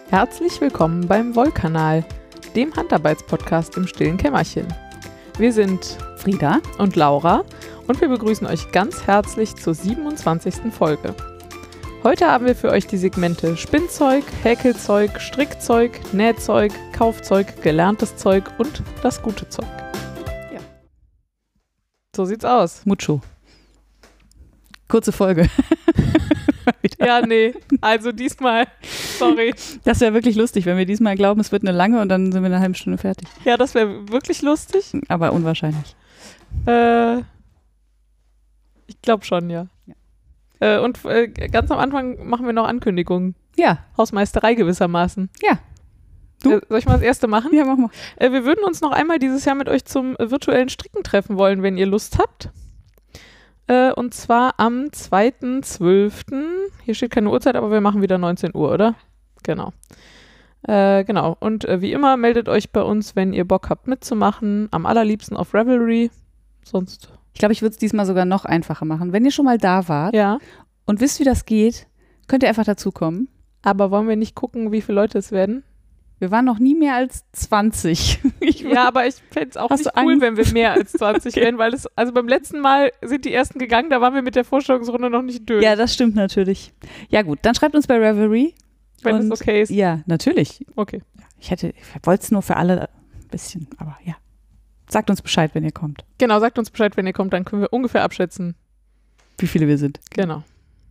Herzlich willkommen beim Wollkanal, dem Handarbeitspodcast im stillen Kämmerchen. Wir sind Frieda und Laura und wir begrüßen euch ganz herzlich zur 27. Folge. Heute haben wir für euch die Segmente Spinnzeug, Häkelzeug, Strickzeug, Nähzeug, Kaufzeug, gelerntes Zeug und das gute Zeug. Ja. So sieht's aus. Mucho. Kurze Folge. Ja, nee, also diesmal, sorry. Das wäre wirklich lustig, wenn wir diesmal glauben, es wird eine lange und dann sind wir in einer halben Stunde fertig. Ja, das wäre wirklich lustig. Aber unwahrscheinlich. Ich glaube schon, ja. Und ganz am Anfang machen wir noch Ankündigungen. Ja. Hausmeisterei gewissermaßen. Ja. Du? Soll ich mal das erste machen? Ja, machen wir. Wir würden uns noch einmal dieses Jahr mit euch zum virtuellen Stricken treffen wollen, wenn ihr Lust habt. Und zwar am 2.12. Hier steht keine Uhrzeit, aber wir machen wieder 19 Uhr, oder? Genau. Genau. Und wie immer meldet euch bei uns, wenn ihr Bock habt mitzumachen. Am allerliebsten auf Ravelry. Sonst. Ich glaube, ich würde es diesmal sogar noch einfacher machen. Wenn ihr schon mal da wart und wisst, wie das geht, könnt ihr einfach dazukommen. Aber wollen wir nicht gucken, wie viele Leute es werden? Wir waren noch nie mehr als 20. Ja, aber ich fände es auch nicht cool, wenn wir mehr als 20 wären, weil also beim letzten Mal sind die ersten gegangen, da waren wir mit der Vorstellungsrunde noch nicht durch. Ja, das stimmt natürlich. Ja gut, dann schreibt uns bei Ravelry. Wenn es okay ist. Ja, natürlich. Okay. Ich wollte es nur für alle ein bisschen, aber ja. Sagt uns Bescheid, wenn ihr kommt. Genau, sagt uns Bescheid, wenn ihr kommt, dann können wir ungefähr abschätzen, wie viele wir sind. Genau.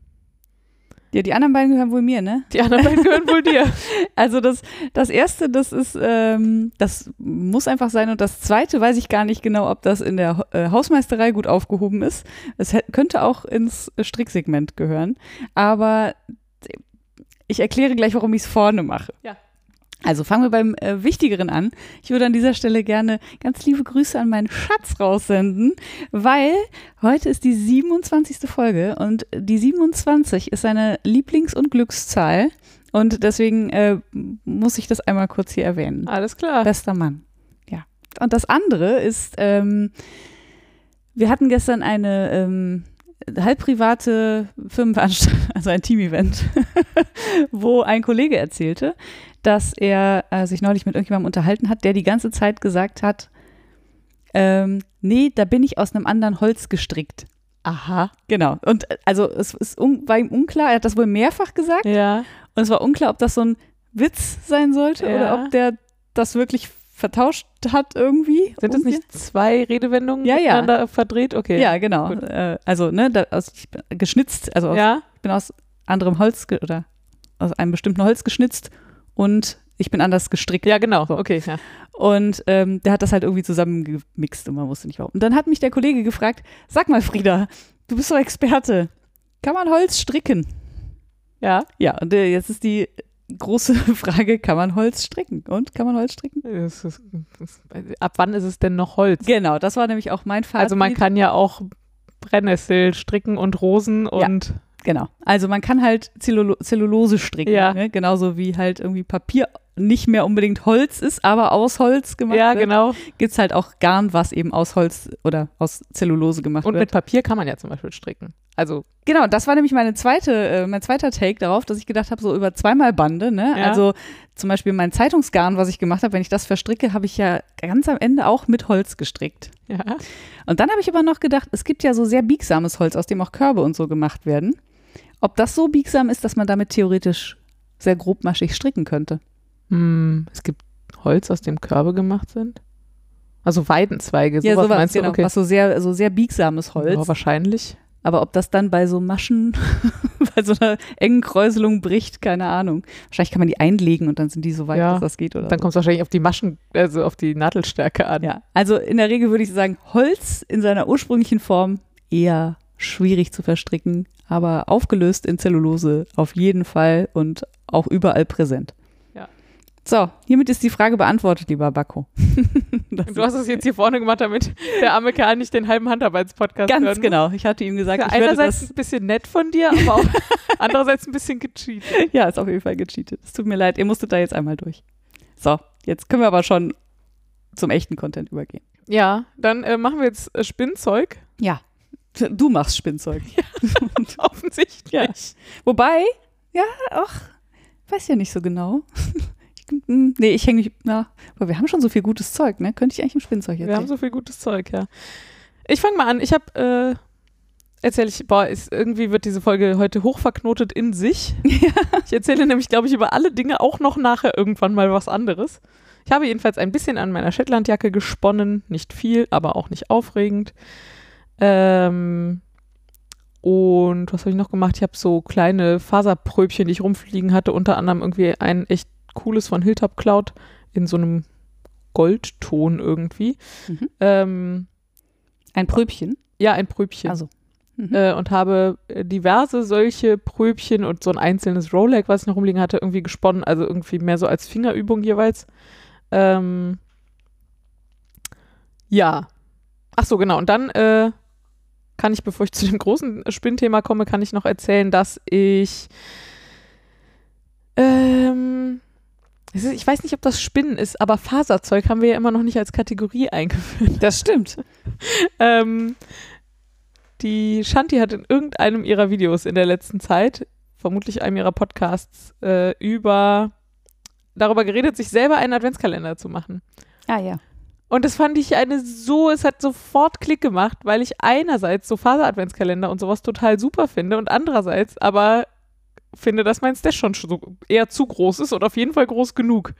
Ja, die anderen beiden gehören wohl mir, ne? Die anderen beiden gehören wohl dir. Also das erste, das ist, das muss einfach sein. Und das zweite weiß ich gar nicht genau, ob das in der Hausmeisterei gut aufgehoben ist. Es könnte auch ins Stricksegment gehören. Aber ich erkläre gleich, warum ich es vorne mache. Ja. Also fangen wir beim Wichtigeren an. Ich würde an dieser Stelle gerne ganz liebe Grüße an meinen Schatz raussenden, weil heute ist die 27. Folge und die 27 ist seine Lieblings- und Glückszahl und deswegen muss ich das einmal kurz hier erwähnen. Alles klar. Bester Mann. Ja. Und das andere ist, wir hatten gestern eine halb private Firmenveranstaltung, also ein Team-Event, wo ein Kollege erzählte, dass er sich neulich mit irgendjemandem unterhalten hat, der die ganze Zeit gesagt hat, nee, da bin ich aus einem anderen Holz gestrickt. Aha. Genau. Und also es war ihm unklar, er hat das wohl mehrfach gesagt. Ja. Und es war unklar, ob das so ein Witz sein sollte oder ob der das wirklich vertauscht hat irgendwie. Sind das nicht zwei Redewendungen miteinander verdreht? Okay. Ja, genau. Also, ne, ich bin geschnitzt, also ich bin aus anderem Holz oder aus einem bestimmten Holz geschnitzt und ich bin anders gestrickt. Ja, genau. So. Okay. Ja. Und der hat das halt irgendwie zusammengemixt und man wusste nicht warum. Und dann hat mich der Kollege gefragt, sag mal Frieda, du bist doch Experte, kann man Holz stricken? Ja. Ja, und jetzt ist die große Frage, kann man Holz stricken? Und kann man Holz stricken? Ab wann ist es denn noch Holz? Genau, das war nämlich auch mein Fazit. Also man kann ja auch Brennnessel stricken und Rosen und genau. Also man kann halt Zellulose stricken, ne? Genauso wie halt irgendwie Papier nicht mehr unbedingt Holz ist, aber aus Holz gemacht wird. Ja, genau. Gibt es halt auch Garn, was eben aus Holz oder aus Zellulose gemacht wird. Und mit Papier kann man ja zum Beispiel stricken. Also genau, das war nämlich mein zweiter Take darauf, dass ich gedacht habe, so über zweimal Bande, ne? Ja. Also zum Beispiel mein Zeitungsgarn, was ich gemacht habe, wenn ich das verstricke, habe ich ja ganz am Ende auch mit Holz gestrickt. Ja. Und dann habe ich aber noch gedacht, es gibt ja so sehr biegsames Holz, aus dem auch Körbe und so gemacht werden. Ob das so biegsam ist, dass man damit theoretisch sehr grobmaschig stricken könnte. Es gibt Holz, aus dem Körbe gemacht sind? Also Weidenzweige, ja, sowas meinst du? Genau, okay. Was so sehr biegsames Holz. Ja, wahrscheinlich. Aber ob das dann bei so Maschen, bei so einer engen Kräuselung bricht, keine Ahnung. Wahrscheinlich kann man die einlegen und dann sind die so weit, dass das geht. Oder dann kommt es wahrscheinlich auf die Maschen, also auf die Nadelstärke an. Ja, also in der Regel würde ich sagen, Holz in seiner ursprünglichen Form eher schwierig zu verstricken, aber aufgelöst in Zellulose auf jeden Fall und auch überall präsent. Ja. So, hiermit ist die Frage beantwortet, lieber Bakko. Du hast es jetzt hier vorne gemacht, damit der arme Kerl nicht den halben Handarbeitspodcast hört. Ganz genau. Ich hatte ihm gesagt, ich werde einerseits das ein bisschen nett von dir, aber auch andererseits ein bisschen gecheatet. Ja, ist auf jeden Fall gecheatet. Es tut mir leid, ihr musstet da jetzt einmal durch. So, jetzt können wir aber schon zum echten Content übergehen. Ja, dann machen wir jetzt Spinnzeug. Ja, du machst Spinnzeug. Ja, offensichtlich. Ja. Wobei, ja, auch Weiß ja nicht so genau. Nee, ich hänge mich, aber wir haben schon so viel gutes Zeug, ne? Könnte ich eigentlich im Spinnzeug erzählen? Wir haben so viel gutes Zeug, ja. Ich fange mal an. Irgendwie wird diese Folge heute hochverknotet in sich. Ja. Ich erzähle nämlich, glaube ich, über alle Dinge auch noch nachher irgendwann mal was anderes. Ich habe jedenfalls ein bisschen an meiner Shetlandjacke gesponnen. Nicht viel, aber auch nicht aufregend. Und was habe ich noch gemacht? Ich habe so kleine Faserpröbchen, die ich rumfliegen hatte. Unter anderem irgendwie ein echt cooles von Hilltop Cloud in so einem Goldton irgendwie. Ein Pröbchen? Ja, ein Pröbchen. Also. Und habe diverse solche Pröbchen und so ein einzelnes Rolex, was ich noch rumliegen hatte, irgendwie gesponnen. Also irgendwie mehr so als Fingerübung jeweils. Ja. Ach so, genau. Und dann kann ich, bevor ich zu dem großen Spinnthema komme, kann ich noch erzählen, dass ich ich weiß nicht, ob das Spinnen ist, aber Faserzeug haben wir ja immer noch nicht als Kategorie eingeführt. Das stimmt. Die Shanti hat in irgendeinem ihrer Videos in der letzten Zeit, vermutlich einem ihrer Podcasts, darüber geredet, sich selber einen Adventskalender zu machen. Ah ja. Und das fand ich es hat sofort Klick gemacht, weil ich einerseits so Faser-Adventskalender und sowas total super finde und andererseits aber finde, dass mein Stash schon so eher zu groß ist und auf jeden Fall groß genug.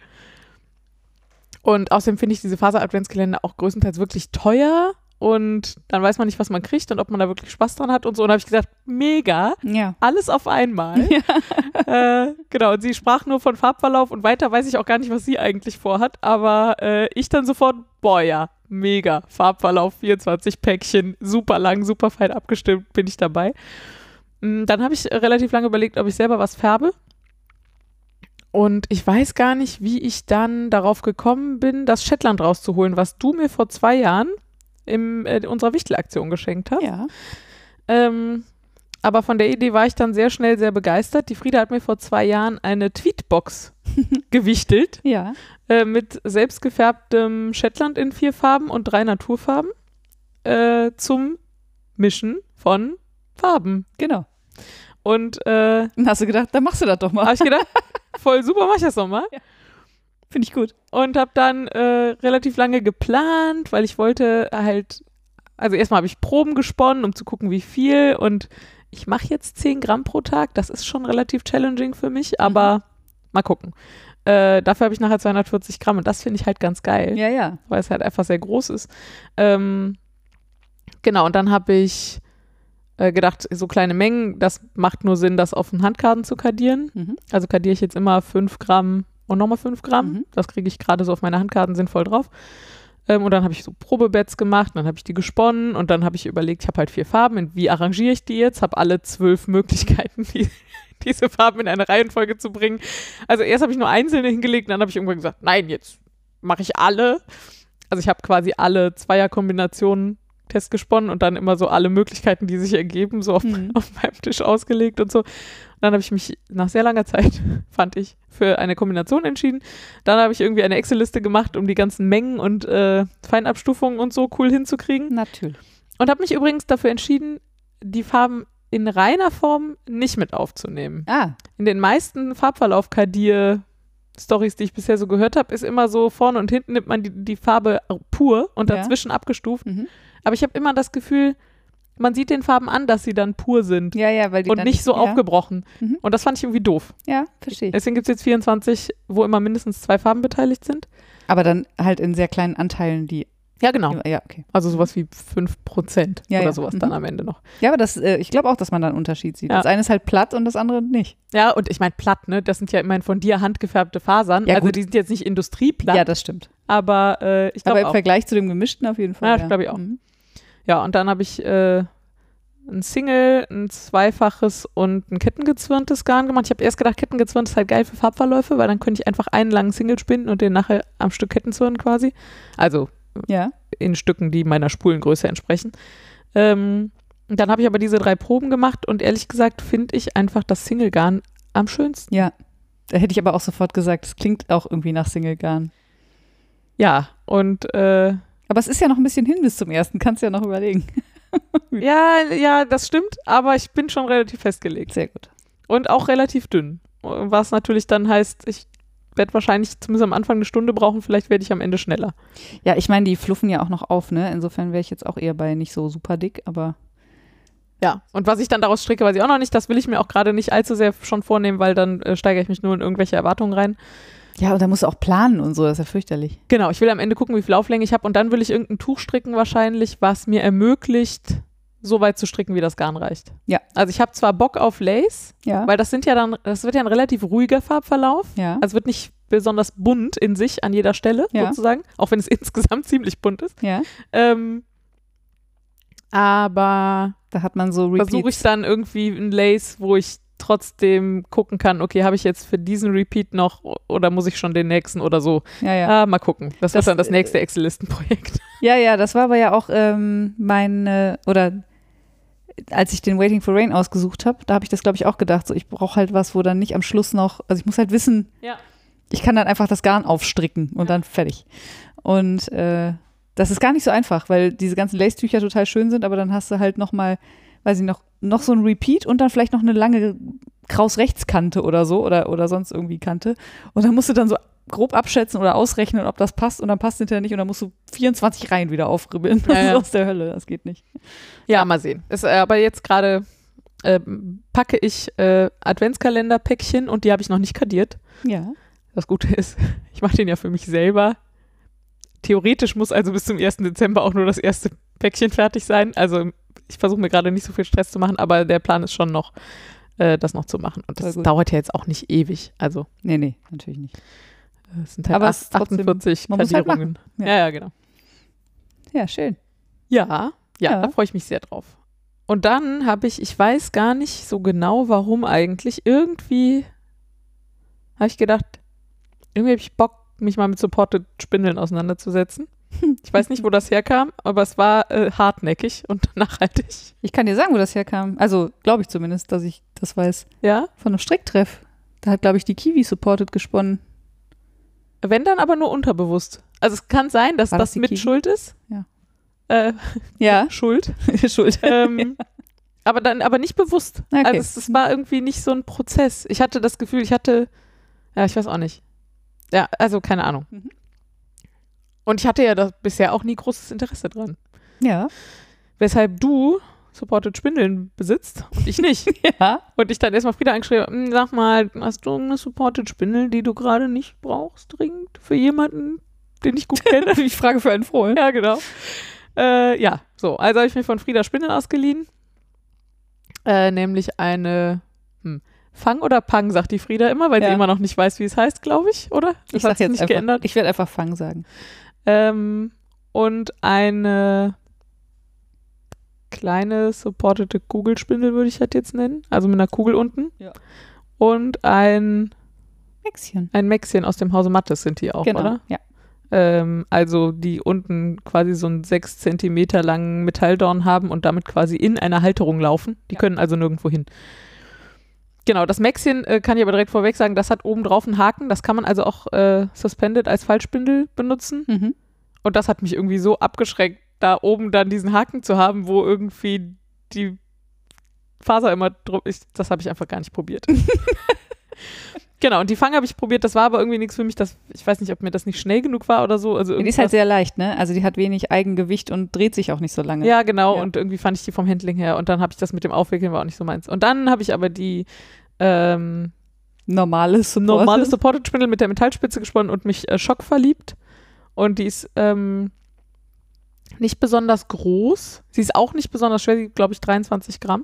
Und außerdem finde ich diese Faser-Adventskalender auch größtenteils wirklich teuer und dann weiß man nicht, was man kriegt und ob man da wirklich Spaß dran hat und so. Und da habe ich gesagt, mega, ja. Alles auf einmal. Ja. Genau, und sie sprach nur von Farbverlauf und weiter weiß ich auch gar nicht, was sie eigentlich vorhat, aber ich dann sofort, boah ja, mega, Farbverlauf, 24 Päckchen, super lang, super fein abgestimmt, bin ich dabei. Dann habe ich relativ lange überlegt, ob ich selber was färbe. Und ich weiß gar nicht, wie ich dann darauf gekommen bin, das Shetland rauszuholen, was du mir vor 2 Jahren in unserer Wichtelaktion geschenkt hast. Ja. Aber von der Idee war ich dann sehr schnell sehr begeistert. Die Frieda hat mir vor 2 Jahren eine Tweetbox gewichtelt. Ja. Mit selbstgefärbtem Shetland in 4 Farben und 3 Naturfarben zum Mischen von Farben. Genau. Und dann hast du gedacht, dann machst du das doch mal. Habe ich gedacht, voll super, mach ich das nochmal. Ja. Finde ich gut. Und habe dann relativ lange geplant, weil ich wollte halt, also erstmal habe ich Proben gesponnen, um zu gucken, wie viel. Und ich mache jetzt 10 Gramm pro Tag. Das ist schon relativ challenging für mich, aber mal gucken. Dafür habe ich nachher 240 Gramm und das finde ich halt ganz geil. Ja, ja. Weil es halt einfach sehr groß ist. Genau, und dann habe ich gedacht, so kleine Mengen, das macht nur Sinn, das auf den Handkarten zu kadieren. Also kadiere ich jetzt immer 5 Gramm und nochmal 5 Gramm. Das kriege ich gerade so auf meine Handkarten sinnvoll drauf. Und dann habe ich so Probebets gemacht, dann habe ich die gesponnen und dann habe ich überlegt, ich habe halt 4 Farben, wie arrangiere ich die jetzt? Habe alle 12 Möglichkeiten, diese Farben in eine Reihenfolge zu bringen. Also erst habe ich nur einzelne hingelegt, dann habe ich irgendwann gesagt, nein, jetzt mache ich alle. Also ich habe quasi alle Zweierkombinationen Test gesponnen und dann immer so alle Möglichkeiten, die sich ergeben, so auf meinem Tisch ausgelegt und so. Und dann habe ich mich nach sehr langer Zeit, fand ich, für eine Kombination entschieden. Dann habe ich irgendwie eine Excel-Liste gemacht, um die ganzen Mengen und Feinabstufungen und so cool hinzukriegen. Natürlich. Und habe mich übrigens dafür entschieden, die Farben in reiner Form nicht mit aufzunehmen. Ah. In den meisten Farbverlauf-Kadier-Stories, die ich bisher so gehört habe, ist immer so, vorne und hinten nimmt man die Farbe pur und dazwischen abgestuft. Aber ich habe immer das Gefühl, man sieht den Farben an, dass sie dann pur sind. Ja, ja, weil die und dann nicht so aufgebrochen. Und das fand ich irgendwie doof. Ja, verstehe ich. Deswegen gibt es jetzt 24, wo immer mindestens 2 Farben beteiligt sind. Aber dann halt in sehr kleinen Anteilen, die. Ja, genau. Ja, okay. Also sowas wie 5% oder sowas dann am Ende noch. Ja, aber ich glaube auch, dass man da einen Unterschied sieht. Ja. Das eine ist halt platt und das andere nicht. Ja, und ich meine platt, ne? Das sind ja immerhin von dir handgefärbte Fasern. Ja, also gut. Die sind jetzt nicht industrieplatt. Ja, das stimmt. Aber ich glaube Aber im Vergleich zu dem gemischten auf jeden Fall. Ja, glaube ich auch. Ja, und dann habe ich ein Single, ein zweifaches und ein kettengezwirntes Garn gemacht. Ich habe erst gedacht, kettengezwirnt ist halt geil für Farbverläufe, weil dann könnte ich einfach einen langen Single spinnen und den nachher am Stück kettenzwirnen quasi. Also in Stücken, die meiner Spulengröße entsprechen. Dann habe ich aber diese 3 Proben gemacht und ehrlich gesagt finde ich einfach das Single-Garn am schönsten. Ja, da hätte ich aber auch sofort gesagt, es klingt auch irgendwie nach Single-Garn. Ja, und aber es ist ja noch ein bisschen hin bis zum ersten, kannst du ja noch überlegen. Ja, das stimmt, aber ich bin schon relativ festgelegt. Sehr gut. Und auch relativ dünn. was natürlich dann heißt, ich werde wahrscheinlich zumindest am Anfang eine Stunde brauchen, vielleicht werde ich am Ende schneller. Ja, ich meine, die fluffen ja auch noch auf, ne? Insofern wäre ich jetzt auch eher bei nicht so super dick, aber Ja, und was ich dann daraus stricke, weiß ich auch noch nicht. Das will ich mir auch gerade nicht allzu sehr schon vornehmen, weil dann steigere ich mich nur in irgendwelche Erwartungen rein. ja, und da musst du auch planen und so, das ist ja fürchterlich. Genau, ich will am Ende gucken, wie viel Auflänge ich habe und dann will ich irgendein Tuch stricken wahrscheinlich, was mir ermöglicht, so weit zu stricken, wie das Garn reicht. Ja. Also ich habe zwar Bock auf Lace, Ja. weil das wird ja ein relativ ruhiger Farbverlauf. Ja. Also wird nicht besonders bunt in sich an jeder Stelle sozusagen, auch wenn es insgesamt ziemlich bunt ist. Ja. Aber Da hat man so Repeats. versuche ich dann irgendwie ein Lace, wo ich trotzdem gucken kann, okay, habe ich jetzt für diesen Repeat noch oder muss ich schon den nächsten oder so? Ja, ja. Mal gucken. Das wird dann das nächste Excel-Listen-Projekt. Ja, ja, das war aber ja auch oder als ich den Waiting for Rain ausgesucht habe, da habe ich das, glaube ich, auch gedacht, so ich brauche halt was, wo dann nicht am Schluss noch, also ich muss halt wissen, ich kann dann einfach das Garn aufstricken und dann fertig. Und das ist gar nicht so einfach, weil diese ganzen Lace-Tücher total schön sind, aber dann hast du halt nochmal, weiß ich noch so ein Repeat und dann vielleicht noch eine lange Kraus-Rechtskante oder so oder sonst irgendwie Kante. Und dann musst du dann so grob abschätzen oder ausrechnen, ob das passt und dann passt hinterher nicht und dann musst du 24 Reihen wieder aufribbeln. Das ist aus der Hölle, das geht nicht. Ja, mal sehen. Aber jetzt gerade packe ich Adventskalender-Päckchen und die habe ich noch nicht kadiert. Ja. Das Gute ist, ich mache den ja für mich selber. Theoretisch muss also bis zum 1. Dezember auch nur das erste Päckchen fertig sein. Also ich versuche mir gerade nicht so viel Stress zu machen, aber der Plan ist schon noch, das noch zu machen. Und das dauert ja jetzt auch nicht ewig. Also Nee, natürlich nicht. Es sind halt 48 Kadierungen. Halt ja, genau. Ja, schön. Ja, da freue ich mich sehr drauf. Und dann habe ich weiß gar nicht so genau, warum eigentlich, irgendwie habe ich gedacht, irgendwie habe ich Bock, mich mal mit Supported Spindeln auseinanderzusetzen. Ich weiß nicht, wo das herkam, aber es war hartnäckig und nachhaltig. Ich kann dir sagen, wo das herkam. Also, glaube ich zumindest, dass ich das weiß. Ja? Von einem Stricktreff. Da hat, glaube ich, die Kiwi Supported gesponnen. Wenn dann aber nur unterbewusst. Also es kann sein, dass das mit Kiwi? Schuld ist. Ja. Ja. Schuld. Schuld. Aber nicht bewusst. Okay. Also es war irgendwie nicht so ein Prozess. Ich hatte das Gefühl, ich weiß auch nicht. Ja, also keine Ahnung. Mhm. Und ich hatte ja da bisher auch nie großes Interesse dran. Ja. Weshalb du Supported Spindeln besitzt und ich nicht. Ja. Und ich dann erstmal Frieda angeschrieben habe, sag mal, hast du eine Supported Spindel, die du gerade nicht brauchst, dringend für jemanden, den ich gut kenne? Ich frage für einen Freund. Ja, genau. Ja, so. Also habe ich mir von Frieda Spindel ausgeliehen. Nämlich eine Fang oder Pang, sagt die Frieda immer, weil sie immer noch nicht weiß, wie es heißt, glaube ich, oder? Das hat sich nicht geändert. Ich werde einfach Fang sagen. Und eine kleine supportete Kugelspindel würde ich das jetzt nennen, also mit einer Kugel unten. Ja. Und ein Mäxchen. Ein Mäxchen aus dem Hause Mattes sind die auch, genau, oder? Ja. Also die unten quasi so einen 6 Zentimeter langen Metalldorn haben und damit quasi in einer Halterung laufen. Die können also nirgendwo hin. Genau, das Mäxchen kann ich aber direkt vorweg sagen, das hat oben drauf einen Haken. Das kann man also auch suspended als Faltspindel benutzen. Mhm. Und das hat mich irgendwie so abgeschreckt, da oben dann diesen Haken zu haben, wo irgendwie die Faser immer drum ist. Das habe ich einfach gar nicht probiert. Genau, und die Fang habe ich probiert, das war aber irgendwie nichts für mich. Ich weiß nicht, ob mir das nicht schnell genug war oder so. Also die ist halt sehr leicht, ne? Also die hat wenig Eigengewicht und dreht sich auch nicht so lange. Ja, genau. Ja. Und irgendwie fand ich die vom Handling her. Und dann habe ich das mit dem Aufwickeln, war auch nicht so meins. Und dann habe ich aber die normale Supported Spindel mit der Metallspitze gesponnen und mich schockverliebt. Und die ist nicht besonders groß. Sie ist auch nicht besonders schwer, sie wiegt, glaube ich, 23 Gramm.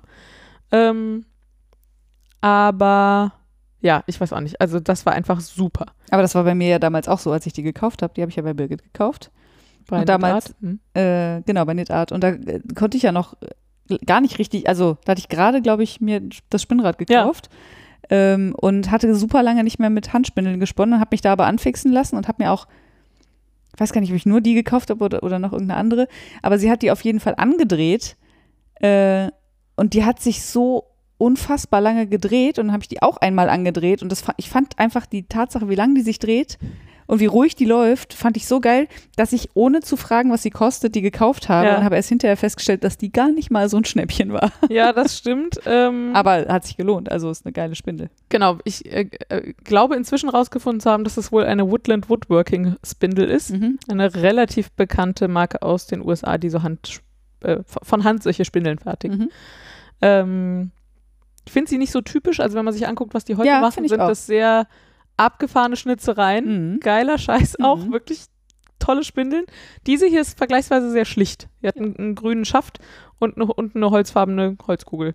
Aber ja, ich weiß auch nicht. Also das war einfach super. Aber das war bei mir ja damals auch so, als ich die gekauft habe. Die habe ich ja bei Birgit gekauft. Bei Knitart? Genau, bei Knitart. Und da konnte ich ja noch gar nicht richtig, also da hatte ich gerade, glaube ich, mir das Spinnrad gekauft. Ja. Und hatte super lange nicht mehr mit Handspindeln gesponnen, habe mich da aber anfixen lassen und habe mir auch, ich weiß gar nicht, ob ich nur die gekauft habe oder noch irgendeine andere, aber sie hat die auf jeden Fall angedreht und die hat sich so unfassbar lange gedreht und dann habe ich die auch einmal angedreht und ich fand einfach die Tatsache, wie lange die sich dreht Und wie ruhig die läuft, fand ich so geil, dass ich ohne zu fragen, was sie kostet, die gekauft habe und habe erst hinterher festgestellt, dass die gar nicht mal so ein Schnäppchen war. Ja, das stimmt. Aber hat sich gelohnt, also ist eine geile Spindel. Genau, ich glaube inzwischen rausgefunden zu haben, dass es wohl eine Woodland Woodworking Spindel ist. Eine relativ bekannte Marke aus den USA, die so von Hand solche Spindeln fertigen. Ich finde sie nicht so typisch, also wenn man sich anguckt, was die heute machen, sind das sehr abgefahrene Schnitzereien. Geiler Scheiß auch, wirklich tolle Spindeln. Diese hier ist vergleichsweise sehr schlicht. Die hat einen grünen Schaft und eine holzfarbene Holzkugel.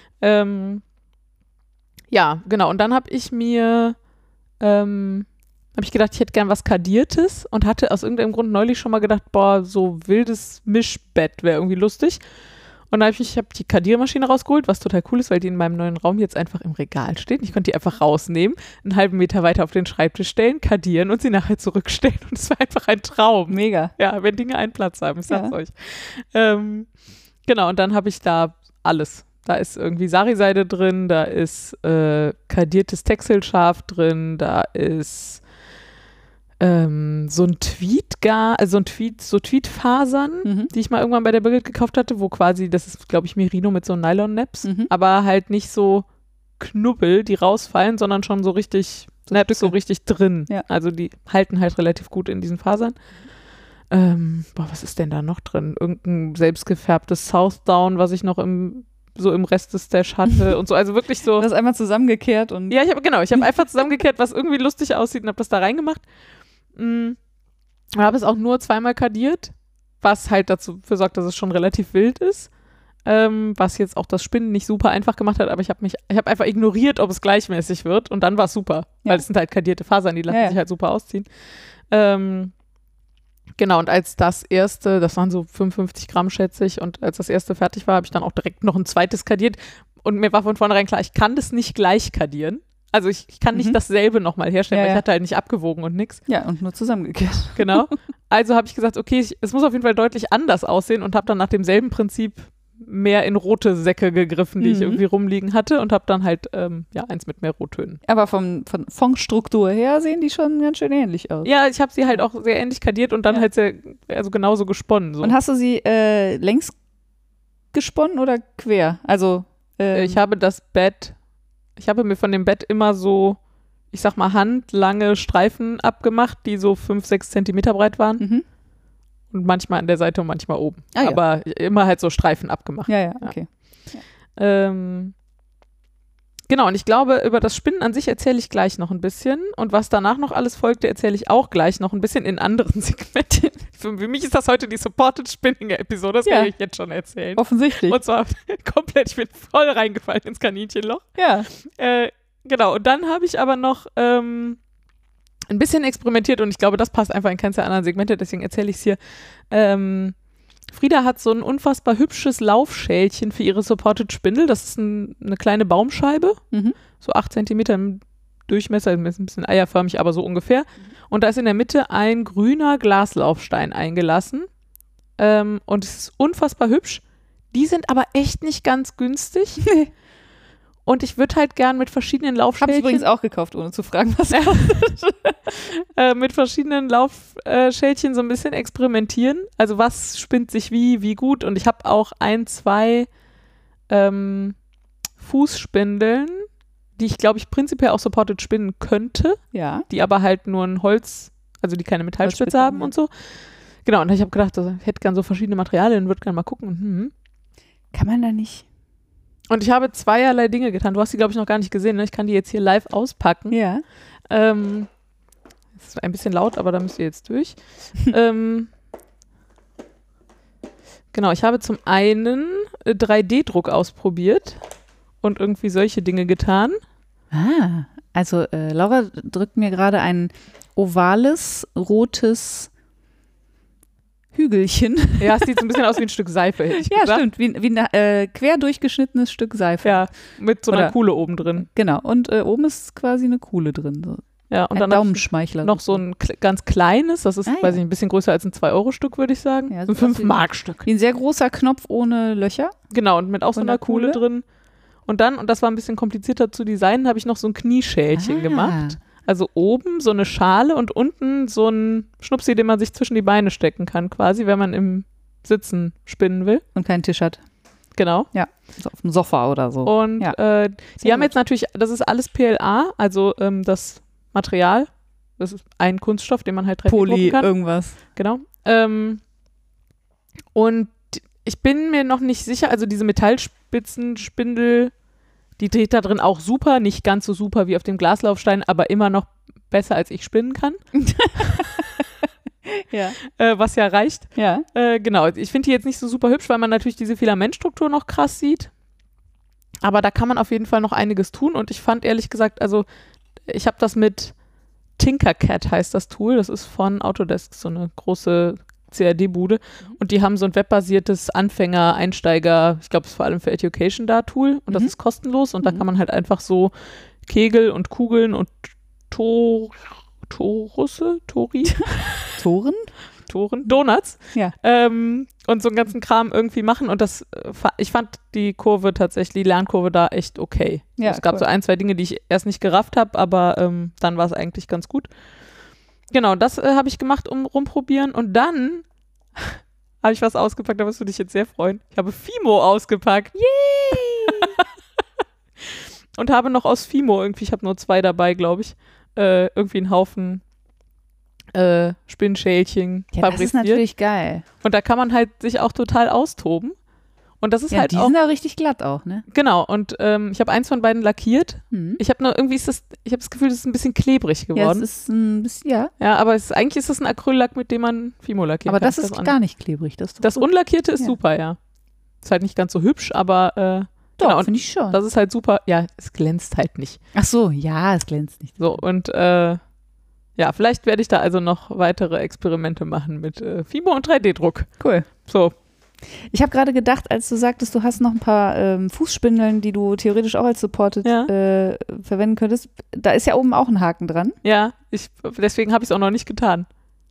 Ja, genau. Und dann habe ich mir gedacht, ich hätte gern was Kadiertes und hatte aus irgendeinem Grund neulich schon mal gedacht, boah, so wildes Mischbett wäre irgendwie lustig. Und dann habe ich die Kadiermaschine rausgeholt, was total cool ist, weil die in meinem neuen Raum jetzt einfach im Regal steht. Ich konnte die einfach rausnehmen, einen halben Meter weiter auf den Schreibtisch stellen, kadieren und sie nachher zurückstellen. Und es war einfach ein Traum. Mega. Ja, wenn Dinge einen Platz haben, ich sag's euch. Genau, und dann habe ich da alles. Da ist irgendwie Sari-Seide drin, da ist kadiertes Textilschaf drin, da ist so ein Tweetfasern, die ich mal irgendwann bei der Birgit gekauft hatte, wo quasi, das ist, glaube ich, Merino mit so Nylon-Naps, aber halt nicht so Knubbel, die rausfallen, sondern schon so richtig, Naps so richtig drin. Ja. Also die halten halt relativ gut in diesen Fasern. Was ist denn da noch drin? Irgendein selbstgefärbtes Southdown, was ich noch im Rest des Stash hatte und so, also wirklich so. Du hast einmal zusammengekehrt und. Ja, ich habe einfach zusammengekehrt, was irgendwie lustig aussieht und habe das da reingemacht. Habe es auch nur zweimal kadiert, was halt dafür sorgt, dass es schon relativ wild ist, was jetzt auch das Spinnen nicht super einfach gemacht hat, aber ich habe einfach ignoriert, ob es gleichmäßig wird und dann war es super, weil es sind halt kadierte Fasern, die lassen sich halt super ausziehen. Genau, und als das erste, das waren so 55 Gramm, schätze ich, und als das erste fertig war, habe ich dann auch direkt noch ein zweites kadiert und mir war von vornherein klar, ich kann das nicht gleich kadieren. Also ich kann nicht dasselbe nochmal herstellen, weil ich hatte halt nicht abgewogen und nix. Ja, und nur zusammengekehrt. Genau. Also habe ich gesagt, okay, es muss auf jeden Fall deutlich anders aussehen und habe dann nach demselben Prinzip mehr in rote Säcke gegriffen, die ich irgendwie rumliegen hatte und habe dann halt eins mit mehr Rottönen. Aber von Fondstruktur her sehen die schon ganz schön ähnlich aus. Ja, ich habe sie halt auch sehr ähnlich kadiert und dann halt genauso gesponnen. So. Und hast du sie längs gesponnen oder quer? Also ich habe mir von dem Bett immer so, ich sag mal, handlange Streifen abgemacht, die so 5-6 Zentimeter breit waren. Und manchmal an der Seite und manchmal oben. Aber immer halt so Streifen abgemacht. Ja, okay. Genau, und ich glaube, über das Spinnen an sich erzähle ich gleich noch ein bisschen. Und was danach noch alles folgte, erzähle ich auch gleich noch ein bisschen in anderen Segmenten. Für mich ist das heute die Supported Spinning-Episode, das kann ich jetzt schon erzählen. Offensichtlich. Und zwar komplett, ich bin voll reingefallen ins Kaninchenloch. Ja. Genau, und dann habe ich aber noch ein bisschen experimentiert und ich glaube, das passt einfach in keins der anderen Segmente, deswegen erzähle ich es hier. Frieda hat so ein unfassbar hübsches Laufschälchen für ihre Supported Spindel. Das ist eine kleine Baumscheibe, so 8 Zentimeter im Durchmesser, ein bisschen eierförmig, aber so ungefähr. Und da ist in der Mitte ein grüner Glaslaufstein eingelassen. Und es ist unfassbar hübsch. Die sind aber echt nicht ganz günstig. Und ich würde halt gern mit verschiedenen Laufschälchen. Habe ich übrigens auch gekauft, ohne zu fragen, was kostet. Mit verschiedenen Laufschälchen so ein bisschen experimentieren. Also was spinnt sich wie gut. Und ich habe auch 2 Fußspindeln, die ich, glaube ich, prinzipiell auch supported spinnen könnte. Ja. Die aber halt nur ein Holz, also die keine Metallspitze haben und so. Genau, und ich habe gedacht, ich hätte gern so verschiedene Materialien und würde gerne mal gucken. Kann man da nicht? Und ich habe zweierlei Dinge getan. Du hast die, glaube ich, noch gar nicht gesehen. Ne? Ich kann die jetzt hier live auspacken. Ja. Das ist ein bisschen laut, aber da müsst ihr jetzt durch. Genau, ich habe zum einen 3D-Druck ausprobiert und irgendwie solche Dinge getan. Also Laura drückt mir gerade ein ovales, rotes Hügelchen. Ja, es sieht so ein bisschen aus wie ein Stück Seife, hätte ich gesagt. Ja, stimmt, wie ein quer durchgeschnittenes Stück Seife. Ja, mit so einer Kuhle oben drin. Genau, und oben ist quasi eine Kuhle drin. So. Ja, und ein dann Daumenschmeichler. Noch so ein ganz kleines, das ist, weiß ich, ein bisschen größer als ein 2-Euro-Stück, würde ich sagen. Ja, so ein 5-Mark-Stück. Wie ein sehr großer Knopf ohne Löcher. Genau, und mit auch so einer Kuhle drin. Und dann, und das war ein bisschen komplizierter zu designen, habe ich noch so ein Knieschälchen gemacht. also oben so eine Schale und unten so ein Schnupsi, den man sich zwischen die Beine stecken kann, quasi, wenn man im Sitzen spinnen will. Und keinen Tisch hat. Genau. Ja, so auf dem Sofa oder so. Und die haben jetzt natürlich, das ist alles PLA, also das Material, das ist ein Kunststoff, den man halt 3D drucken kann. Irgendwas. Genau. Und ich bin mir noch nicht sicher, also diese Metallspitzenspindel, die dreht da drin auch super, nicht ganz so super wie auf dem Glaslaufstein, aber immer noch besser, als ich spinnen kann. Ja. Was ja reicht. Ja. Genau, ich finde die jetzt nicht so super hübsch, weil man natürlich diese Filamentstruktur noch krass sieht. Aber da kann man auf jeden Fall noch einiges tun. Und ich fand ehrlich gesagt, also ich habe das mit Tinkercad heißt das Tool. Das ist von Autodesk, so eine große CAD-Bude. Und die haben so ein webbasiertes Anfänger-, Einsteiger-, ich glaube, es ist vor allem für Education da Tool. Und das ist kostenlos. Und da kann man halt einfach so Kegel und Kugeln und Donuts Ja. und so einen ganzen Kram irgendwie machen. Und das, ich fand die Kurve tatsächlich, die Lernkurve da echt okay. Ja, es gab so 1, 2 Dinge, die ich erst nicht gerafft habe, aber dann war es eigentlich ganz gut. Genau, das habe ich gemacht, um rumprobieren. Und dann habe ich was ausgepackt, da wirst du dich jetzt sehr freuen. Ich habe Fimo ausgepackt. Yay! Und habe noch aus Fimo irgendwie, ich habe nur 2 dabei, glaube ich, irgendwie einen Haufen Spinnschälchen Ja, fabriziert. das ist natürlich geil. Und da kann man halt sich auch total austoben. Und das ist Ja, halt die auch, sind auch richtig glatt auch, ne? genau, und ich habe eins von beiden lackiert. Mhm. Ich habe nur irgendwie ich habe das Gefühl, das ist ein bisschen klebrig Ja, geworden. es ist ein bisschen, ja. Ja, aber eigentlich ist das ein Acryllack, mit dem man Fimo lackieren Aber kann. das ist gar nicht klebrig. Das Unlackierte ist Ja. super, ja. Ist halt nicht ganz so hübsch, aber Doch, genau, und finde ich schon. das ist halt super. Ja, es glänzt halt nicht. Ach so, ja, es glänzt nicht. So, und ja, vielleicht werde ich da also noch weitere Experimente machen mit Fimo und 3D-Druck. Cool. So, Ich habe gerade gedacht, als du sagtest, du hast noch ein paar Fußspindeln, die du theoretisch auch als Supported verwenden könntest. Da ist ja oben auch ein Haken dran. ja, deswegen habe ich es auch noch nicht getan.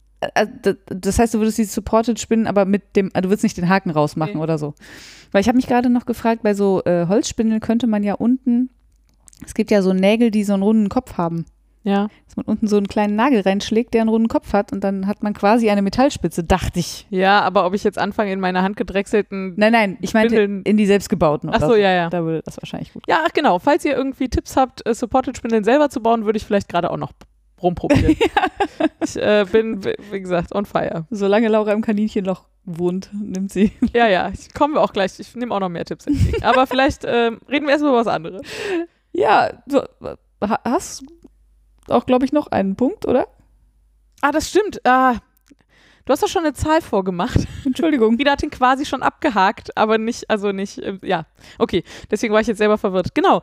Das heißt, du würdest die Supported spinnen, aber mit dem, du würdest nicht den Haken rausmachen Nee. oder so. Weil ich habe mich gerade noch gefragt, bei so Holzspindeln könnte man ja unten, es gibt ja so Nägel, die so einen runden Kopf haben. Ja. Dass man unten so einen kleinen Nagel reinschlägt, der einen runden Kopf hat und dann hat man quasi eine Metallspitze, dachte ich. Ja, aber ob ich jetzt anfange, in meine handgedrechselten. Nein, ich meinte Spindeln- in die selbstgebauten. Ach oder so, ja. Da würde das wahrscheinlich gut. Ja, ach genau. Falls ihr irgendwie Tipps habt, Supported-Spindeln selber zu bauen, würde ich vielleicht gerade auch noch rumprobieren. Ich bin, wie gesagt, on fire. Solange Laura im Kaninchenloch wohnt, nimmt sie. Ja, kommen wir auch gleich. Ich nehme auch noch mehr Tipps entgegen. Aber vielleicht reden wir erstmal über was anderes. Ja, so, hast auch, glaube ich, noch einen Punkt, oder? Ah, das stimmt. Du hast doch schon eine Zahl vorgemacht. Entschuldigung. Wieder hat ihn quasi schon abgehakt, aber nicht, ja. Okay, deswegen war ich jetzt selber verwirrt. Genau.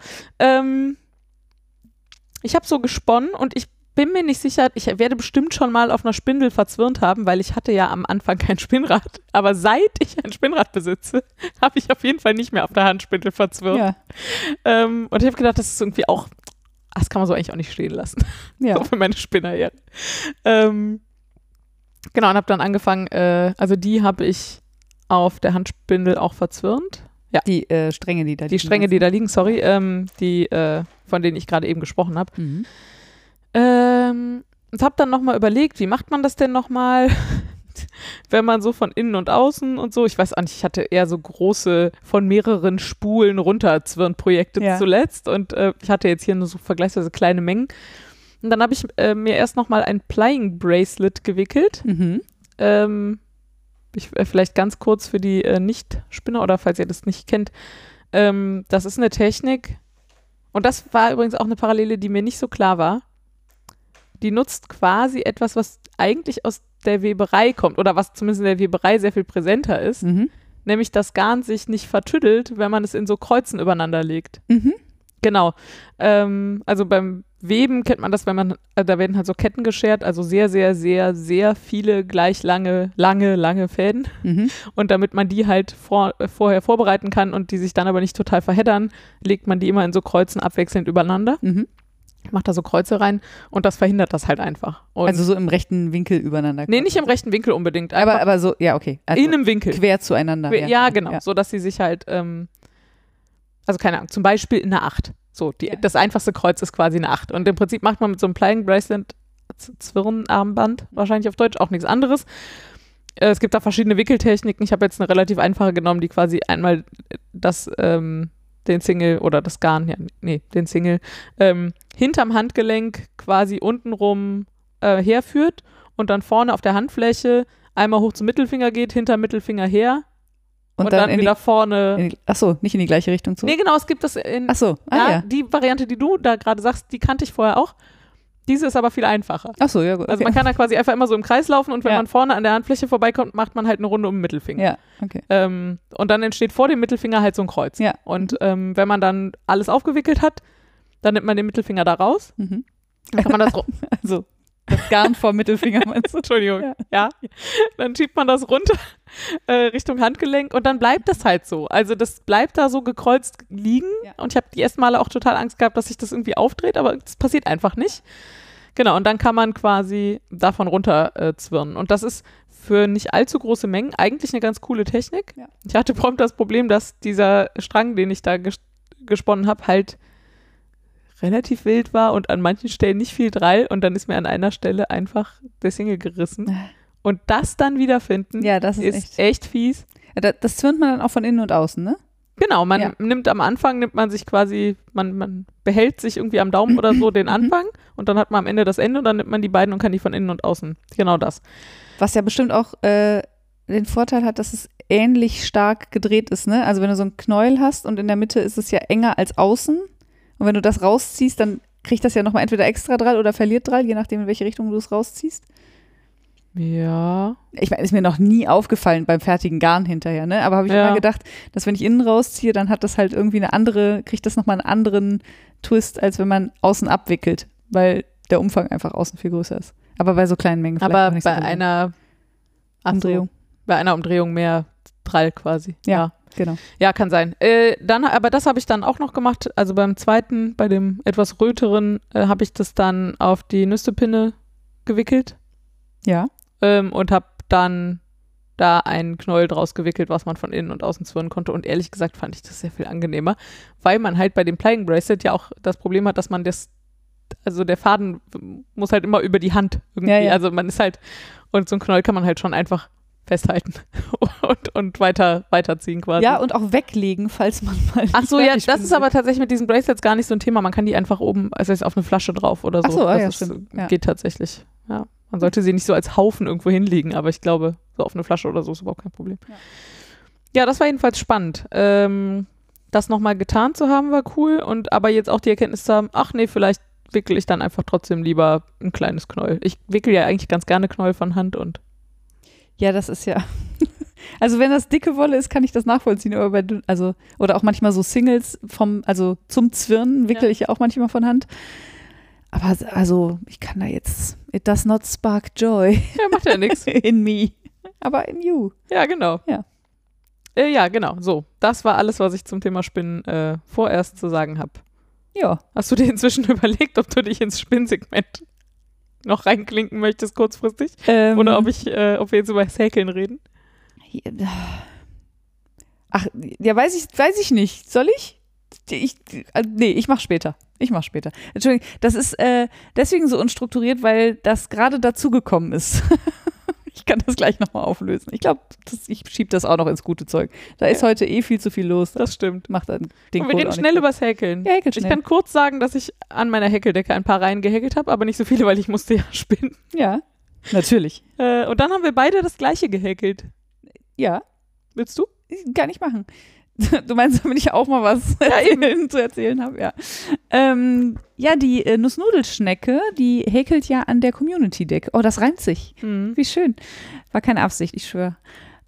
Ich habe so gesponnen und ich bin mir nicht sicher, ich werde bestimmt schon mal auf einer Spindel verzwirnt haben, weil ich hatte ja am Anfang kein Spinnrad. Aber seit ich ein Spinnrad besitze, habe ich auf jeden Fall nicht mehr auf der Handspindel verzwirnt. Ja. Und ich habe gedacht, das ist irgendwie auch, das kann man so eigentlich auch nicht stehen lassen. Ja. So für meine Spinnerehre. Genau, und habe dann angefangen, also die habe ich auf der Handspindel auch verzwirnt. Ja. Die Stränge, die da liegen. Die Stränge, die da liegen, sorry, die, von denen ich gerade eben gesprochen habe. Mhm. Und habe dann nochmal überlegt, wie macht man das denn nochmal, wenn man so von innen und außen und so, ich weiß auch nicht, ich hatte eher so große, von mehreren Spulen runterzwirn-Projekte zuletzt und ich hatte jetzt hier nur so vergleichsweise kleine Mengen. Und dann habe ich mir erst nochmal ein Plying Bracelet gewickelt. Mhm. Vielleicht ganz kurz für die Nicht-Spinner oder falls ihr das nicht kennt. Das ist eine Technik und das war übrigens auch eine Parallele, die mir nicht so klar war. Die nutzt quasi etwas, was eigentlich aus der Weberei kommt oder was zumindest in der Weberei sehr viel präsenter ist, Mhm. nämlich das Garn sich nicht vertüddelt, wenn man es in so Kreuzen übereinander legt. Mhm. Genau. Also beim Weben kennt man das, wenn man, da werden halt so Ketten geschert, also sehr, sehr, sehr, sehr viele gleich lange Fäden. Mhm. Und damit man die halt vorher vorbereiten kann und die sich dann aber nicht total verheddern, legt man die immer in so Kreuzen abwechselnd übereinander. Mhm. Macht da so Kreuze rein und das verhindert das halt einfach. Und Also so im rechten Winkel übereinander. nee, nicht im rechten Winkel unbedingt. Einfach aber so, ja, okay. Also in einem Winkel. quer zueinander. Ja, genau. Ja. So, dass sie sich halt, also keine Ahnung, zum Beispiel in einer 8. So, das einfachste Kreuz ist quasi eine 8. Und im Prinzip macht man mit so einem Plying Bracelet, Zwirnarmband, wahrscheinlich auf Deutsch auch nichts anderes. Es gibt da verschiedene Wickeltechniken. Ich habe jetzt eine relativ einfache genommen, die quasi einmal den Single oder das Garn, den Single hinterm Handgelenk quasi untenrum herführt und dann vorne auf der Handfläche einmal hoch zum Mittelfinger geht, hinter Mittelfinger her und dann wieder vorne. Achso, nicht in die gleiche Richtung zu? Nee, genau, es gibt das in. Achso, die Variante, die du da gerade sagst, die kannte ich vorher auch. Diese ist aber viel einfacher. Achso, ja gut. Okay. Also man kann da quasi einfach immer so im Kreis laufen und wenn man vorne an der Handfläche vorbeikommt, macht man halt eine Runde um den Mittelfinger. Ja, okay. Und dann entsteht vor dem Mittelfinger halt so ein Kreuz. Ja. Und wenn man dann alles aufgewickelt hat, dann nimmt man den Mittelfinger da raus. Mhm. Dann kann man das also das Garn vor Mittelfinger meinst du? Entschuldigung. Ja. Dann schiebt man das runter Richtung Handgelenk und dann bleibt das halt so. Also das bleibt da so gekreuzt liegen und ich habe die ersten Male auch total Angst gehabt, dass sich das irgendwie aufdreht, aber das passiert einfach nicht. Genau, und dann kann man quasi davon runter zwirnen. Und das ist für nicht allzu große Mengen eigentlich eine ganz coole Technik. Ja. Ich hatte prompt das Problem, dass dieser Strang, den ich da gesponnen habe, halt relativ wild war und an manchen Stellen nicht viel Drall und dann ist mir an einer Stelle einfach der Single gerissen. Und das dann wiederfinden, das ist echt fies. Ja, das zwirnt man dann auch von innen und außen, ne? Genau, man nimmt am Anfang, sich quasi, man behält sich irgendwie am Daumen oder so den Anfang und dann hat man am Ende das Ende und dann nimmt man die beiden und kann die von innen und außen. Genau das. Was ja bestimmt auch den Vorteil hat, dass es ähnlich stark gedreht ist, ne? Also wenn du so einen Knäuel hast und in der Mitte ist es ja enger als außen und wenn du das rausziehst, dann kriegt das ja nochmal entweder extra Drall oder verliert Drall, je nachdem, in welche Richtung du es rausziehst. Ja. Ich meine, ist mir noch nie aufgefallen beim fertigen Garn hinterher, ne? Aber habe ich immer gedacht, dass wenn ich innen rausziehe, dann hat das halt irgendwie kriegt das nochmal einen anderen Twist, als wenn man außen abwickelt, weil der Umfang einfach außen viel größer ist. Aber bei so kleinen Mengen vielleicht aber auch nicht bei so einer Umdrehung. Bei einer Umdrehung mehr Drall quasi. Ja, genau. Ja, kann sein. Aber das habe ich dann auch noch gemacht. Also beim zweiten, bei dem etwas röteren, habe ich das dann auf die Nüstepinne gewickelt. Ja. Und habe dann da einen Knäuel draus gewickelt, was man von innen und außen zwirnen konnte. Und ehrlich gesagt fand ich das sehr viel angenehmer, weil man halt bei dem Plying Bracelet ja auch das Problem hat, dass man also der Faden muss halt immer über die Hand irgendwie. Ja. Also man ist halt, und so ein Knäuel kann man halt schon einfach festhalten und weiterziehen quasi. Ja, und auch weglegen, falls man mal. Ach so, ja, das ist aber tatsächlich mit diesen Bracelets gar nicht so ein Thema. Man kann die einfach oben, also ist auf eine Flasche drauf oder so. Ach so, das stimmt. Geht tatsächlich, ja. Man sollte sie nicht so als Haufen irgendwo hinlegen, aber ich glaube, so auf eine Flasche oder so ist überhaupt kein Problem. Ja, das war jedenfalls spannend. Das nochmal getan zu haben, war cool. Aber jetzt auch die Erkenntnis zu haben, ach nee, vielleicht wickel ich dann einfach trotzdem lieber ein kleines Knäuel. Ich wickel ja eigentlich ganz gerne Knäuel von Hand und. Ja, das ist ja. Also wenn das dicke Wolle ist, kann ich das nachvollziehen. Aber oder auch manchmal so Singles zum Zwirnen wickel ich ja auch manchmal von Hand. Aber also, ich kann da jetzt, it does not spark joy. Ja, macht ja nichts. In me. Aber in you. Ja, genau. Ja. Ja, genau. So, das war alles, was ich zum Thema Spinnen vorerst zu sagen habe. Ja. Hast du dir inzwischen überlegt, ob du dich ins Spinnsegment noch reinklinken möchtest kurzfristig? Oder ob wir jetzt über das Häkeln reden? Ach, ja, weiß ich nicht. Soll ich? Nee, ich mach später. Entschuldigung, das ist deswegen so unstrukturiert, weil das gerade dazugekommen ist. Ich kann das gleich nochmal auflösen. Ich glaube, ich schiebe das auch noch ins gute Zeug. Da ist heute viel zu viel los. Das stimmt. Macht dann den Und wir reden schnell übers Häkeln. Ja, häkel schnell. Ich kann kurz sagen, dass ich an meiner Häkeldecke ein paar Reihen gehäkelt habe, aber nicht so viele, weil ich musste ja spinnen. Ja, natürlich. Und dann haben wir beide das gleiche gehäkelt. Ja. Willst du? Kann ich machen. Du meinst, damit ich auch mal was zu erzählen habe? Ja. Ja, die Nussnudelschnecke, die häkelt ja an der Community-Deck. Oh, das reimt sich. Wie schön. War keine Absicht, ich schwöre.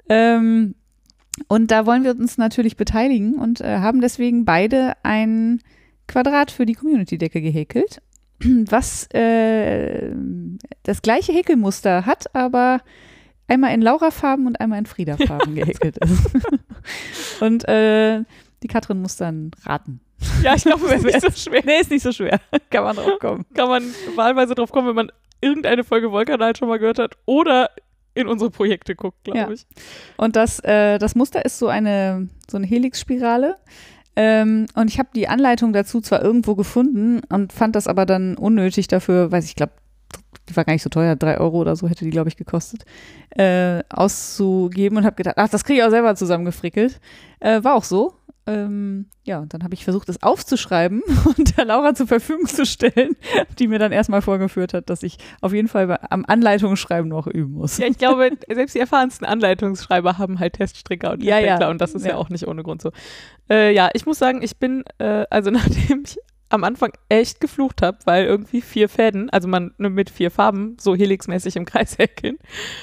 Und da wollen wir uns natürlich beteiligen und haben deswegen beide ein Quadrat für die Community-Decke gehäkelt, was das gleiche Häkelmuster hat, aber einmal in Laura-Farben und einmal in Frieda-Farben gehäkelt ist. Und die Katrin muss dann raten. Ja, ich glaube, es ist nicht so schwer. Nee, ist nicht so schwer. Kann man drauf kommen. Kann man wahlweise drauf kommen, wenn man irgendeine Folge Wollkanal schon mal gehört hat oder in unsere Projekte guckt, glaube ich. Und das Muster ist so eine Helixspirale. Und ich habe die Anleitung dazu zwar irgendwo gefunden und fand das aber dann unnötig dafür, ich glaube, die war gar nicht so teuer, 3 Euro oder so hätte die, glaube ich, gekostet, auszugeben und habe gedacht, ach, das kriege ich auch selber zusammengefrickelt. War auch so. Ja, und dann habe ich versucht, es aufzuschreiben und der Laura zur Verfügung zu stellen, die mir dann erstmal vorgeführt hat, dass ich auf jeden Fall am Anleitungsschreiben noch üben muss. Ja, ich glaube, selbst die erfahrensten Anleitungsschreiber haben halt Teststricker und Testdeckler und das ist ja auch nicht ohne Grund so. Ja, ich muss sagen, ich bin, also nachdem ich am Anfang echt geflucht habe, weil irgendwie 4 Fäden, also man mit 4 Farben so helixmäßig im Kreis häkeln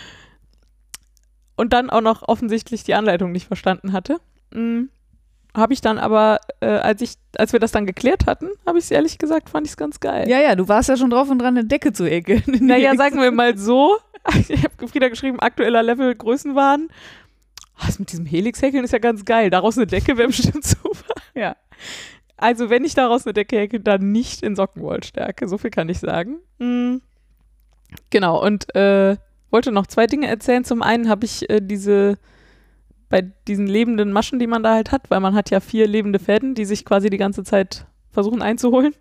und dann auch noch offensichtlich die Anleitung nicht verstanden hatte, habe ich dann aber, als wir das dann geklärt hatten, habe ich es ehrlich gesagt, fand ich es ganz geil. Ja, du warst ja schon drauf und dran, eine Decke zu häkeln. Naja, sagen wir mal so, ich habe Frieda geschrieben, aktueller Level Größenwahn. Das mit diesem Helix-Häkeln ist ja ganz geil. Daraus eine Decke wäre bestimmt super. Ja. Also wenn ich daraus eine Decke häkel, dann nicht in Sockenwollstärke. So viel kann ich sagen. Genau, und wollte noch 2 Dinge erzählen. Zum einen habe ich bei diesen lebenden Maschen, die man da halt hat, weil man hat ja 4 lebende Fäden, die sich quasi die ganze Zeit versuchen einzuholen.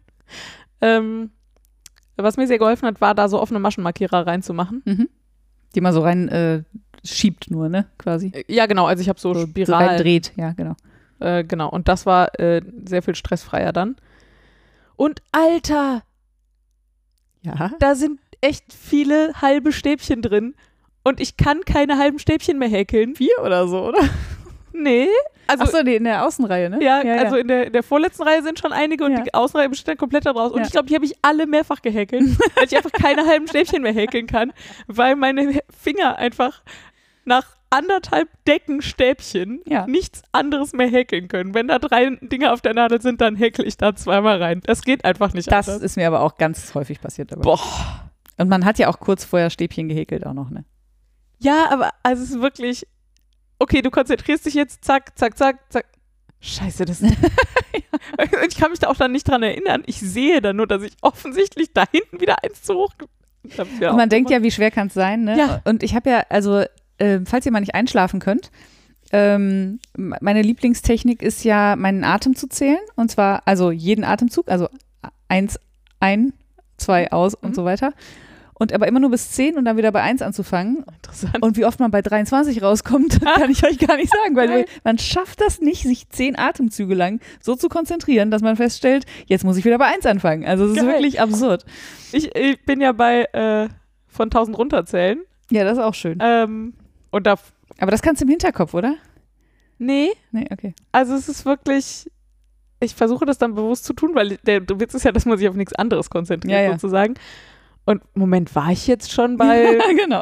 Was mir sehr geholfen hat, war da so offene Maschenmarkierer reinzumachen. Mhm. Die man so rein schiebt nur, ne, quasi. Ja, genau, also ich habe so Spiralen. So reindreht, ja, genau. Genau, und das war sehr viel stressfreier dann. Und Alter, ja, da sind echt viele halbe Stäbchen drin. Und ich kann keine halben Stäbchen mehr häkeln. 4 oder so, oder? Nee. Also, achso, in der Außenreihe, ne? Ja, also in der vorletzten Reihe sind schon einige und die Außenreihe besteht dann komplett daraus. Und ich glaube, die habe ich alle mehrfach gehäkelt, weil ich einfach keine halben Stäbchen mehr häkeln kann, weil meine Finger einfach nach 1,5 Deckenstäbchen nichts anderes mehr häkeln können. Wenn da 3 Dinge auf der Nadel sind, dann häkel ich da 2-mal rein. Das geht einfach nicht Das anders. ist mir aber auch ganz häufig passiert. Aber. Boah. Und man hat ja auch kurz vorher Stäbchen gehäkelt auch noch, ne? Ja, aber also es ist wirklich, okay, du konzentrierst dich jetzt, zack, zack, zack, zack. Scheiße, das ich kann mich da auch dann nicht dran erinnern. Ich sehe dann nur, dass ich offensichtlich da hinten wieder eins zu hoch. Und man denkt ja, wie schwer kann es sein, ne? Ja. Und ich habe ja, also, falls ihr mal nicht einschlafen könnt, meine Lieblingstechnik ist ja, meinen Atem zu zählen. Und zwar, also jeden Atemzug, also 1 ein, 2 aus und so weiter. Und aber immer nur bis 10 und dann wieder bei 1 anzufangen. Interessant. Und wie oft man bei 23 rauskommt, kann ich euch gar nicht sagen, weil man schafft das nicht, sich 10 Atemzüge lang so zu konzentrieren, dass man feststellt, jetzt muss ich wieder bei 1 anfangen. Also es ist wirklich absurd. Ich bin ja bei von 1000 runterzählen. Ja, das ist auch schön. Und da aber das kannst du im Hinterkopf, oder? Nee, okay. Also es ist wirklich, ich versuche das dann bewusst zu tun, weil der Witz ist ja, dass man sich auf nichts anderes konzentriert sozusagen. Und Moment, war ich jetzt schon bei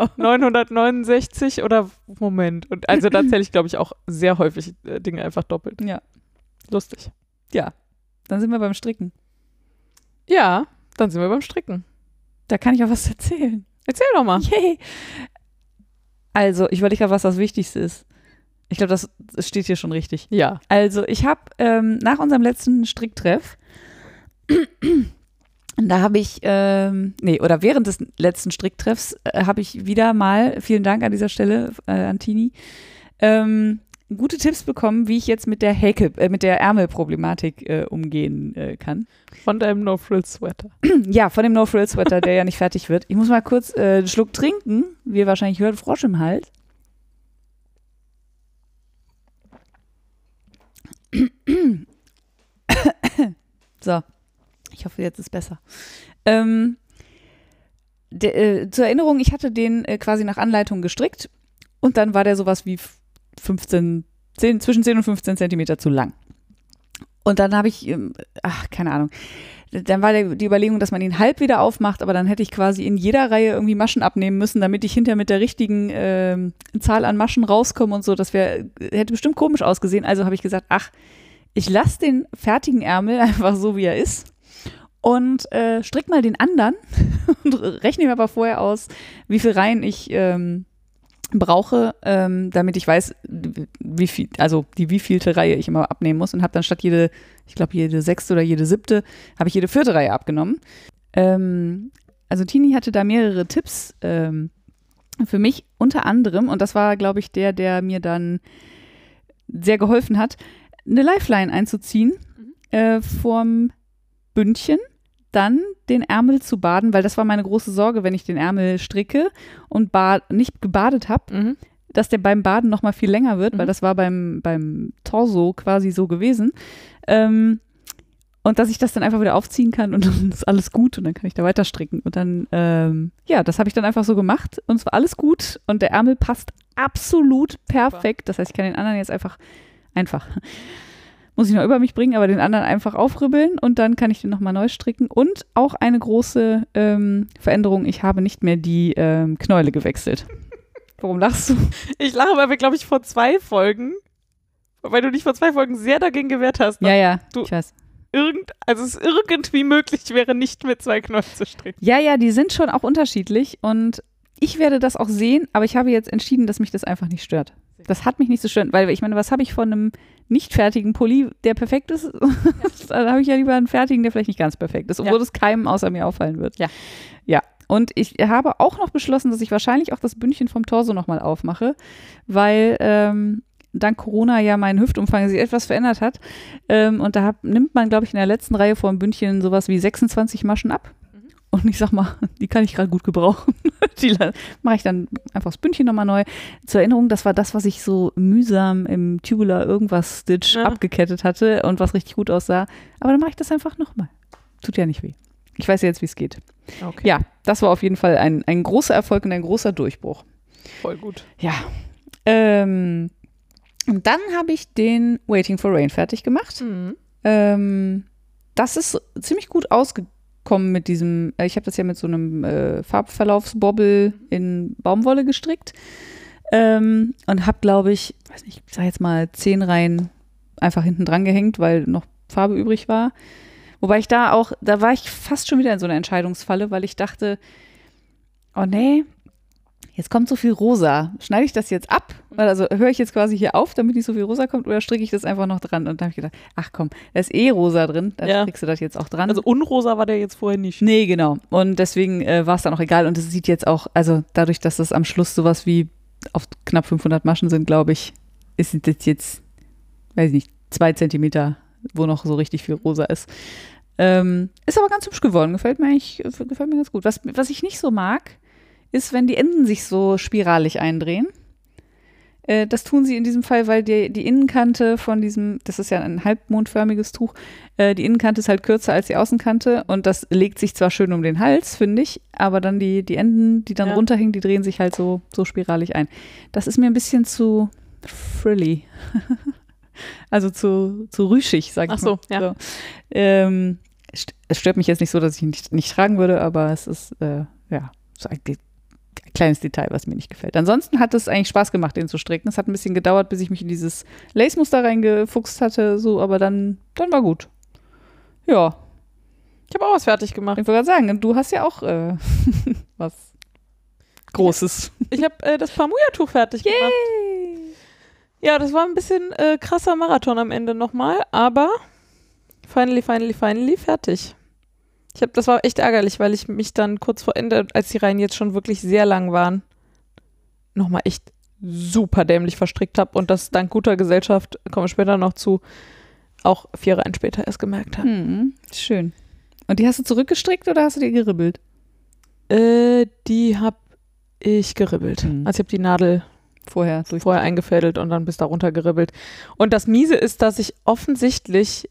969 oder Moment? Und also da zähle ich, glaube ich, auch sehr häufig Dinge einfach doppelt. Ja. Lustig. Ja, dann sind wir beim Stricken. Ja, dann sind wir beim Stricken. Da kann ich auch was erzählen. Erzähl doch mal. Yay. Also, ich überlege gerade, was das Wichtigste ist. Ich glaube, das steht hier schon richtig. Ja. Also, ich habe nach unserem letzten Stricktreff da habe ich, oder während des letzten Stricktreffs habe ich wieder mal, vielen Dank an dieser Stelle an Tini, gute Tipps bekommen, wie ich jetzt mit der Ärmelproblematik umgehen kann. Von deinem No-Frill-Sweater. Ja, von dem No-Frill-Sweater, der ja nicht fertig wird. Ich muss mal kurz einen Schluck trinken, wie ihr wahrscheinlich hört, Frosch im Hals. So. Ich hoffe, jetzt ist besser. Zur Erinnerung, ich hatte den quasi nach Anleitung gestrickt und dann war der sowas wie zwischen 10 und 15 Zentimeter zu lang. Und dann habe ich, keine Ahnung, dann war die Überlegung, dass man ihn halb wieder aufmacht, aber dann hätte ich quasi in jeder Reihe irgendwie Maschen abnehmen müssen, damit ich hinterher mit der richtigen Zahl an Maschen rauskomme und so. Das hätte bestimmt komisch ausgesehen. Also habe ich gesagt, ich lasse den fertigen Ärmel einfach so, wie er ist. Und strick mal den anderen und rechne mir aber vorher aus, wie viele Reihen ich brauche, damit ich weiß, wie wievielte Reihe ich immer abnehmen muss. Und habe dann statt jede 6. oder jede 7. habe ich jede 4. Reihe abgenommen. Also Tini hatte da mehrere Tipps für mich, unter anderem, und das war, glaube ich, der mir dann sehr geholfen hat, eine Lifeline einzuziehen vorm Bündchen, dann den Ärmel zu baden, weil das war meine große Sorge, wenn ich den Ärmel stricke und nicht gebadet habe, dass der beim Baden noch mal viel länger wird, weil das war beim Torso quasi so gewesen. Und dass ich das dann einfach wieder aufziehen kann und dann ist alles gut und dann kann ich da weiter stricken. Und dann, das habe ich dann einfach so gemacht und es war alles gut und der Ärmel passt absolut perfekt. Das heißt, ich kann den anderen jetzt einfach, muss ich noch über mich bringen, aber den anderen einfach aufribbeln und dann kann ich den nochmal neu stricken. Und auch eine große Veränderung, ich habe nicht mehr die Knäule gewechselt. Warum lachst du? Ich lache, weil wir, glaube ich, weil du dich vor 2 Folgen sehr dagegen gewehrt hast. Ja, ich weiß. Es irgendwie möglich wäre, nicht mit 2 Knäulen zu stricken. Ja, die sind schon auch unterschiedlich und ich werde das auch sehen, aber ich habe jetzt entschieden, dass mich das einfach nicht stört. Das hat mich nicht so stört, weil ich meine, was habe ich von einem nicht fertigen Pulli, der perfekt ist? Da habe ich ja lieber einen fertigen, der vielleicht nicht ganz perfekt ist, obwohl es keinem außer mir auffallen wird. Ja. Und ich habe auch noch beschlossen, dass ich wahrscheinlich auch das Bündchen vom Torso nochmal aufmache, weil dank Corona ja mein Hüftumfang sich etwas verändert hat. Und da nimmt man, glaube ich, in der letzten Reihe vor dem Bündchen sowas wie 26 Maschen ab. Und ich sag mal, die kann ich gerade gut gebrauchen. Die mache ich dann einfach das Bündchen nochmal neu. Zur Erinnerung, das war das, was ich so mühsam im Tubular irgendwas Stitch abgekettet hatte und was richtig gut aussah. Aber dann mache ich das einfach nochmal. Tut ja nicht weh. Ich weiß ja jetzt, wie es geht. Okay. Ja, das war auf jeden Fall ein großer Erfolg und ein großer Durchbruch. Voll gut. Ja. Und dann habe ich den Waiting for Rain fertig gemacht. Das ist ziemlich gut ausgekommen mit diesem, ich habe das ja mit so einem Farbverlaufsbobbel in Baumwolle gestrickt und habe, glaube ich sage jetzt mal 10 Reihen einfach hinten dran gehängt, weil noch Farbe übrig war. Wobei da war ich fast schon wieder in so einer Entscheidungsfalle, weil ich dachte, oh nee, jetzt kommt so viel Rosa. Schneide ich das jetzt ab? Also höre ich jetzt quasi hier auf, damit nicht so viel Rosa kommt, oder stricke ich das einfach noch dran? Und dann habe ich gedacht, ach komm, da ist rosa drin, dann kriegst du das jetzt auch dran. Also unrosa war der jetzt vorher nicht. Nee, genau. Und deswegen war es dann auch egal. Und es sieht jetzt auch, also dadurch, dass das am Schluss sowas wie auf knapp 500 Maschen sind, glaube ich, ist das jetzt, weiß ich nicht, 2 Zentimeter, wo noch so richtig viel rosa ist. Ist aber ganz hübsch geworden, gefällt mir ganz gut. Was ich nicht so mag, ist, wenn die Enden sich so spiralig eindrehen. Das tun sie in diesem Fall, weil die Innenkante von diesem, das ist ja ein halbmondförmiges Tuch, die Innenkante ist halt kürzer als die Außenkante und das legt sich zwar schön um den Hals, finde ich, aber dann die Enden, die dann runterhängen, die drehen sich halt so spiralig ein. Das ist mir ein bisschen zu frilly. Also zu rüschig, sag ich mal. Ach so, ja. So. Es stört mich jetzt nicht so, dass ich ihn nicht tragen würde, aber es ist, so ein kleines Detail, was mir nicht gefällt. Ansonsten hat es eigentlich Spaß gemacht, den zu stricken. Es hat ein bisschen gedauert, bis ich mich in dieses Lace-Muster reingefuchst hatte, so, aber dann war gut. Ja. Ich habe auch was fertig gemacht. Ich wollte gerade sagen, du hast ja auch was Großes. Ich habe das Pamuya-Tuch fertig gemacht. Ja, das war ein bisschen krasser Marathon am Ende nochmal, aber finally fertig. Das war echt ärgerlich, weil ich mich dann kurz vor Ende, als die Reihen jetzt schon wirklich sehr lang waren, nochmal echt super dämlich verstrickt habe und das dank guter Gesellschaft, kommen wir später noch zu, auch 4 Reihen später erst gemerkt habe. Schön. Und die hast du zurückgestrickt oder hast du die geribbelt? Die habe ich geribbelt. Also ich habe die Nadel vorher eingefädelt und dann bis da runter geribbelt. Und das Miese ist, dass ich offensichtlich,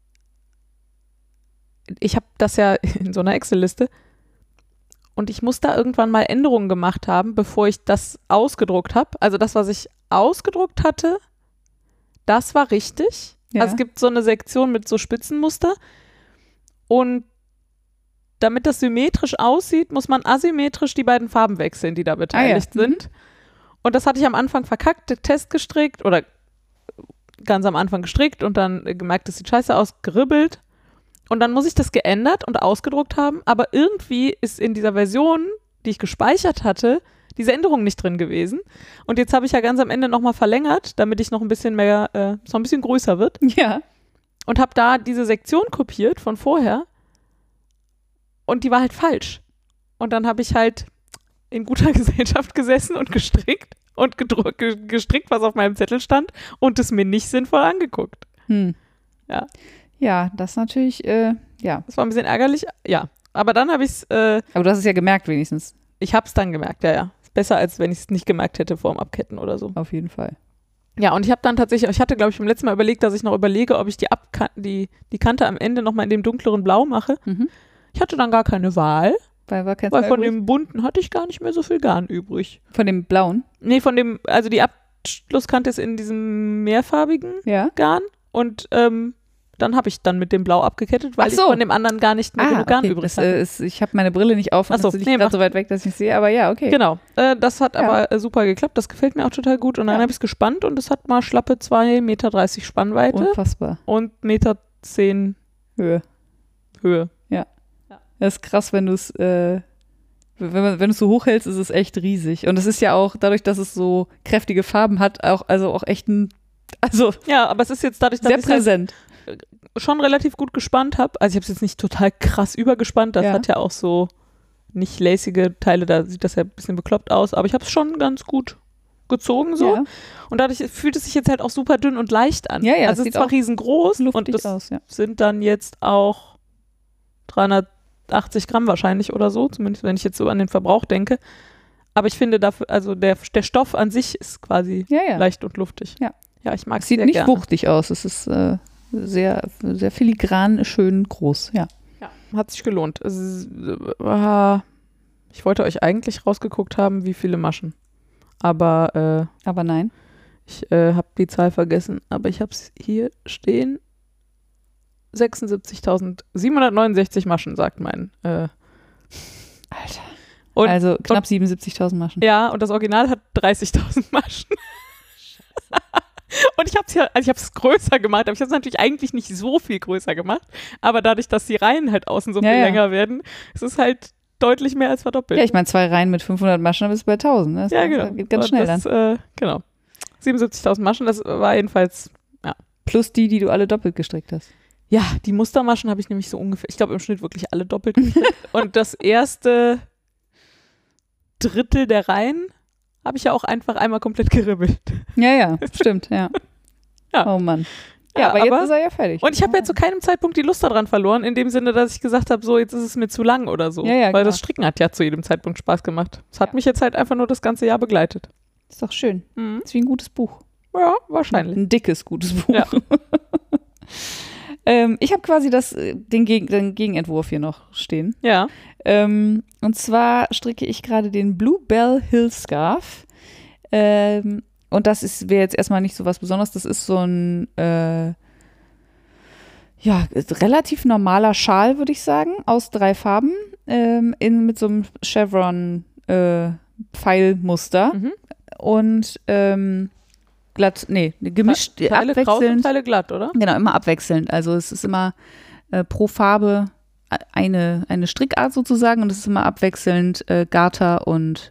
ich habe das ja in so einer Excel-Liste und ich muss da irgendwann mal Änderungen gemacht haben, bevor ich das ausgedruckt habe. Also das, was ich ausgedruckt hatte, das war richtig. Ja. Also es gibt so eine Sektion mit so Spitzenmuster und damit das symmetrisch aussieht, muss man asymmetrisch die beiden Farben wechseln, die da beteiligt sind. Und das hatte ich am Anfang verkackt, Test gestrickt oder ganz am Anfang gestrickt und dann gemerkt, das sieht scheiße aus, geribbelt. Und dann muss ich das geändert und ausgedruckt haben, aber irgendwie ist in dieser Version, die ich gespeichert hatte, diese Änderung nicht drin gewesen. Und jetzt habe ich ja ganz am Ende nochmal verlängert, damit ich noch ein bisschen mehr, noch ein bisschen größer wird. Ja. Und habe da diese Sektion kopiert von vorher und die war halt falsch. Und dann habe ich halt in guter Gesellschaft gesessen und gestrickt und gestrickt, was auf meinem Zettel stand und es mir nicht sinnvoll angeguckt. Ja. Ja, das natürlich, ja. Das war ein bisschen ärgerlich, ja. Aber dann habe ich es, Aber du hast es ja gemerkt wenigstens. ich habe es dann gemerkt, ja. Ist besser, als wenn ich es nicht gemerkt hätte vor dem Abketten oder so. Auf jeden Fall. Ja, und ich habe dann tatsächlich, ich hatte, glaube ich, beim letzten Mal überlegt, dass ich noch überlege, ob ich die Kante am Ende nochmal in dem dunkleren Blau mache. Mhm. Ich hatte dann gar keine Wahl, War kein weil Zwei von übrig? dem bunten hatte ich gar nicht mehr so viel Garn übrig. Von dem blauen? Nee, also die Abschlusskante ist in diesem mehrfarbigen Ja. Garn und dann habe ich dann mit dem Blau abgekettet, weil Ach so. ich von dem anderen gar nicht mehr genug Garn okay. übrig Das, hatte. ich habe meine Brille nicht auf und Ach so, das liegt nee, gerade mach- so weit weg, dass ich nicht sehe, aber ja, okay. Genau, das hat Ja. aber super geklappt, das gefällt mir auch total gut und dann Ja. habe ich es gespannt und es hat mal schlappe 2,30 Meter Spannweite Unfassbar. und 1,10 Höhe. Höhe. Das ist krass, wenn du es, wenn du es so hochhältst, ist es echt riesig. Und es ist ja auch, dadurch, dass es so kräftige Farben hat, auch echt Ja, aber es ist jetzt dadurch, dass sehr ich halt präsent. schon relativ gut gespannt habe. Also ich habe es jetzt nicht total krass übergespannt. Das Ja. hat ja auch so nicht lacige Teile, da sieht das ja ein bisschen bekloppt aus. Aber ich habe es schon ganz gut gezogen so. Ja, Und dadurch fühlt es sich jetzt halt auch super dünn und leicht an. Ja, ja, also es sieht ist zwar auch riesengroß und luftig das aus, ja. sind dann jetzt auch 380 Gramm wahrscheinlich oder so, zumindest wenn ich jetzt so an den Verbrauch denke. Aber ich finde dafür, also der Stoff an sich ist quasi Ja, ja. leicht und luftig. Ja. Ja, ich mag Es es sieht sehr nicht gerne. wuchtig aus. Es ist sehr, sehr filigran, schön groß, ja. Ja, hat sich gelohnt. Ich wollte euch eigentlich rausgeguckt haben, wie viele Maschen. Aber Aber nein. ich habe die Zahl vergessen. Aber ich habe es hier stehen. 76.769 Maschen, sagt mein. Alter. Und- also knapp 77.000 Maschen. Ja, und das Original hat 30.000 Maschen. Und ich habe es größer gemacht, aber ich habe es natürlich eigentlich nicht so viel größer gemacht. Aber dadurch, dass die Reihen halt außen so Ja, viel ja. länger werden, ist es halt deutlich mehr als verdoppelt. Ja, ich meine, 2 Reihen mit 500 Maschen, dann bist du bei 1000. Ne? Das Ja, genau. geht ganz Und schnell dann. das, genau. 77.000 Maschen, das war jedenfalls, Plus die du alle doppelt gestrickt hast. ja, die Mustermaschen habe ich nämlich so ungefähr, ich glaube im Schnitt wirklich alle doppelt gestrickt. Und das erste Drittel der Reihen habe ich ja auch einfach einmal komplett geribbelt. Ja, ja, stimmt, ja. Ja. Oh Mann. Ja, Ja, aber jetzt aber- ist er ja fertig. Und ich habe jetzt zu keinem Zeitpunkt die Lust daran verloren, in dem Sinne, dass ich gesagt habe, so, jetzt ist es mir zu lang oder so. Ja, ja, Weil klar. das Stricken hat ja zu jedem Zeitpunkt Spaß gemacht. Es hat Ja. mich jetzt halt einfach nur das ganze Jahr begleitet. Ist doch schön. Mhm. Ist wie ein gutes Buch. Ja, wahrscheinlich. Ein dickes, gutes Buch. Ja. Ich habe quasi den Gegenentwurf hier noch stehen. Ja. Und zwar stricke ich gerade den Bluebell Hill Scarf. Und das wäre jetzt erstmal nicht so was Besonderes. Das ist so ein relativ normaler Schal, würde ich sagen, aus 3 Farben, mit so einem Chevron Pfeilmuster. Mhm. Und gemischt, Teile kraus und abwechselnd. Teile glatt, oder? Genau, immer abwechselnd. Also es ist immer pro Farbe eine Strickart sozusagen und es ist immer abwechselnd Garter und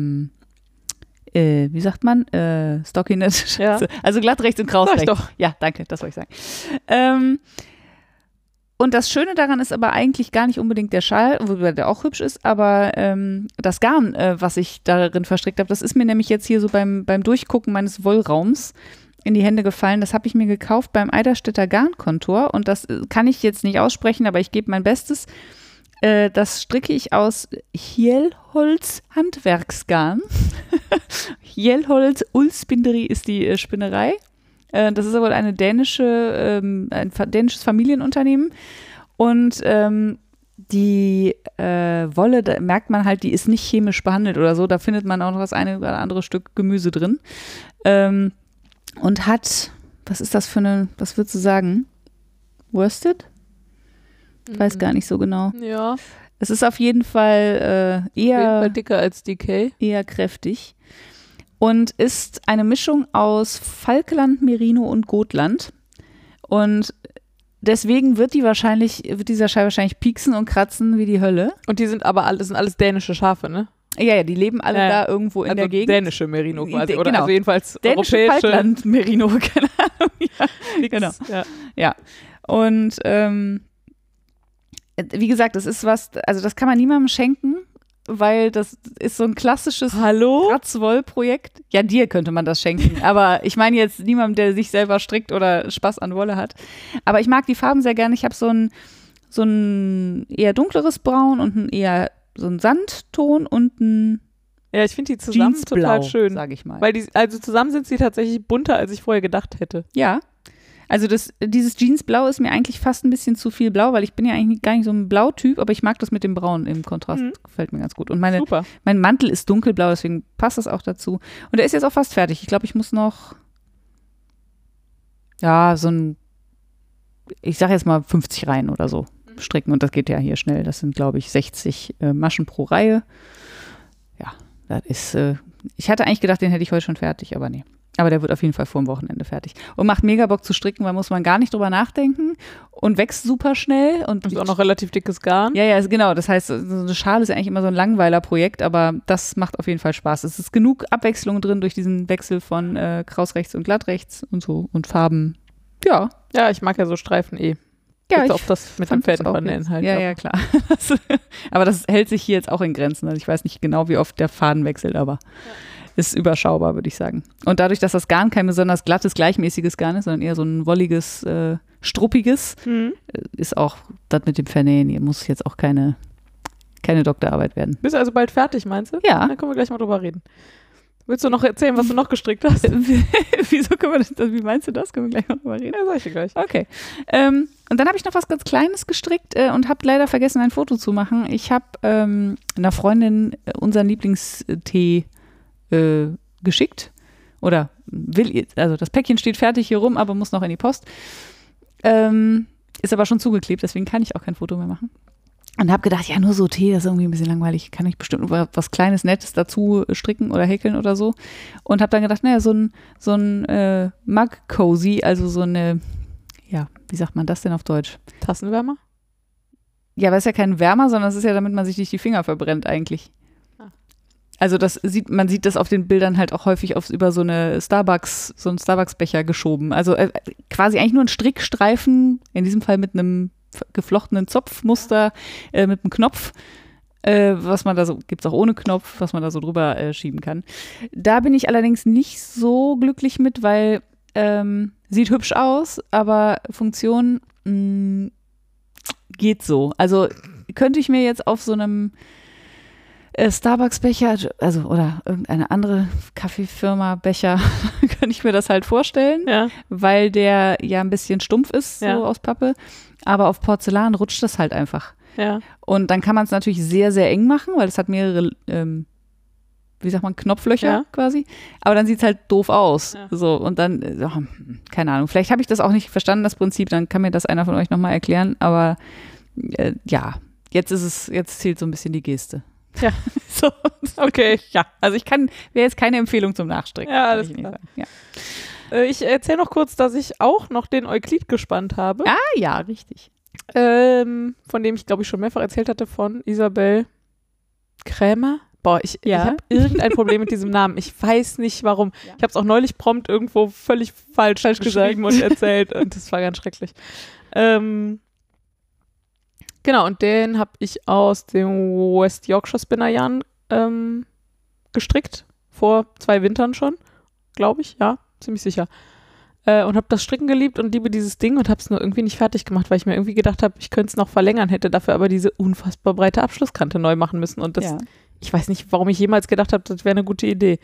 wie sagt man? Stockinette. Ja. Also glatt rechts und kraus Sag ich rechts. doch. Ja, danke, das wollte ich sagen. Und das Schöne daran ist aber eigentlich gar nicht unbedingt der Schal, wobei der auch hübsch ist, aber das Garn, was ich darin verstrickt habe, das ist mir nämlich jetzt hier so beim Durchgucken meines Wollraums in die Hände gefallen. Das habe ich mir gekauft beim Eiderstedter Garnkontor und das kann ich jetzt nicht aussprechen, aber ich gebe mein Bestes. Das stricke ich aus Hjelholz Handwerksgarn. Hjelholz Ulspinderi ist die Spinnerei. Das ist aber ein dänisches Familienunternehmen. Und die Wolle, da merkt man halt, die ist nicht chemisch behandelt oder so. Da findet man auch noch das eine oder andere Stück Gemüse drin. Und hat, was ist das für was würdest du sagen? Worsted? Ich weiß gar nicht so genau. Ja, Es ist auf jeden Fall auf jeden Fall dicker als DK. eher kräftig und ist eine Mischung aus Falkland, Merino und Gotland. Und deswegen wird dieser Schal wahrscheinlich pieksen und kratzen wie die Hölle. Und die sind aber das sind alles dänische Schafe, ne? Ja, die leben alle Ja, ja. da irgendwo in Also der Gegend. dänische Merino quasi, oder? Genau. Also jedenfalls Dänische europäische. Falkland, Merino, keine Ahnung. Ja, Nix. genau. Ja. Und wie gesagt, das ist was, also das kann man niemandem schenken, weil das ist so ein klassisches Hallo? Ratzwoll-Projekt. Ja, dir könnte man das schenken, aber ich meine jetzt niemandem, der sich selber strickt oder Spaß an Wolle hat. Aber ich mag die Farben sehr gerne. Ich habe so ein eher dunkleres Braun und so einen Sandton und ein Ja, ich finde die zusammen total schön. Sag ich mal. Weil also zusammen sind sie tatsächlich bunter, als ich vorher gedacht hätte. Ja. Also dieses Jeansblau ist mir eigentlich fast ein bisschen zu viel blau, weil ich bin ja eigentlich gar nicht so ein Blautyp, aber ich mag das mit dem Braun im Kontrast. Gefällt mir ganz gut. Und Super. mein Mantel ist dunkelblau, deswegen passt das auch dazu. Und der ist jetzt auch fast fertig. Ich glaube, ich muss noch ich sage jetzt mal 50 Reihen oder so stricken. Und das geht ja hier schnell. Das sind, glaube ich, 60 Maschen pro Reihe. Ja, das ist, ich hatte eigentlich gedacht, den hätte ich heute schon fertig, aber nee. Aber der wird auf jeden Fall vor dem Wochenende fertig. Und macht mega Bock zu stricken, weil muss man gar nicht drüber nachdenken und wächst super schnell. Und ist auch noch relativ dickes Garn. Ja, genau. Das heißt, so eine Schale ist ja eigentlich immer so ein Langweiler-Projekt, aber das macht auf jeden Fall Spaß. Es ist genug Abwechslung drin durch diesen Wechsel von kraus rechts und glatt rechts und so und Farben. Ja. Ja, ich mag ja so Streifen eh. Ja, auch das mit dem Fädenvernähen halt. Ja, klar. Aber das hält sich hier jetzt auch in Grenzen. Also ich weiß nicht genau, wie oft der Faden wechselt, aber ist überschaubar, würde ich sagen. Und dadurch, dass das Garn kein besonders glattes, gleichmäßiges Garn ist, sondern eher so ein wolliges, struppiges, ist auch das mit dem Vernähen. Hier muss jetzt auch keine Doktorarbeit werden. Bist du also bald fertig, meinst du? Ja. Dann können wir gleich mal drüber reden. Willst du noch erzählen, was du noch gestrickt hast? Wieso können wir das? Wie meinst du das? Können wir gleich mal drüber reden? Ja, sag ich dir gleich. Okay. Und dann habe ich noch was ganz Kleines gestrickt und habe leider vergessen, ein Foto zu machen. Ich habe einer Freundin unseren Lieblingstee geschickt. Oder also das Päckchen steht fertig hier rum, aber muss noch in die Post. Ist aber schon zugeklebt, deswegen kann ich auch kein Foto mehr machen. Und habe gedacht, ja, nur so Tee, das ist irgendwie ein bisschen langweilig. Kann ich bestimmt was Kleines, Nettes dazu stricken oder häkeln oder so. Und habe dann gedacht, naja, so ein Mug Cozy, also so eine, ja, wie sagt man das denn auf Deutsch? Tassenwärmer? Ja, aber es ist ja kein Wärmer, sondern es ist ja, damit man sich nicht die Finger verbrennt eigentlich. Also man sieht das auf den Bildern halt auch häufig über so einen Starbucks-Becher geschoben. Also quasi eigentlich nur ein Strickstreifen, in diesem Fall mit einem geflochtenen Zopfmuster, mit einem Knopf, was man da so, gibt's auch ohne Knopf, was man da so drüber schieben kann. Da bin ich allerdings nicht so glücklich mit, weil sieht hübsch aus, aber Funktion geht so. Also könnte ich mir jetzt auf so einem Starbucks-Becher, also oder irgendeine andere Kaffeefirma-Becher, kann ich mir das halt vorstellen, weil der ja ein bisschen stumpf ist, so aus Pappe. Aber auf Porzellan rutscht das halt einfach. Ja. Und dann kann man es natürlich sehr, sehr eng machen, weil es hat mehrere, wie sagt man, Knopflöcher quasi. Aber dann sieht es halt doof aus. Ja. So, und dann, keine Ahnung, vielleicht habe ich das auch nicht verstanden, das Prinzip, dann kann mir das einer von euch nochmal erklären. Aber jetzt zählt so ein bisschen die Geste. Ja. So, okay, ja. Also wäre jetzt keine Empfehlung zum Nachstricken. Ja, alles klar. Ja. Ich erzähle noch kurz, dass ich auch noch den Euklid gespannt habe. Ah, ja, richtig. Von dem ich, glaube ich, schon mehrfach erzählt hatte, von Isabel Krämer. Boah, ich habe irgendein Problem mit diesem Namen. Ich weiß nicht, warum. Ja. Ich habe es auch neulich prompt irgendwo völlig falsch geschrieben und erzählt. Und das war ganz schrecklich. Genau, und den habe ich aus dem West Yorkshire Spinner-Yarn gestrickt. Vor 2 Wintern schon, glaube ich. Ja, ziemlich sicher. Und habe das Stricken geliebt und liebe dieses Ding und habe es nur irgendwie nicht fertig gemacht, weil ich mir irgendwie gedacht habe, ich könnte es noch verlängern, hätte dafür aber diese unfassbar breite Abschlusskante neu machen müssen. Und das, ich weiß nicht, warum ich jemals gedacht habe, das wäre eine gute Idee.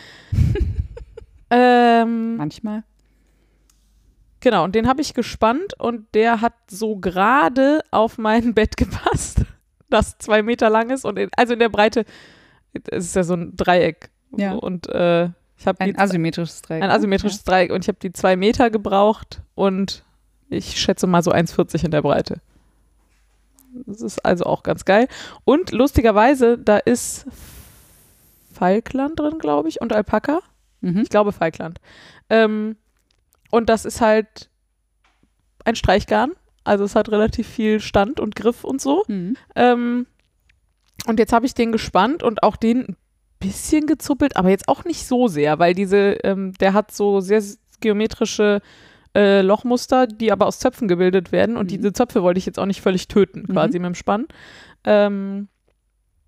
Manchmal. Genau, und den habe ich gespannt und der hat so gerade auf mein Bett gepasst, das 2 Meter lang ist und also in der Breite, es ist ja so ein Dreieck. Ja. Und ich habe ein asymmetrisches Dreieck. Ein asymmetrisches Dreieck und ich habe die 2 Meter gebraucht und ich schätze mal so 1,40 in der Breite. Das ist also auch ganz geil. Und lustigerweise, da ist Falkland drin, glaube ich, und Alpaka. Ich glaube Falkland. Und das ist halt ein Streichgarn. Also es hat relativ viel Stand und Griff und so. Und jetzt habe ich den gespannt und auch den ein bisschen gezuppelt, aber jetzt auch nicht so sehr, weil der hat so sehr geometrische Lochmuster, die aber aus Zöpfen gebildet werden. Und diese Zöpfe wollte ich jetzt auch nicht völlig töten, quasi mit dem Spann.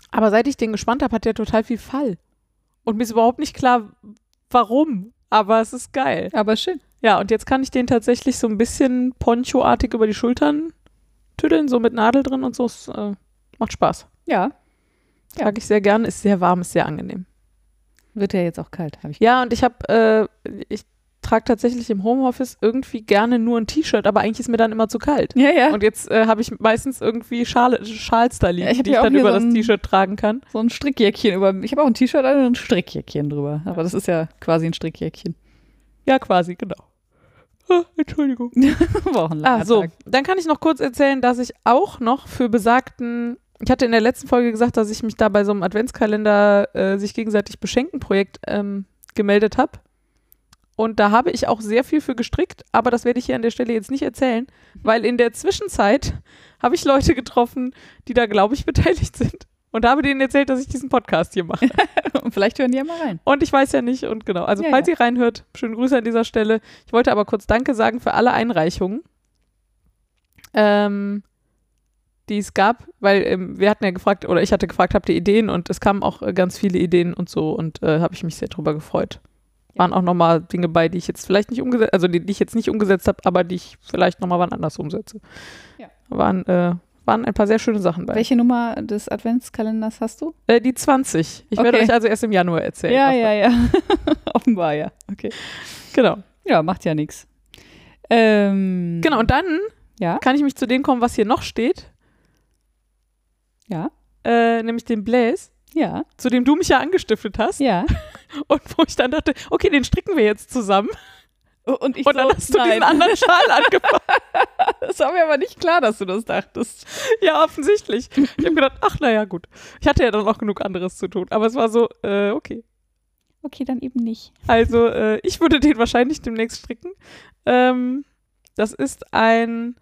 Aber seit ich den gespannt habe, hat der total viel Fall. Und mir ist überhaupt nicht klar, warum. Aber es ist geil. Aber schön. Ja, und jetzt kann ich den tatsächlich so ein bisschen Poncho-artig über die Schultern tüddeln, so mit Nadel drin und so. Es macht Spaß. Ja. Trage ich sehr gern, ist sehr warm, ist sehr angenehm. Wird ja jetzt auch kalt, habe ich. Ja, und ich trage tatsächlich im Homeoffice irgendwie gerne nur ein T-Shirt, aber eigentlich ist mir dann immer zu kalt. Ja, ja. Und jetzt habe ich meistens irgendwie Schals da liegen, Ja, ich hab die ja ich auch dann hier über so das ein- T-Shirt tragen kann. So ein Strickjäckchen über. Ich habe auch ein T-Shirt und ein Strickjäckchen drüber. Aber das ist ja quasi ein Strickjäckchen. Ja, quasi, genau. Entschuldigung. War auch ein langer So, Tag. dann kann ich noch kurz erzählen, dass ich auch noch für besagten, ich hatte in der letzten Folge gesagt, dass ich mich da bei so einem Adventskalender sich gegenseitig beschenken Projekt gemeldet habe. Und da habe ich auch sehr viel für gestrickt, aber das werde ich hier an der Stelle jetzt nicht erzählen, weil in der Zwischenzeit habe ich Leute getroffen, die da, glaube ich, beteiligt sind. Und habe denen erzählt, dass ich diesen Podcast hier mache. Und vielleicht hören die ja mal rein. Und ich weiß ja nicht, und genau. Also, Ja, falls ja. ihr reinhört, schöne Grüße an dieser Stelle. Ich wollte aber kurz Danke sagen für alle Einreichungen, die es gab, weil wir hatten ja gefragt, oder ich hatte gefragt, habt ihr Ideen? Und es kamen auch ganz viele Ideen und so und habe ich mich sehr drüber gefreut. Waren auch nochmal Dinge bei, die ich jetzt vielleicht nicht umgesetzt, also die ich jetzt nicht umgesetzt habe, aber die ich vielleicht nochmal wann anders umsetze. Ja. Waren ein paar sehr schöne Sachen bei. Welche Nummer des Adventskalenders hast du? Die 20. Ich werde Okay. euch also erst im Januar erzählen. Ja, was ja, ja. Offenbar, ja. Okay. Genau. Ja, macht ja nichts. Genau, und dann Ja, kann ich mich zu dem kommen, was hier noch steht, ja, nämlich dem Blaze, ja, zu dem du mich ja angestiftet hast ja. und wo ich dann dachte, okay, den stricken wir jetzt zusammen Und ich und dann so, hast du nein. diesen anderen Schal angefangen. Das war mir aber nicht klar, dass du das dachtest. Ja, offensichtlich. Ich habe gedacht, ach, naja, gut. Ich hatte ja dann auch genug anderes zu tun, aber es war so, okay. Okay, dann eben nicht. Also, ich würde den wahrscheinlich demnächst stricken. Das ist ein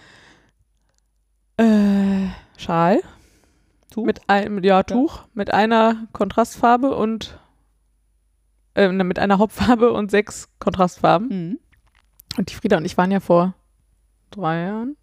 Schal. Tuch? Mit einem, ja, Tuch, mit einer Kontrastfarbe und mit einer Hauptfarbe und 6 Kontrastfarben. Mhm. Und die Frieda und ich waren ja vor 2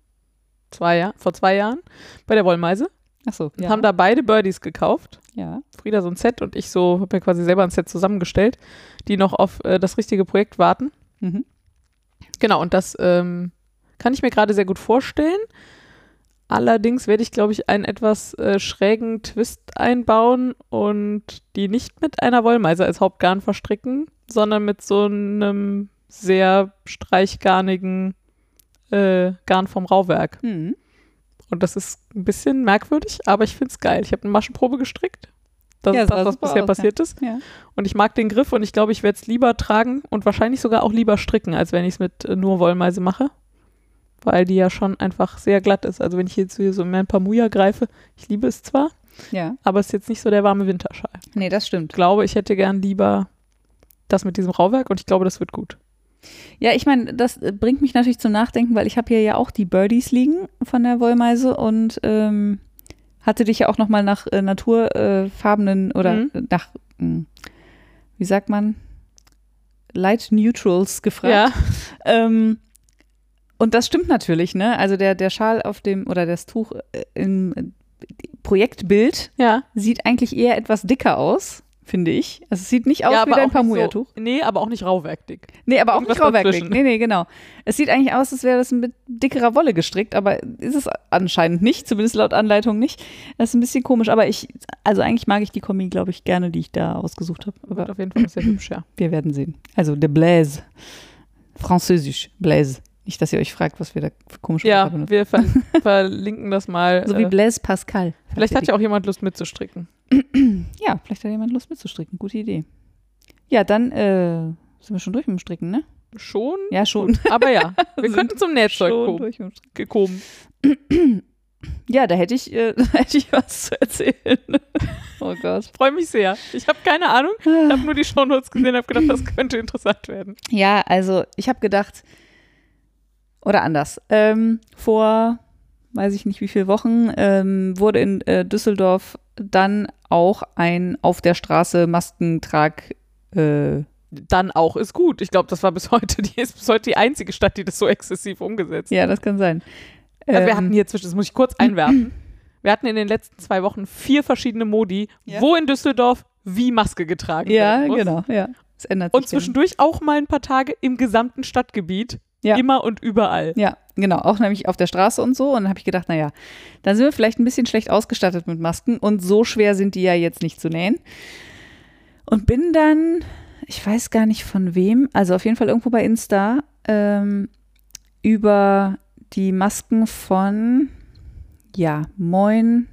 Jahren bei der Wollmeise. Achso, Und haben da beide Birdies gekauft. Ja. Frieda so ein Set und ich so, habe mir quasi selber ein Set zusammengestellt, die noch auf das richtige Projekt warten. Mhm. Genau, und das kann ich mir gerade sehr gut vorstellen. Allerdings werde ich, glaube ich, einen etwas schrägen Twist einbauen und die nicht mit einer Wollmeise als Hauptgarn verstricken, sondern mit so einem sehr streichgarnigen Garn vom Rauwerk. Mhm. Und das ist ein bisschen merkwürdig, aber ich finde es geil. Ich habe eine Maschenprobe gestrickt. Das Ja, ist das, sah was super bisher aus, passiert ist. Ja. Und ich mag den Griff und ich glaube, ich werde es lieber tragen und wahrscheinlich sogar auch lieber stricken, als wenn ich es mit nur Wollmeise mache. Weil die ja schon einfach sehr glatt ist. Also wenn ich jetzt hier so in mein Pamuja greife, ich liebe es zwar, Ja. aber es ist jetzt nicht so der warme Winterschal. Nee, das stimmt. Ich glaube, ich hätte gern lieber das mit diesem Rauwerk und ich glaube, das wird gut. Ja, ich meine, das bringt mich natürlich zum Nachdenken, weil ich habe hier ja auch die Birdies liegen von der Wollmeise und hatte dich ja auch nochmal nach naturfarbenen oder nach, wie sagt man, Light Neutrals gefragt. Ja, Und das stimmt natürlich, ne? Also der Schal auf dem, oder das Tuch im Projektbild ja. sieht eigentlich eher etwas dicker aus, finde ich. Also es sieht nicht aus Ja, wie aber dein auch nicht Pamuja-Tuch. so, nee, aber auch nicht rauwerkdick. Nee, aber auch Irgendwas nicht rauwerkdick. dazwischen. Nee, genau. Es sieht eigentlich aus, als wäre das mit dickerer Wolle gestrickt, aber ist es anscheinend nicht, zumindest laut Anleitung nicht. Das ist ein bisschen komisch, aber also eigentlich mag ich die Kombi, glaube ich, gerne, die ich da ausgesucht habe. Wird Aber auf jeden Fall sehr hübsch, ja. wir werden sehen. Also der Blaise. Französisch, Blaise. Nicht, dass ihr euch fragt, was wir da für komische Ja, Wörter benutzen. wir verlinken das mal. So wie Blaise Pascal. Vielleicht hat ja auch jemand Lust mitzustricken. Ja, vielleicht hat jemand Lust mitzustricken. Gute Idee. Ja, dann sind wir schon durch mit dem Stricken, ne? Schon? Ja, schon. Aber ja, wir Sind könnten zum Nähzeug Schon durch mit dem Stricken. gekommen. Ja, da hätte ich was zu erzählen. Oh Gott. Freue mich sehr. Ich habe keine Ahnung. Ich habe nur die Shownotes gesehen und habe gedacht, das könnte interessant werden. Ja, also ich habe gedacht, oder anders, vor, weiß ich nicht wie viele Wochen, wurde in Düsseldorf dann auch ein auf der Straße Maskentrag Dann auch ist gut. Ich glaube, das war bis heute die einzige Stadt, die das so exzessiv umgesetzt hat. ja, das kann sein. Also wir hatten hier zwischen, das muss ich kurz einwerfen, Wir hatten in den letzten 2 Wochen 4 verschiedene Modi, Ja. wo in Düsseldorf wie Maske getragen Ja, werden muss. genau, ja. Es ändert sich. Und zwischendurch auch mal ein paar Tage im gesamten Stadtgebiet. Ja. Immer und überall. Ja, genau, auch nämlich auf der Straße und so. Und dann habe ich gedacht, naja, dann sind wir vielleicht ein bisschen schlecht ausgestattet mit Masken und so schwer sind die ja jetzt nicht zu nähen. Und bin dann, ich weiß gar nicht von wem, also auf jeden Fall irgendwo bei Insta, über die Masken von, ja, Moin,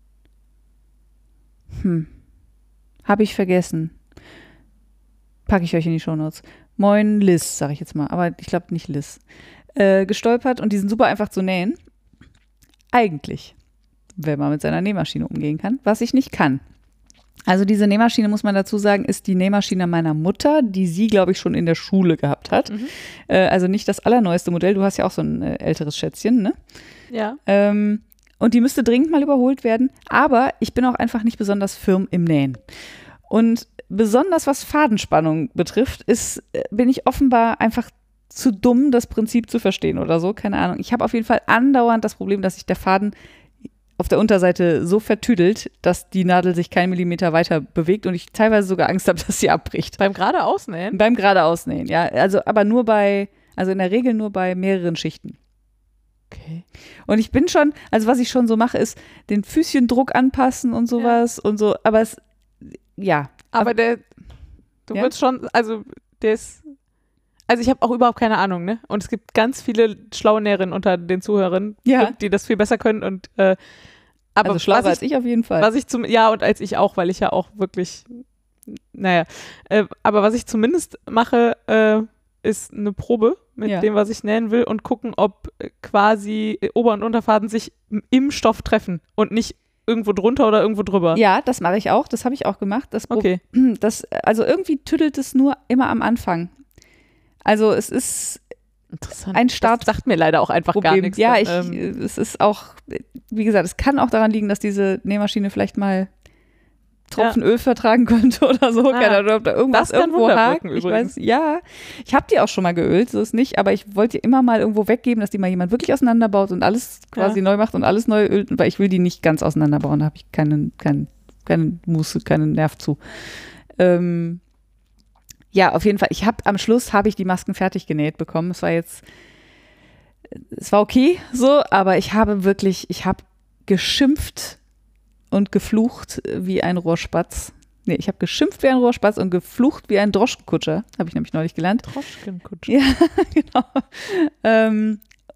habe ich vergessen. Packe ich euch in die Shownotes. Moin Liz, sage ich jetzt mal, aber ich glaube nicht Liz. Gestolpert und die sind super einfach zu nähen. Eigentlich, wenn man mit seiner Nähmaschine umgehen kann, was ich nicht kann. Also diese Nähmaschine, muss man dazu sagen, ist die Nähmaschine meiner Mutter, die sie, glaube ich, schon in der Schule gehabt hat. Also nicht das allerneueste Modell. Du hast ja auch so ein älteres Schätzchen, ne? Ja. Und die müsste dringend mal überholt werden. Aber ich bin auch einfach nicht besonders firm im Nähen. Und besonders was Fadenspannung betrifft, bin ich offenbar einfach zu dumm, das Prinzip zu verstehen oder so. Keine Ahnung. Ich habe auf jeden Fall andauernd das Problem, dass sich der Faden auf der Unterseite so vertüdelt, dass die Nadel sich keinen Millimeter weiter bewegt und ich teilweise sogar Angst habe, dass sie abbricht. Beim Geradeausnähen? Beim Geradeausnähen, ja. Also, aber also in der Regel nur bei mehreren Schichten. Okay. Und ich bin schon, also was ich schon so mache, ist den Füßchendruck anpassen und sowas und so, aber Aber du Ja? willst schon, also ich habe auch überhaupt keine Ahnung, ne? Und es gibt ganz viele schlaue Näherinnen unter den Zuhörern, Ja. die das viel besser können und aber also schlauer als ich auf jeden Fall. und als ich auch, weil ich ja auch wirklich, aber was ich zumindest mache, ist eine Probe mit dem, was ich nähen will und gucken, ob quasi Ober- und Unterfaden sich im Stoff treffen und nicht irgendwo drunter oder irgendwo drüber. Ja, das mache ich auch, das habe ich auch gemacht. Okay. Also irgendwie tüdelt es nur immer am Anfang. Also es ist Interessant. ein Start. Das sagt mir leider auch einfach gar nichts. Ja, dann, es ist auch, wie gesagt, es kann auch daran liegen, dass diese Nähmaschine vielleicht mal Tropfen Öl vertragen könnte oder so. Keine Ahnung, ob da irgendwas das kann irgendwo hakt. Wunder wirken Ich übrigens. weiß, ja, ich habe die auch schon mal geölt, so ist nicht, aber ich wollte die immer mal irgendwo weggeben, dass die mal jemand wirklich auseinanderbaut und alles quasi neu macht und alles neu ölt, weil ich will die nicht ganz auseinanderbauen, da habe ich keine Muße, keinen Nerv zu. Ja, auf jeden Fall. Am Schluss habe ich die Masken fertig genäht bekommen. Es war okay so, aber ich habe geschimpft und geflucht wie ein Rohrspatz. Nee, ich habe geschimpft wie ein Rohrspatz und geflucht wie ein Droschkenkutscher. Habe ich nämlich neulich gelernt. Droschkenkutscher. Ja, genau.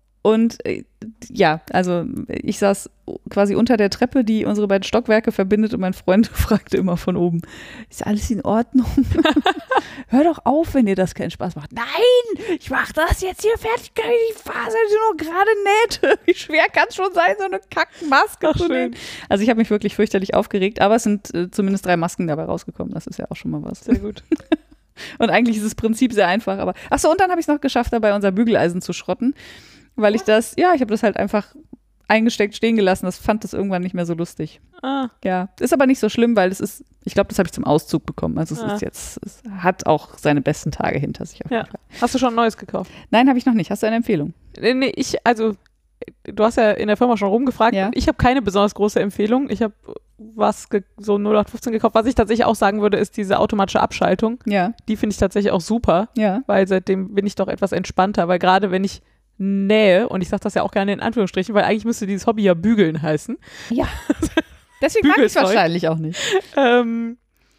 Also ich saß quasi unter der Treppe, die unsere beiden Stockwerke verbindet und mein Freund fragte immer von oben, ist alles in Ordnung? Hör doch auf, wenn dir das keinen Spaß macht. Nein, ich mach das jetzt hier fertig, kann ich die Faser nur gerade näht. Wie schwer kann es schon sein, so eine Kackmaske zu nähen? Also ich habe mich wirklich fürchterlich aufgeregt, aber es sind zumindest 3 Masken dabei rausgekommen, das ist ja auch schon mal was. Sehr gut. Und eigentlich ist das Prinzip sehr einfach, aber achso, und dann habe ich es noch geschafft, dabei unser Bügeleisen zu schrotten. Weil ich habe das halt einfach eingesteckt stehen gelassen. Das fand das irgendwann nicht mehr so lustig. Ja, ist aber nicht so schlimm, weil ich glaube, das habe ich zum Auszug bekommen. Also es hat auch seine besten Tage hinter sich. Auf jeden Fall. Hast du schon ein neues gekauft? Nein, habe ich noch nicht. Hast du eine Empfehlung? Nee, du hast ja in der Firma schon rumgefragt. Ja. Ich habe keine besonders große Empfehlung. Ich habe so 0815 gekauft. Was ich tatsächlich auch sagen würde, ist diese automatische Abschaltung. Ja. Die finde ich tatsächlich auch super, weil seitdem bin ich doch etwas entspannter, weil gerade wenn ich nähe, und ich sage das ja auch gerne in Anführungsstrichen, weil eigentlich müsste dieses Hobby ja bügeln heißen. Ja. Deswegen mag ich es Bügelzeug. wahrscheinlich auch nicht. Dann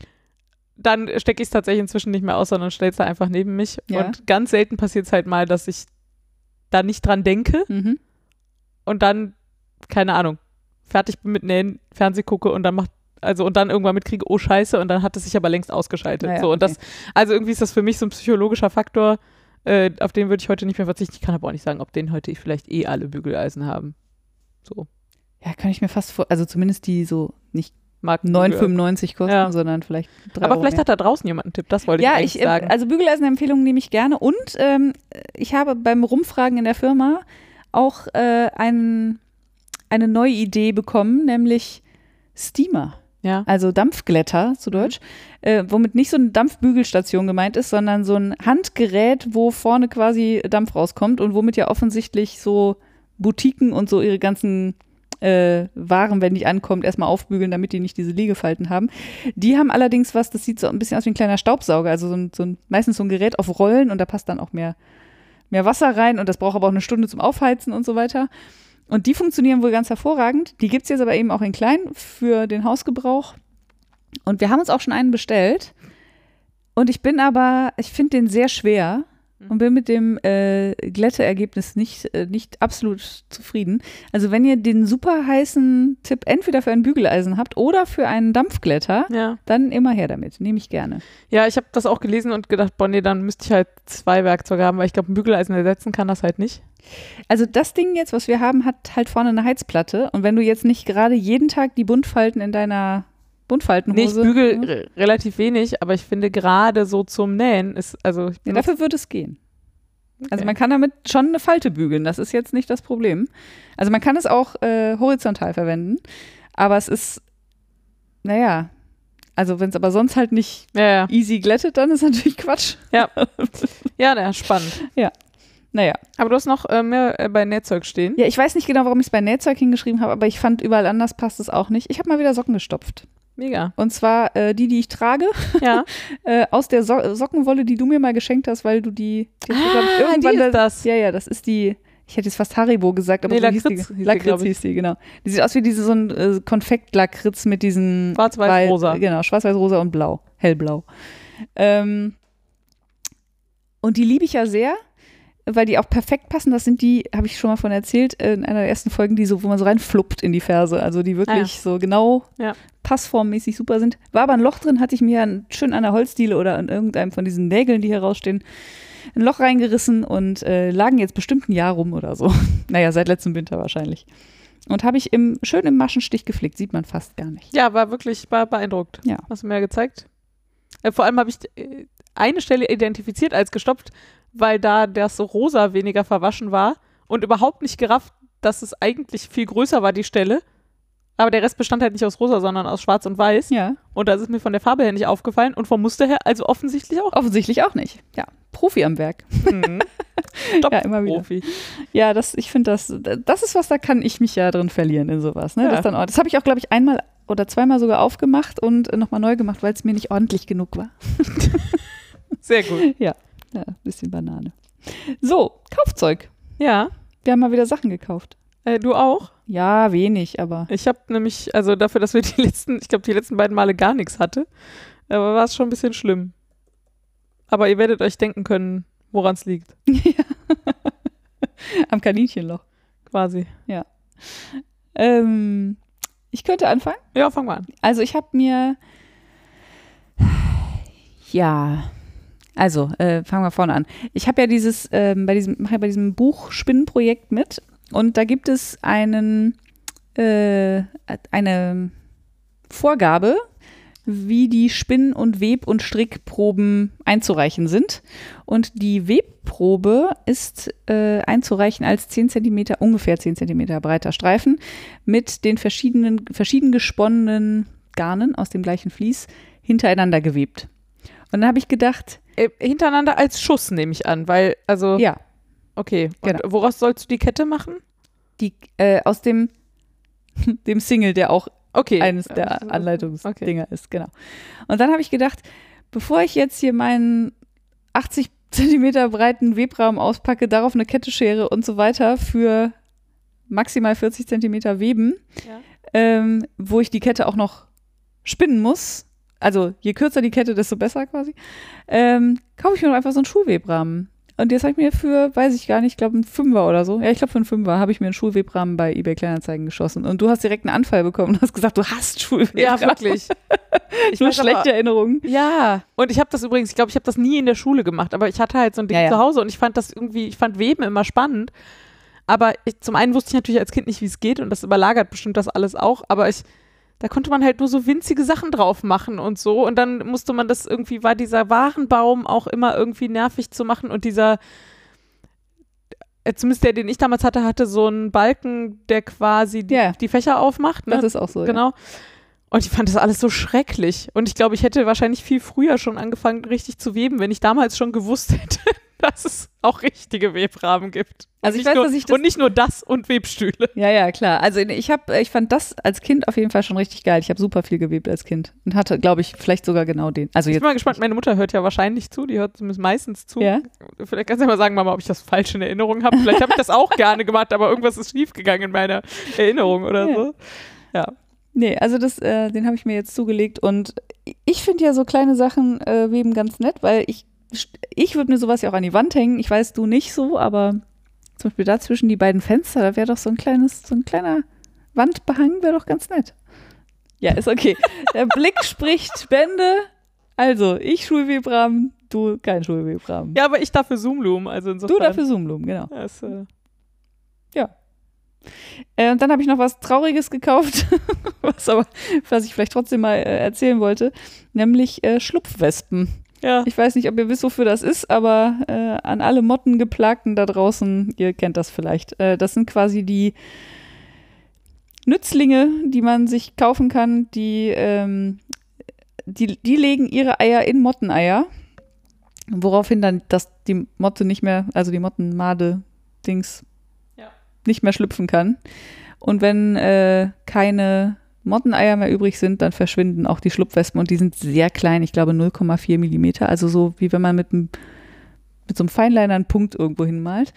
stecke ich es tatsächlich inzwischen nicht mehr aus, sondern stelle es da einfach neben mich. Ja. Und ganz selten passiert es halt mal, dass ich da nicht dran denke und dann, keine Ahnung, fertig bin mit Nähen, Fernseh gucke und dann und dann irgendwann mitkriege, oh Scheiße, und dann hat es sich aber längst ausgeschaltet. Ja, so, und okay. also irgendwie ist das für mich so ein psychologischer Faktor, auf den würde ich heute nicht mehr verzichten. Ich kann aber auch nicht sagen, ob den heute vielleicht alle Bügeleisen haben. So. Ja, kann ich mir fast also zumindest die so nicht Mark 9,95 kosten, sondern vielleicht 3 Aber Euro vielleicht mehr. hat da draußen jemand einen Tipp, das wollte ich eigentlich sagen. Also Bügeleisenempfehlungen nehme ich gerne und ich habe beim Rumfragen in der Firma auch eine neue Idee bekommen, nämlich Steamer. Ja. Also Dampfglätter zu Deutsch, womit nicht so eine Dampfbügelstation gemeint ist, sondern so ein Handgerät, wo vorne quasi Dampf rauskommt und womit ja offensichtlich so Boutiquen und so ihre ganzen wenn die ankommt, erstmal aufbügeln, damit die nicht diese Liegefalten haben. Die haben allerdings was, das sieht so ein bisschen aus wie ein kleiner Staubsauger, also meistens so ein Gerät auf Rollen und da passt dann auch mehr Wasser rein und das braucht aber auch eine Stunde zum Aufheizen und so weiter. Und die funktionieren wohl ganz hervorragend. Die gibt es jetzt aber eben auch in klein für den Hausgebrauch. Und wir haben uns auch schon einen bestellt. Und ich finde den sehr schwer und bin mit dem Glätteergebnis nicht absolut zufrieden. Also wenn ihr den super heißen Tipp entweder für ein Bügeleisen habt oder für einen Dampfglätter, dann immer her damit. Nehme ich gerne. Ja, ich habe das auch gelesen und gedacht, boah, nee, dann müsste ich halt 2 Werkzeuge haben, weil ich glaube, ein Bügeleisen ersetzen kann das halt nicht. Also das Ding jetzt, was wir haben, hat halt vorne eine Heizplatte. Und wenn du jetzt nicht gerade jeden Tag die Buntfalten in deiner Buntfaltenhose. Nee, ich bügel relativ wenig, aber ich finde gerade so zum Nähen ist, also ja, dafür würde es gehen. Okay. Also man kann damit schon eine Falte bügeln, das ist jetzt nicht das Problem. Also man kann es auch horizontal verwenden, aber es ist, naja, also wenn es aber sonst halt nicht easy glättet, dann ist natürlich Quatsch. Ja, spannend. Ja. Naja. Aber du hast noch mehr bei Nähzeug stehen. Ja, ich weiß nicht genau, warum ich es bei Nähzeug hingeschrieben habe, aber ich fand, überall anders passt es auch nicht. Ich habe mal wieder Socken gestopft. Mega. Und zwar die ich trage. Ja. Aus der Sockenwolle, die du mir mal geschenkt hast, weil du die irgendwann ist das. Ja, das ist die, ich hätte jetzt fast Haribo gesagt, aber so Lakritz hieß die, genau. Die sieht aus wie so ein Konfekt-Lakritz mit diesen Schwarz-Weiß-Rosa. Genau, Schwarz-Weiß-Rosa und Blau, hellblau. Und die liebe ich ja sehr, weil die auch perfekt passen. Das sind die, habe ich schon mal von erzählt, in einer der ersten Folgen, die so, wo man so reinfluppt in die Ferse. Also die wirklich so genau passformmäßig super sind. War aber ein Loch drin, hatte ich mir schön an der Holzdiele oder an irgendeinem von diesen Nägeln, die hier rausstehen, ein Loch reingerissen und lagen jetzt bestimmt ein Jahr rum oder so. Naja, seit letztem Winter wahrscheinlich. Und habe ich schön im Maschenstich geflickt. Sieht man fast gar nicht. Ja, war beeindruckt. Ja. Hast du mir ja gezeigt. Vor allem habe ich eine Stelle identifiziert als gestopft, weil da das Rosa weniger verwaschen war und überhaupt nicht gerafft, dass es eigentlich viel größer war, die Stelle. Aber der Rest bestand halt nicht aus Rosa, sondern aus Schwarz und Weiß. Ja. Und das ist mir von der Farbe her nicht aufgefallen und vom Muster her also offensichtlich auch. Offensichtlich auch nicht. Ja, Profi am Werk. Mhm. Ja, immer wieder. Profi. Ja, ich finde das ist was, da kann ich mich ja drin verlieren in sowas. Ne? Ja. Das habe ich auch, glaube ich, einmal oder zweimal sogar aufgemacht und nochmal neu gemacht, weil es mir nicht ordentlich genug war. Sehr gut. Ja, ein bisschen Banane. So, Kaufzeug. Ja. Wir haben mal wieder Sachen gekauft. Du auch? Ja, wenig, aber. Ich habe nämlich, also dafür, dass wir die letzten beiden Male gar nichts hatte, war es schon ein bisschen schlimm. Aber ihr werdet euch denken können, woran es liegt. Ja. Am Kaninchenloch. Quasi. Ja. Ich könnte anfangen? Ja, fang mal an. Also ich habe mir fangen wir vorne an. Ich habe ja bei diesem Buchspinnenprojekt mit und da gibt es eine Vorgabe, wie die Spinn- und Web- und Strickproben einzureichen sind. Und die Webprobe ist einzureichen als ungefähr 10 cm breiter Streifen mit den verschieden gesponnenen Garnen aus dem gleichen Vlies hintereinander gewebt. Und dann habe ich gedacht, hintereinander als Schuss nehme ich an, weil, also. Ja. Okay. Und genau. Woraus sollst du die Kette machen? Aus dem Single, der auch eines der also, Anleitungsdinger ist, genau. Und dann habe ich gedacht, bevor ich jetzt hier meinen 80 cm breiten Webrahmen auspacke, darauf eine Kette schere und so weiter für maximal 40 cm Weben, wo ich die Kette auch noch spinnen muss, also je kürzer die Kette, desto besser quasi, kaufe ich mir noch einfach so einen Schulwebrahmen. Und jetzt habe ich mir für, weiß ich gar nicht, ich glaube einen Fünfer oder so, ja, ich glaube für einen Fünfer habe ich mir einen Schulwebrahmen bei eBay Kleinanzeigen geschossen. Und du hast direkt einen Anfall bekommen und hast gesagt, du hast Schulwebrahmen. Ja, wirklich. Nur schlechte Erinnerungen. Ja. Und ich habe das übrigens, ich glaube, ich habe das nie in der Schule gemacht, aber ich hatte halt so ein Ding zu Hause und ich fand Weben immer spannend. Aber zum einen wusste ich natürlich als Kind nicht, wie es geht und das überlagert bestimmt das alles auch, aber da konnte man halt nur so winzige Sachen drauf machen und so. Und dann musste man war dieser Warenbaum auch immer irgendwie nervig zu machen. Und dieser, zumindest der, den ich damals hatte so einen Balken, der quasi die Fächer aufmacht. Ne? Das ist auch so. Genau. Und ich fand das alles so schrecklich. Und ich glaube, ich hätte wahrscheinlich viel früher schon angefangen, richtig zu weben, wenn ich damals schon gewusst hätte, dass es auch richtige Webrahmen gibt. Also und nicht nur das und Webstühle. Ja, klar. Also ich fand das als Kind auf jeden Fall schon richtig geil. Ich habe super viel gewebt als Kind und hatte, glaube ich, vielleicht sogar genau den. Also Ich jetzt bin mal gespannt, meine Mutter hört ja wahrscheinlich zu, die hört zumindest meistens zu. Ja. Vielleicht kannst du ja mal sagen, Mama, ob ich das falsch in Erinnerung habe. Vielleicht habe ich das auch gerne gemacht, aber irgendwas ist schiefgegangen in meiner Erinnerung oder so. Ja. Nee, also den habe ich mir jetzt zugelegt und ich finde ja so kleine Sachen weben ganz nett, weil ich würde mir sowas ja auch an die Wand hängen. Ich weiß, du nicht so, aber zum Beispiel da zwischen die beiden Fenster, da wäre doch so ein kleiner Wandbehang, wäre doch ganz nett. Ja, ist okay. Der Blick spricht Bände. Also, ich Schulwebrahmen, du kein Schulwebrahmen. Ja, aber ich dafür Zoomloom, also insofern. Du dafür Zoomloom, genau. Das, ja. Und dann habe ich noch was Trauriges gekauft, was ich vielleicht trotzdem mal erzählen wollte, nämlich Schlupfwespen. Ja. Ich weiß nicht, ob ihr wisst, wofür das ist, aber an alle Mottengeplagten da draußen, ihr kennt das vielleicht. Das sind quasi die Nützlinge, die man sich kaufen kann, die legen ihre Eier in Motteneier, woraufhin dann die Motte nicht mehr, also die Mottenmade-Dings nicht mehr schlüpfen kann. Und wenn keine Motteneier mehr übrig sind, dann verschwinden auch die Schlupfwespen und die sind sehr klein, ich glaube 0,4 Millimeter, also so wie wenn man mit so einem Feinliner einen Punkt irgendwo hinmalt.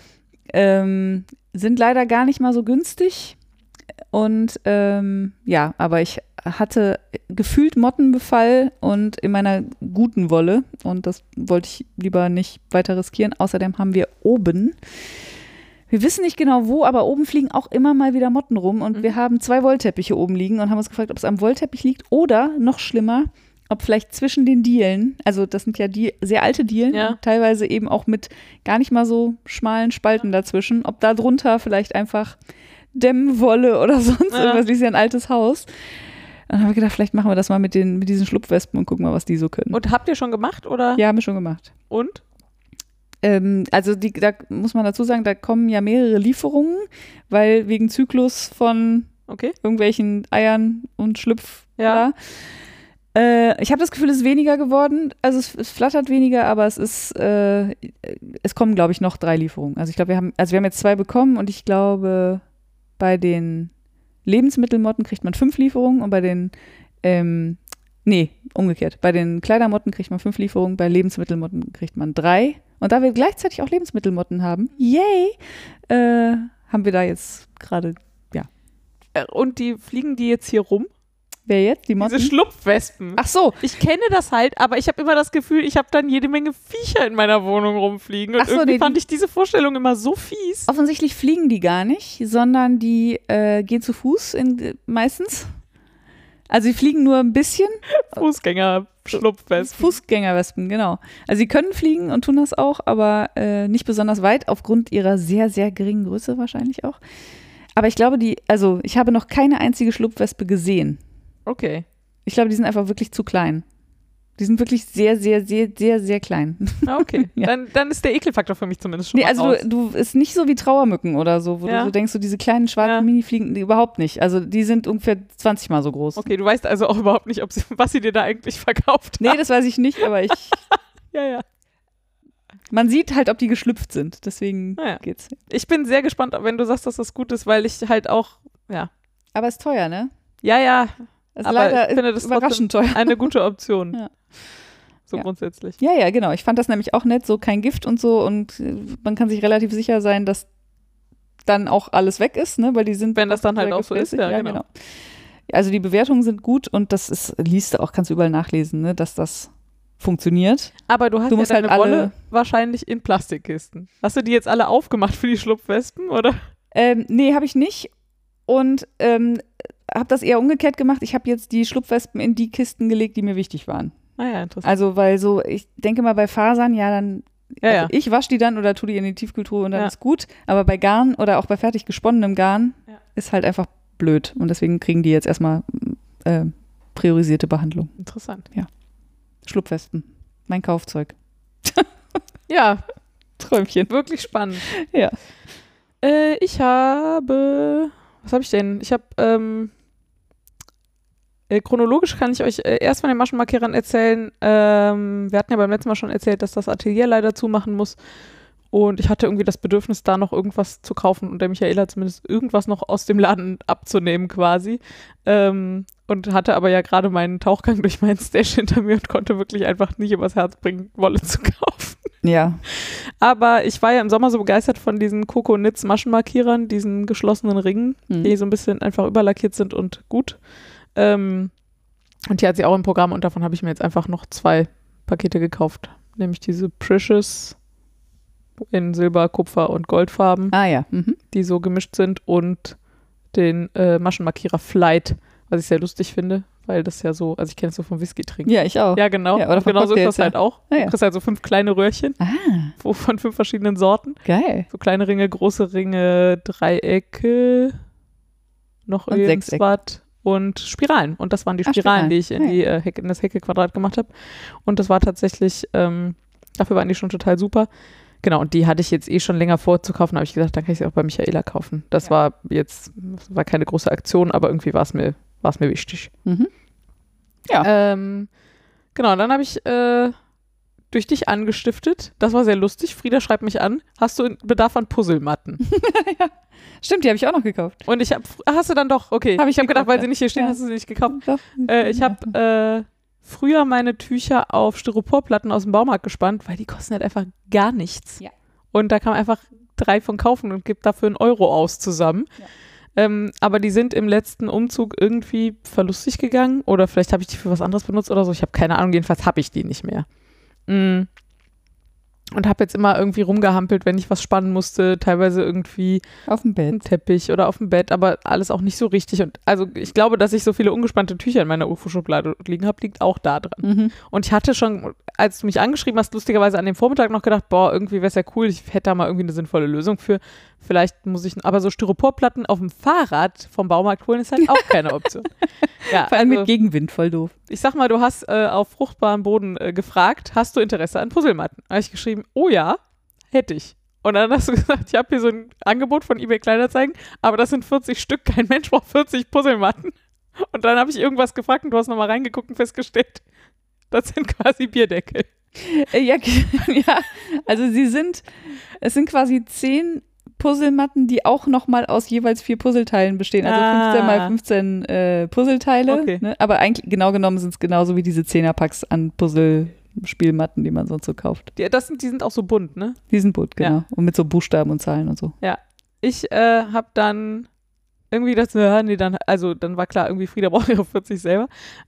Sind leider gar nicht mal so günstig und aber ich hatte gefühlt Mottenbefall und in meiner guten Wolle und das wollte ich lieber nicht weiter riskieren. Außerdem haben wir oben, wir wissen nicht genau wo, aber oben fliegen auch immer mal wieder Motten rum und wir haben 2 Wollteppiche oben liegen und haben uns gefragt, ob es am Wollteppich liegt oder, noch schlimmer, ob vielleicht zwischen den Dielen, also das sind ja die sehr alte Dielen, teilweise eben auch mit gar nicht mal so schmalen Spalten dazwischen, ob da drunter vielleicht einfach Dämmwolle oder sonst irgendwas, wie ist ja ein altes Haus. Dann haben wir gedacht, vielleicht machen wir das mal mit diesen Schlupfwespen und gucken mal, was die so können. Und habt ihr schon gemacht, oder? Ja, haben wir schon gemacht. Und? Also da muss man dazu sagen, da kommen ja mehrere Lieferungen, weil wegen Zyklus von irgendwelchen Eiern und Schlüpf. Ja. Ich habe das Gefühl, es ist weniger geworden. Also es flattert weniger, aber es kommen, glaube ich, noch 3 Lieferungen. Also ich glaube, wir haben jetzt 2 bekommen und ich glaube, bei den Lebensmittelmotten kriegt man 5 Lieferungen und bei den umgekehrt. Bei den Kleidermotten kriegt man 5 Lieferungen, bei Lebensmittelmotten kriegt man 3. Und da wir gleichzeitig auch Lebensmittelmotten haben, yay, haben wir da jetzt gerade, Und fliegen die jetzt hier rum? Wer jetzt? Die Motten? Diese Schlupfwespen. Ach so. Ich kenne das halt, aber ich habe immer das Gefühl, ich habe dann jede Menge Viecher in meiner Wohnung rumfliegen. Und irgendwie fand ich diese Vorstellung immer so fies. Offensichtlich fliegen die gar nicht, sondern die gehen zu Fuß meistens. Also sie fliegen nur ein bisschen. Fußgänger-Schlupfwespen. Fußgängerwespen, genau. Also sie können fliegen und tun das auch, aber nicht besonders weit, aufgrund ihrer sehr, sehr geringen Größe wahrscheinlich auch. Aber ich glaube, ich habe noch keine einzige Schlupfwespe gesehen. Okay. Ich glaube, die sind einfach wirklich zu klein. Die sind wirklich sehr, sehr, sehr, sehr, sehr klein. Okay. Ja. Dann ist der Ekelfaktor für mich zumindest schon mal also du ist nicht so wie Trauermücken oder so, wo du so denkst, so diese kleinen schwarzen Mini-Fliegen, überhaupt nicht. Also die sind ungefähr 20 Mal so groß. Okay, du weißt also auch überhaupt nicht, was sie dir da eigentlich verkauft haben. Nee, das weiß ich nicht, aber ich... Ja. Man sieht halt, ob die geschlüpft sind, deswegen geht's. Ich bin sehr gespannt, wenn du sagst, dass das gut ist, weil ich halt auch, Aber ist teuer, ne? Ja. Ist aber leider ich finde das überraschend teuer. Eine gute Option. Ja. So grundsätzlich. Ja, genau. Ich fand das nämlich auch nett, so kein Gift und so und man kann sich relativ sicher sein, dass dann auch alles weg ist, ne? Weil die sind. Wenn das dann halt auch so ist, genau. Also die Bewertungen sind gut und das kannst du überall nachlesen, ne? Dass das funktioniert. Aber du hast musst deine halt Wolle wahrscheinlich in Plastikkisten. Hast du die jetzt alle aufgemacht für die Schlupfwespen, oder? Nee, habe ich nicht. Und habe das eher umgekehrt gemacht. Ich habe jetzt die Schlupfwespen in die Kisten gelegt, die mir wichtig waren. Ah ja, interessant. Also, weil ich denke mal bei Fasern, dann ich wasche die dann oder tue die in die Tiefkühltruhe und dann ist gut. Aber bei Garn oder auch bei fertig gesponnenem Garn ist halt einfach blöd. Und deswegen kriegen die jetzt erstmal priorisierte Behandlung. Interessant. Ja. Schlupfwespen. Mein Kaufzeug. Ja. Träumchen. Wirklich spannend. Ja. Was habe ich denn? Ich habe Chronologisch kann ich euch erst von den Maschenmarkierern erzählen. Wir hatten ja beim letzten Mal schon erzählt, dass das Atelier leider zumachen muss. Und ich hatte irgendwie das Bedürfnis, da noch irgendwas zu kaufen und der Michaela zumindest irgendwas noch aus dem Laden abzunehmen quasi. Und hatte aber ja gerade meinen Tauchgang durch meinen Stash hinter mir und konnte wirklich einfach nicht übers Herz bringen, Wolle zu kaufen. Ja. Aber ich war ja im Sommer so begeistert von diesen Coco Knits Maschenmarkierern, diesen geschlossenen Ringen, die so ein bisschen einfach überlackiert sind und gut. Und die hat sie auch im Programm und davon habe ich mir jetzt einfach noch 2 Pakete gekauft. Nämlich diese Precious in Silber, Kupfer und Goldfarben, die so gemischt sind und den Maschenmarkierer Flight, was ich sehr lustig finde, weil das ja so, also ich kenne es so vom Whisky trinken. Ja, ich auch. Ja, genau. Ja, oder genau so ist das halt auch. Ah, ja. Du kriegst halt so 5 kleine Röhrchen von 5 verschiedenen Sorten. Geil. So kleine Ringe, große Ringe, Dreiecke, noch und irgendwas und Spiralen. Und das waren die Spiralen, die ich in das Hecke-Quadrat gemacht habe. Und das war tatsächlich, dafür waren die schon total super. Genau, und die hatte ich jetzt schon länger vorzukaufen, habe ich gesagt, dann kann ich sie auch bei Michaela kaufen. Das war keine große Aktion, aber irgendwie war es mir wichtig. Mhm. Ja. Genau, dann habe ich durch dich angestiftet. Das war sehr lustig. Frieda schreibt mich an. Hast du Bedarf an Puzzlematten? Ja. Stimmt, die habe ich auch noch gekauft. Und hast du dann doch, okay. Ich habe gedacht, weil sie nicht hier stehen, hast du sie nicht gekauft. Doch. Ich habe früher meine Tücher auf Styroporplatten aus dem Baumarkt gespannt, weil die kosten halt einfach gar nichts. Ja. Und da kann man einfach 3 von kaufen und gibt dafür 1 Euro aus zusammen. Ja. Aber die sind im letzten Umzug irgendwie verlustig gegangen oder vielleicht habe ich die für was anderes benutzt oder so. Ich habe keine Ahnung, jedenfalls habe ich die nicht mehr. Und habe jetzt immer irgendwie rumgehampelt, wenn ich was spannen musste, teilweise irgendwie auf dem Bett, im Teppich oder auf dem Bett, aber alles auch nicht so richtig. Und also ich glaube, dass ich so viele ungespannte Tücher in meiner UFO-Schublade liegen habe, liegt auch da dran. Mhm. Und ich hatte schon, als du mich angeschrieben hast, lustigerweise an dem Vormittag noch gedacht, irgendwie wäre es ja cool, ich hätte da mal irgendwie eine sinnvolle Lösung für. Vielleicht muss ich, aber so Styroporplatten auf dem Fahrrad vom Baumarkt holen ist halt auch keine Option. Ja, vor allem mit Gegenwind, voll doof. Ich sag mal, du hast auf fruchtbarem Boden gefragt, hast du Interesse an Puzzlematten? Da habe ich geschrieben, oh ja, hätte ich. Und dann hast du gesagt, ich habe hier so ein Angebot von eBay Kleinanzeigen, aber das sind 40 Stück, kein Mensch braucht 40 Puzzlematten. Und dann habe ich irgendwas gefragt und du hast nochmal reingeguckt und festgestellt, das sind quasi Bierdeckel. Ja, also es sind quasi 10 Puzzlematten, die auch nochmal aus jeweils 4 Puzzleteilen bestehen. Also 15 mal 15 Puzzleteile. Okay. Ne? Aber eigentlich genau genommen sind es genauso wie diese 10er-Packs an Puzzlespielmatten, die man sonst so kauft. Die sind auch so bunt, ne? Die sind bunt, genau. Ja. Und mit so Buchstaben und Zahlen und so. Ja. Ich habe dann irgendwie gedacht, dann war klar, irgendwie Frieda braucht ihre 40 selber.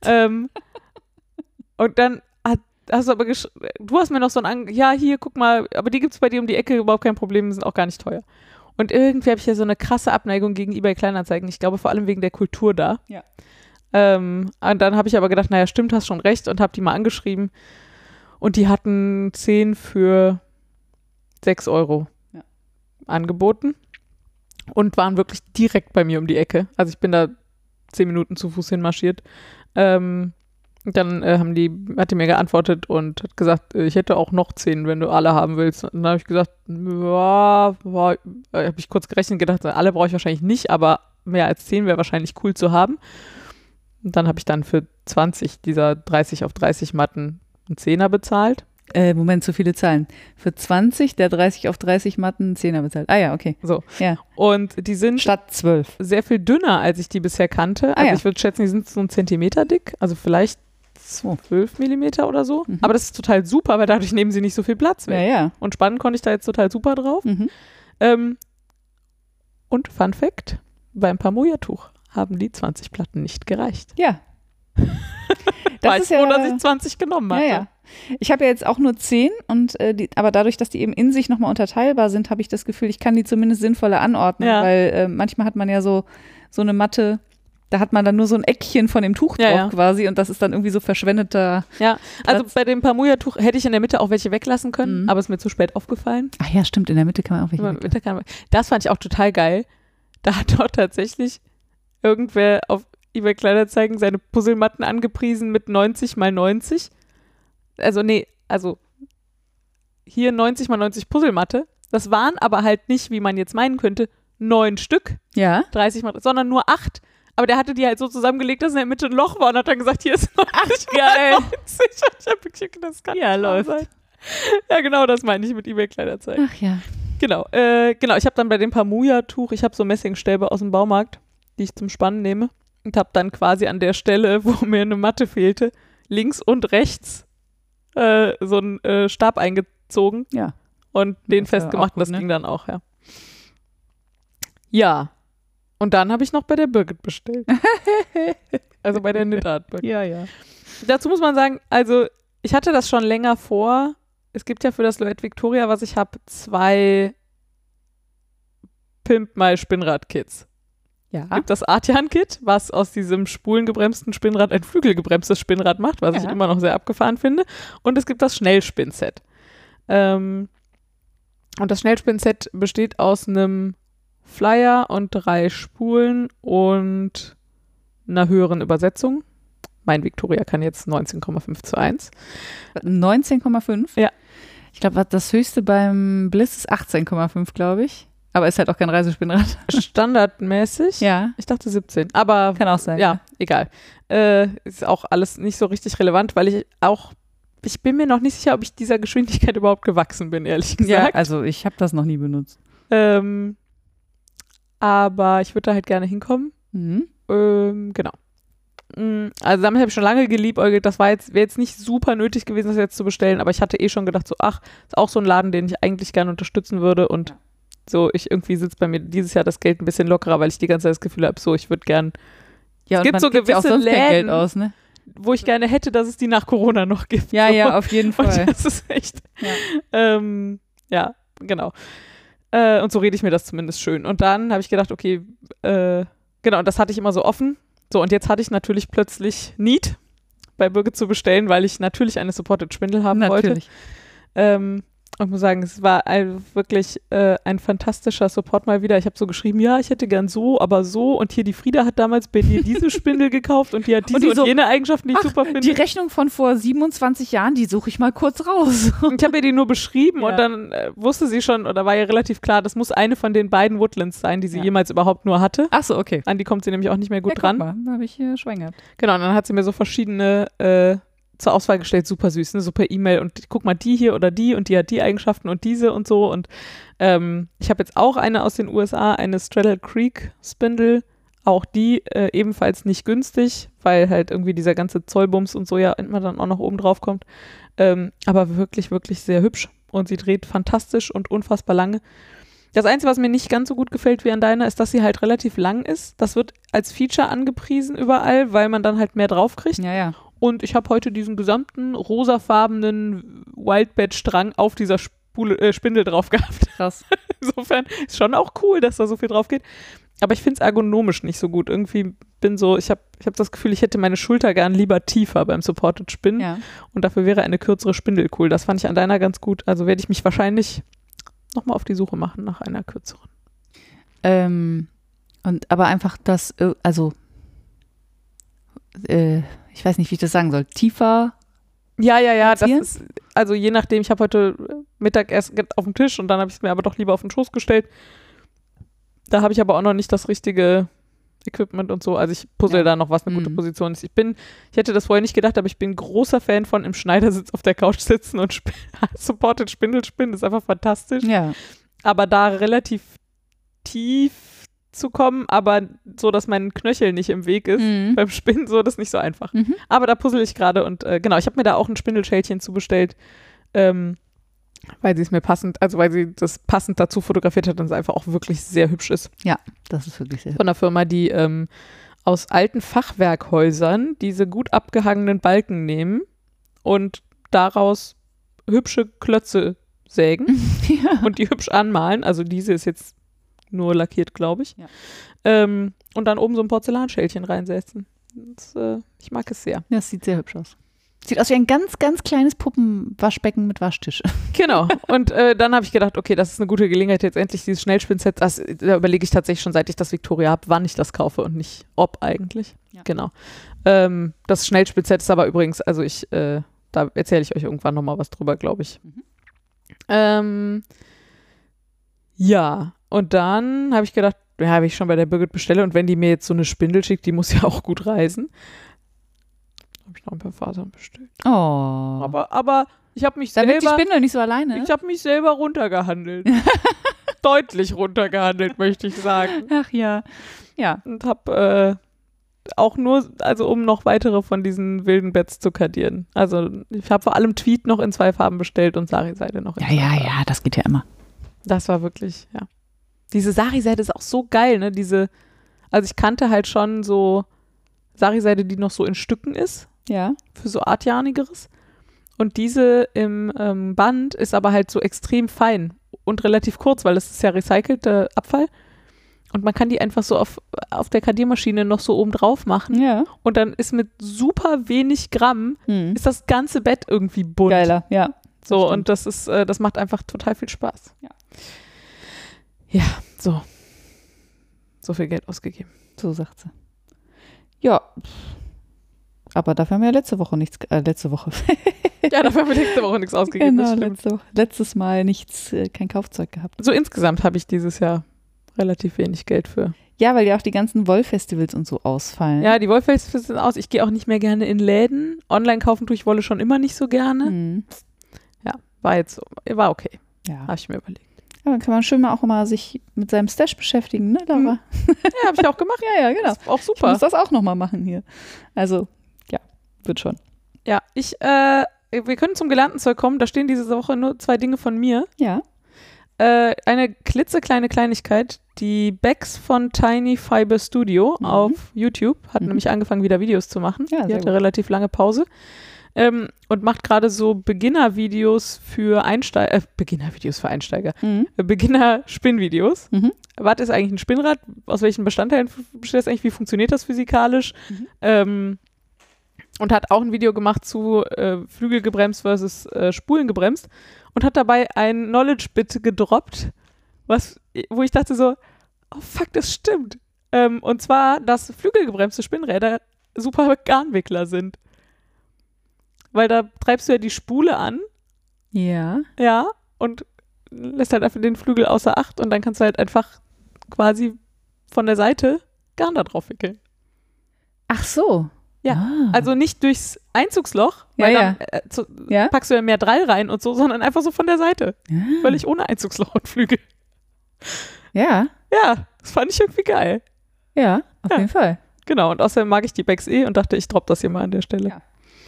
Und dann hast du aber du hast mir noch so hier, guck mal, aber die gibt es bei dir um die Ecke, überhaupt kein Problem, sind auch gar nicht teuer. Und irgendwie habe ich ja so eine krasse Abneigung gegen eBay Kleinanzeigen. Ich glaube vor allem wegen der Kultur da. Ja. Und dann habe ich aber gedacht, naja, stimmt, hast schon recht und habe die mal angeschrieben. Und die hatten 10 für 6 Euro angeboten und waren wirklich direkt bei mir um die Ecke. Also ich bin da 10 Minuten zu Fuß hinmarschiert. Dann hat die mir geantwortet und hat gesagt, ich hätte auch noch 10, wenn du alle haben willst. Und dann habe ich gesagt, habe ich kurz gerechnet und gedacht, alle brauche ich wahrscheinlich nicht, aber mehr als 10 wäre wahrscheinlich cool zu haben. Und dann habe ich dann für 20 dieser 30 auf 30 Matten einen 10er bezahlt. Moment, zu viele Zahlen. Für 20 der 30 auf 30 Matten einen 10er bezahlt. Ah ja, okay. So. Ja. Und die sind statt 12 sehr viel dünner, als ich die bisher kannte. Also ich würde schätzen, die sind so 1 Zentimeter dick, also vielleicht 12 Millimeter oder so. Mhm. Aber das ist total super, weil dadurch nehmen sie nicht so viel Platz weg. Ja. Und spannen konnte ich da jetzt total super drauf. Mhm. Und Fun Fact, beim Pamuja-Tuch haben die 20 Platten nicht gereicht. Ja. War ich froh, dass ich 20 genommen hatte. Ja. Ich habe ja jetzt auch nur 10 und aber dadurch, dass die eben in sich nochmal unterteilbar sind, habe ich das Gefühl, ich kann die zumindest sinnvoller anordnen, weil manchmal hat man ja so eine Matte, da hat man dann nur so ein Eckchen von dem Tuch drauf quasi und das ist dann irgendwie so verschwendeter Ja, also bei dem Pamuja-Tuch hätte ich in der Mitte auch welche weglassen können, aber ist mir zu spät aufgefallen. Ach ja, stimmt, in der Mitte kann man auch welche weglassen. Das fand ich auch total geil. Da hat doch tatsächlich irgendwer auf eBay Kleinanzeigen seine Puzzlematten angepriesen mit 90 mal 90. Also hier 90 mal 90 Puzzlematte. Das waren aber halt nicht, wie man jetzt meinen könnte, 9 Stück, 30 mal, sondern nur 8. Aber der hatte die halt so zusammengelegt, dass in der Mitte ein Loch war und hat dann gesagt, hier ist 90, geil. 90. Ich hab wirklich gedacht, das kann Ja, nicht wahr läuft. sein. Ja, genau, das meine ich mit eBay-Kleinanzeigen. Ach ja. Genau, ich habe dann bei dem Pamuja-Tuch, ich habe so Messingstäbe aus dem Baumarkt, die ich zum Spannen nehme und habe dann quasi an der Stelle, wo mir eine Matte fehlte, links und rechts so einen Stab eingezogen Ja. und den Das ist ja festgemacht auch und gut, das ne? ging dann auch, ja. Ja, und dann habe ich noch bei der Birgit bestellt. Also bei der Knit-Art Birgit. Ja. Dazu muss man sagen, also ich hatte das schon länger vor. Es gibt ja für das Loette Victoria, was ich habe, 2 Pimp My Spinnrad-Kits. Ja. Es gibt das Artian-Kit, was aus diesem spulengebremsten Spinnrad ein flügelgebremstes Spinnrad macht, was ich immer noch sehr abgefahren finde. Und es gibt das Schnellspinn-Set. Und das Schnellspinn-Set besteht aus einem Flyer und 3 Spulen und einer höheren Übersetzung. Mein Victoria kann jetzt 19,5:1. 19,5? Ja. Ich glaube, das höchste beim Bliss ist 18,5, glaube ich. Aber ist halt auch kein Reisespinnrad. Standardmäßig? Ja. Ich dachte 17. Aber Kann auch sein. ja, egal. Ist auch alles nicht so richtig relevant, weil ich bin mir noch nicht sicher, ob ich dieser Geschwindigkeit überhaupt gewachsen bin, ehrlich Ja, gesagt. also ich habe das noch nie benutzt. Aber ich würde da halt gerne hinkommen. Mhm. Genau. Also damit habe ich schon lange geliebäugelt. Das wäre jetzt nicht super nötig gewesen, das jetzt zu bestellen, aber ich hatte schon gedacht, so, ist auch so ein Laden, den ich eigentlich gerne unterstützen würde und so, irgendwie sitzt bei mir dieses Jahr das Geld ein bisschen lockerer, weil ich die ganze Zeit das Gefühl habe, so, ich würde gern, Ja, es und gibt man so gibt ja auch gewisse sonst kein Geld Läden, aus, ne? wo ich gerne hätte, dass es die nach Corona noch gibt. Ja, so. ja, auf jeden Fall. Und das ist echt, Ja. ja, genau. Und so rede ich mir das zumindest schön. Und dann habe ich gedacht, okay, genau, und das hatte ich immer so offen. So, und jetzt hatte ich natürlich plötzlich Need bei Birgit zu bestellen, weil ich natürlich eine Supported Spindel haben Natürlich. wollte. Und muss sagen, es war wirklich ein fantastischer Support mal wieder. Ich habe so geschrieben, ja, ich hätte gern so, aber so. Und hier die Frieda hat damals bei dir diese Spindel gekauft und die hat diese und jene Eigenschaften, die ich super finde. Die Rechnung von vor 27 Jahren, die suche ich mal kurz raus. Und ich habe ihr die nur beschrieben Ja. und dann wusste sie schon, oder war ihr relativ klar, das muss eine von den beiden Woodlands sein, die sie jemals überhaupt nur hatte. Ach so, okay. An die kommt sie nämlich auch nicht mehr gut dran. Da habe ich Schwein gehabt. Genau, und dann hat sie mir so verschiedene zur Auswahl gestellt, super süß, ne? So per E-Mail und guck mal, die hier oder die und die hat die Eigenschaften und diese und so und ich habe jetzt auch eine aus den USA, eine Straddle Creek Spindle, auch die ebenfalls nicht günstig, weil halt irgendwie dieser ganze Zollbums und so ja immer dann auch noch oben drauf kommt, aber wirklich, wirklich sehr hübsch und sie dreht fantastisch und unfassbar lange. Das Einzige, was mir nicht ganz so gut gefällt wie an deiner, ist, dass sie halt relativ lang ist. Das wird als Feature angepriesen überall, weil man dann halt mehr drauf kriegt. Ja. Und ich habe heute diesen gesamten rosafarbenen Wildbed-Strang auf dieser Spindel drauf gehabt. Krass. Insofern ist schon auch cool, dass da so viel drauf geht. Aber ich finde es ergonomisch nicht so gut. Irgendwie ich habe das Gefühl, ich hätte meine Schulter gern lieber tiefer beim Supported Spinnen. Ja. Und dafür wäre eine kürzere Spindel cool. Das fand ich an deiner ganz gut. Also werde ich mich wahrscheinlich nochmal auf die Suche machen nach einer kürzeren. Aber einfach das, ich weiß nicht, wie ich das sagen soll, tiefer. Ja, das platzieren? ist, also je nachdem, ich habe heute Mittag erst auf dem Tisch und dann habe ich es mir aber doch lieber auf den Schoß gestellt. Da habe ich aber auch noch nicht das richtige Equipment und so. Also ich puzzle da noch, was eine gute Position ist. Ich hätte das vorher nicht gedacht, aber ich bin großer Fan von im Schneidersitz auf der Couch sitzen und Supported Spindel spinnen. Das ist einfach fantastisch. Ja. Aber da relativ tief zu kommen, aber so, dass mein Knöchel nicht im Weg ist. Beim Spinnen so, das ist nicht so einfach. Aber da puzzle ich gerade und genau, ich habe mir da auch ein Spindelschälchen zubestellt, weil sie es mir weil sie das passend dazu fotografiert hat und es einfach auch wirklich sehr hübsch ist. Ja, das ist wirklich sehr hübsch. Von einer Firma, die aus alten Fachwerkhäusern diese gut abgehangenen Balken nehmen und daraus hübsche Klötze sägen und die hübsch anmalen. Also diese ist jetzt nur lackiert, glaube ich. Ja. Und dann oben so ein Porzellanschälchen reinsetzen. Ich mag es sehr. Ja, das sieht sehr hübsch aus. Sieht aus wie ein ganz, ganz kleines Puppenwaschbecken mit Waschtisch. Genau. Und dann habe ich gedacht, okay, das ist eine gute Gelegenheit, jetzt endlich dieses Schnellspinnset. Da überlege ich tatsächlich schon, seit ich das Victoria habe, wann ich das kaufe und nicht ob eigentlich. Ja. Genau. Das Schnellspinnset ist aber übrigens, also da erzähle ich euch irgendwann nochmal was drüber, glaube ich. Ja. Und dann habe ich gedacht, ja, wenn ich schon bei der Birgit bestelle und wenn die mir jetzt so eine Spindel schickt, die muss ja auch gut reisen. Habe ich noch ein paar Fasern bestellt. Oh. Aber ich habe mich Damit die selber... Spindel nicht so alleine. Ich habe mich selber runtergehandelt. Deutlich runtergehandelt, möchte ich sagen. Ach ja. Ja. Und habe auch nur, also um noch weitere von diesen wilden Bets zu kadieren. Also ich habe vor allem Tweet noch in 2 Farben bestellt und Sari-Seide noch in 2 Farben. Ja, das geht ja immer. Das war wirklich, ja. Diese Sari-Seide ist auch so geil, ne? Also ich kannte halt schon so Sari-Seide, die noch so in Stücken ist. Ja. Für so Artjanigeres. Und diese im Band ist aber halt so extrem fein und relativ kurz, weil das ist ja recycelter Abfall. Und man kann die einfach so auf der Kadiermaschine noch so oben drauf machen. Ja. Und dann ist mit super wenig Gramm ist das ganze Bett irgendwie bunt. Geiler, ja. So, und das macht einfach total viel Spaß. Ja. Ja, so. So viel Geld ausgegeben. So sagt sie. Ja. Aber dafür haben wir ja letzte Woche. Ja, dafür haben wir letzte Woche nichts ausgegeben. Genau, letztes Mal nichts, kein Kaufzeug gehabt. So insgesamt habe ich dieses Jahr relativ wenig Geld für. Ja, weil ja auch die ganzen Wollfestivals und so ausfallen. Ja, die Wollfestivals sind aus. Ich gehe auch nicht mehr gerne in Läden. Online kaufen tue ich Wolle schon immer nicht so gerne. Ja, war okay. Ja. Habe ich mir überlegt. Ja, dann kann man schön mal auch mal sich mit seinem Stash beschäftigen, ne, Laura? Ja, habe ich auch gemacht. Ja, genau. Das ist auch super. Ich muss das auch nochmal machen hier. Also, ja, wird schon. Ja, wir können zum gelernten Zeug kommen. Da stehen diese Woche nur 2 Dinge von mir. Ja. Eine klitzekleine Kleinigkeit. Die Bex von Tiny Fiber Studio auf YouTube hat nämlich angefangen, wieder Videos zu machen. Ja, die hatte relativ lange Pause. Und macht gerade so Beginner-Videos für Einsteiger. Beginner-Spinnvideos. Was ist eigentlich ein Spinnrad? Aus welchen Bestandteilen besteht das eigentlich? Wie funktioniert das physikalisch? Und hat auch ein Video gemacht zu Flügel gebremst versus Spulen gebremst und hat dabei ein Knowledge-Bit gedroppt, wo ich dachte so, oh fuck, das stimmt. Und zwar, dass flügelgebremste Spinnräder super Garnwickler sind. Weil da treibst du ja die Spule an. Ja. Ja, und lässt halt einfach den Flügel außer Acht und dann kannst du halt einfach quasi von der Seite Garn da drauf wickeln. Ach so. Ja, also nicht durchs Einzugsloch, weil dann packst du ja mehr Drall rein und so, sondern einfach so von der Seite. Ja. Völlig ohne Einzugsloch und Flügel. Ja. Ja, das fand ich irgendwie geil. Ja, auf jeden Fall. Genau, und außerdem mag ich die Bex und dachte, ich droppe das hier mal an der Stelle. Ja.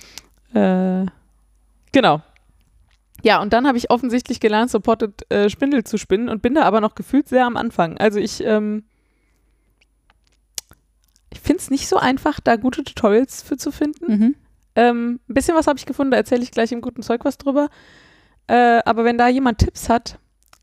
Genau. Ja, und dann habe ich offensichtlich gelernt, Supported Spindel zu spinnen und bin da aber noch gefühlt sehr am Anfang. Also ich finde es nicht so einfach, da gute Tutorials für zu finden. Ein bisschen was habe ich gefunden, da erzähle ich gleich im guten Zeug was drüber. Aber wenn da jemand Tipps hat,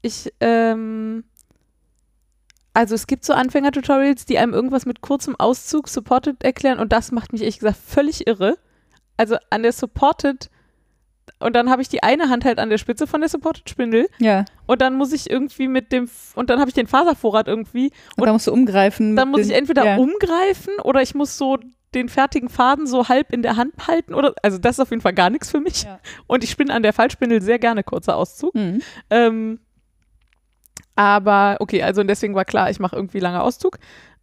also es gibt so Anfänger-Tutorials, die einem irgendwas mit kurzem Auszug Supported erklären und das macht mich ehrlich gesagt völlig irre. Also an der Supported und dann habe ich die eine Hand halt an der Spitze von der Supported-Spindel. Ja. Und dann muss ich irgendwie und dann habe ich den Faservorrat irgendwie. Und dann musst du umgreifen. Dann muss ich entweder umgreifen oder ich muss so den fertigen Faden so halb in der Hand halten also das ist auf jeden Fall gar nichts für mich. Ja. Und ich spinne an der Fallspindel sehr gerne kurzer Auszug. Aber okay, also deswegen war klar, ich mache irgendwie langer Auszug.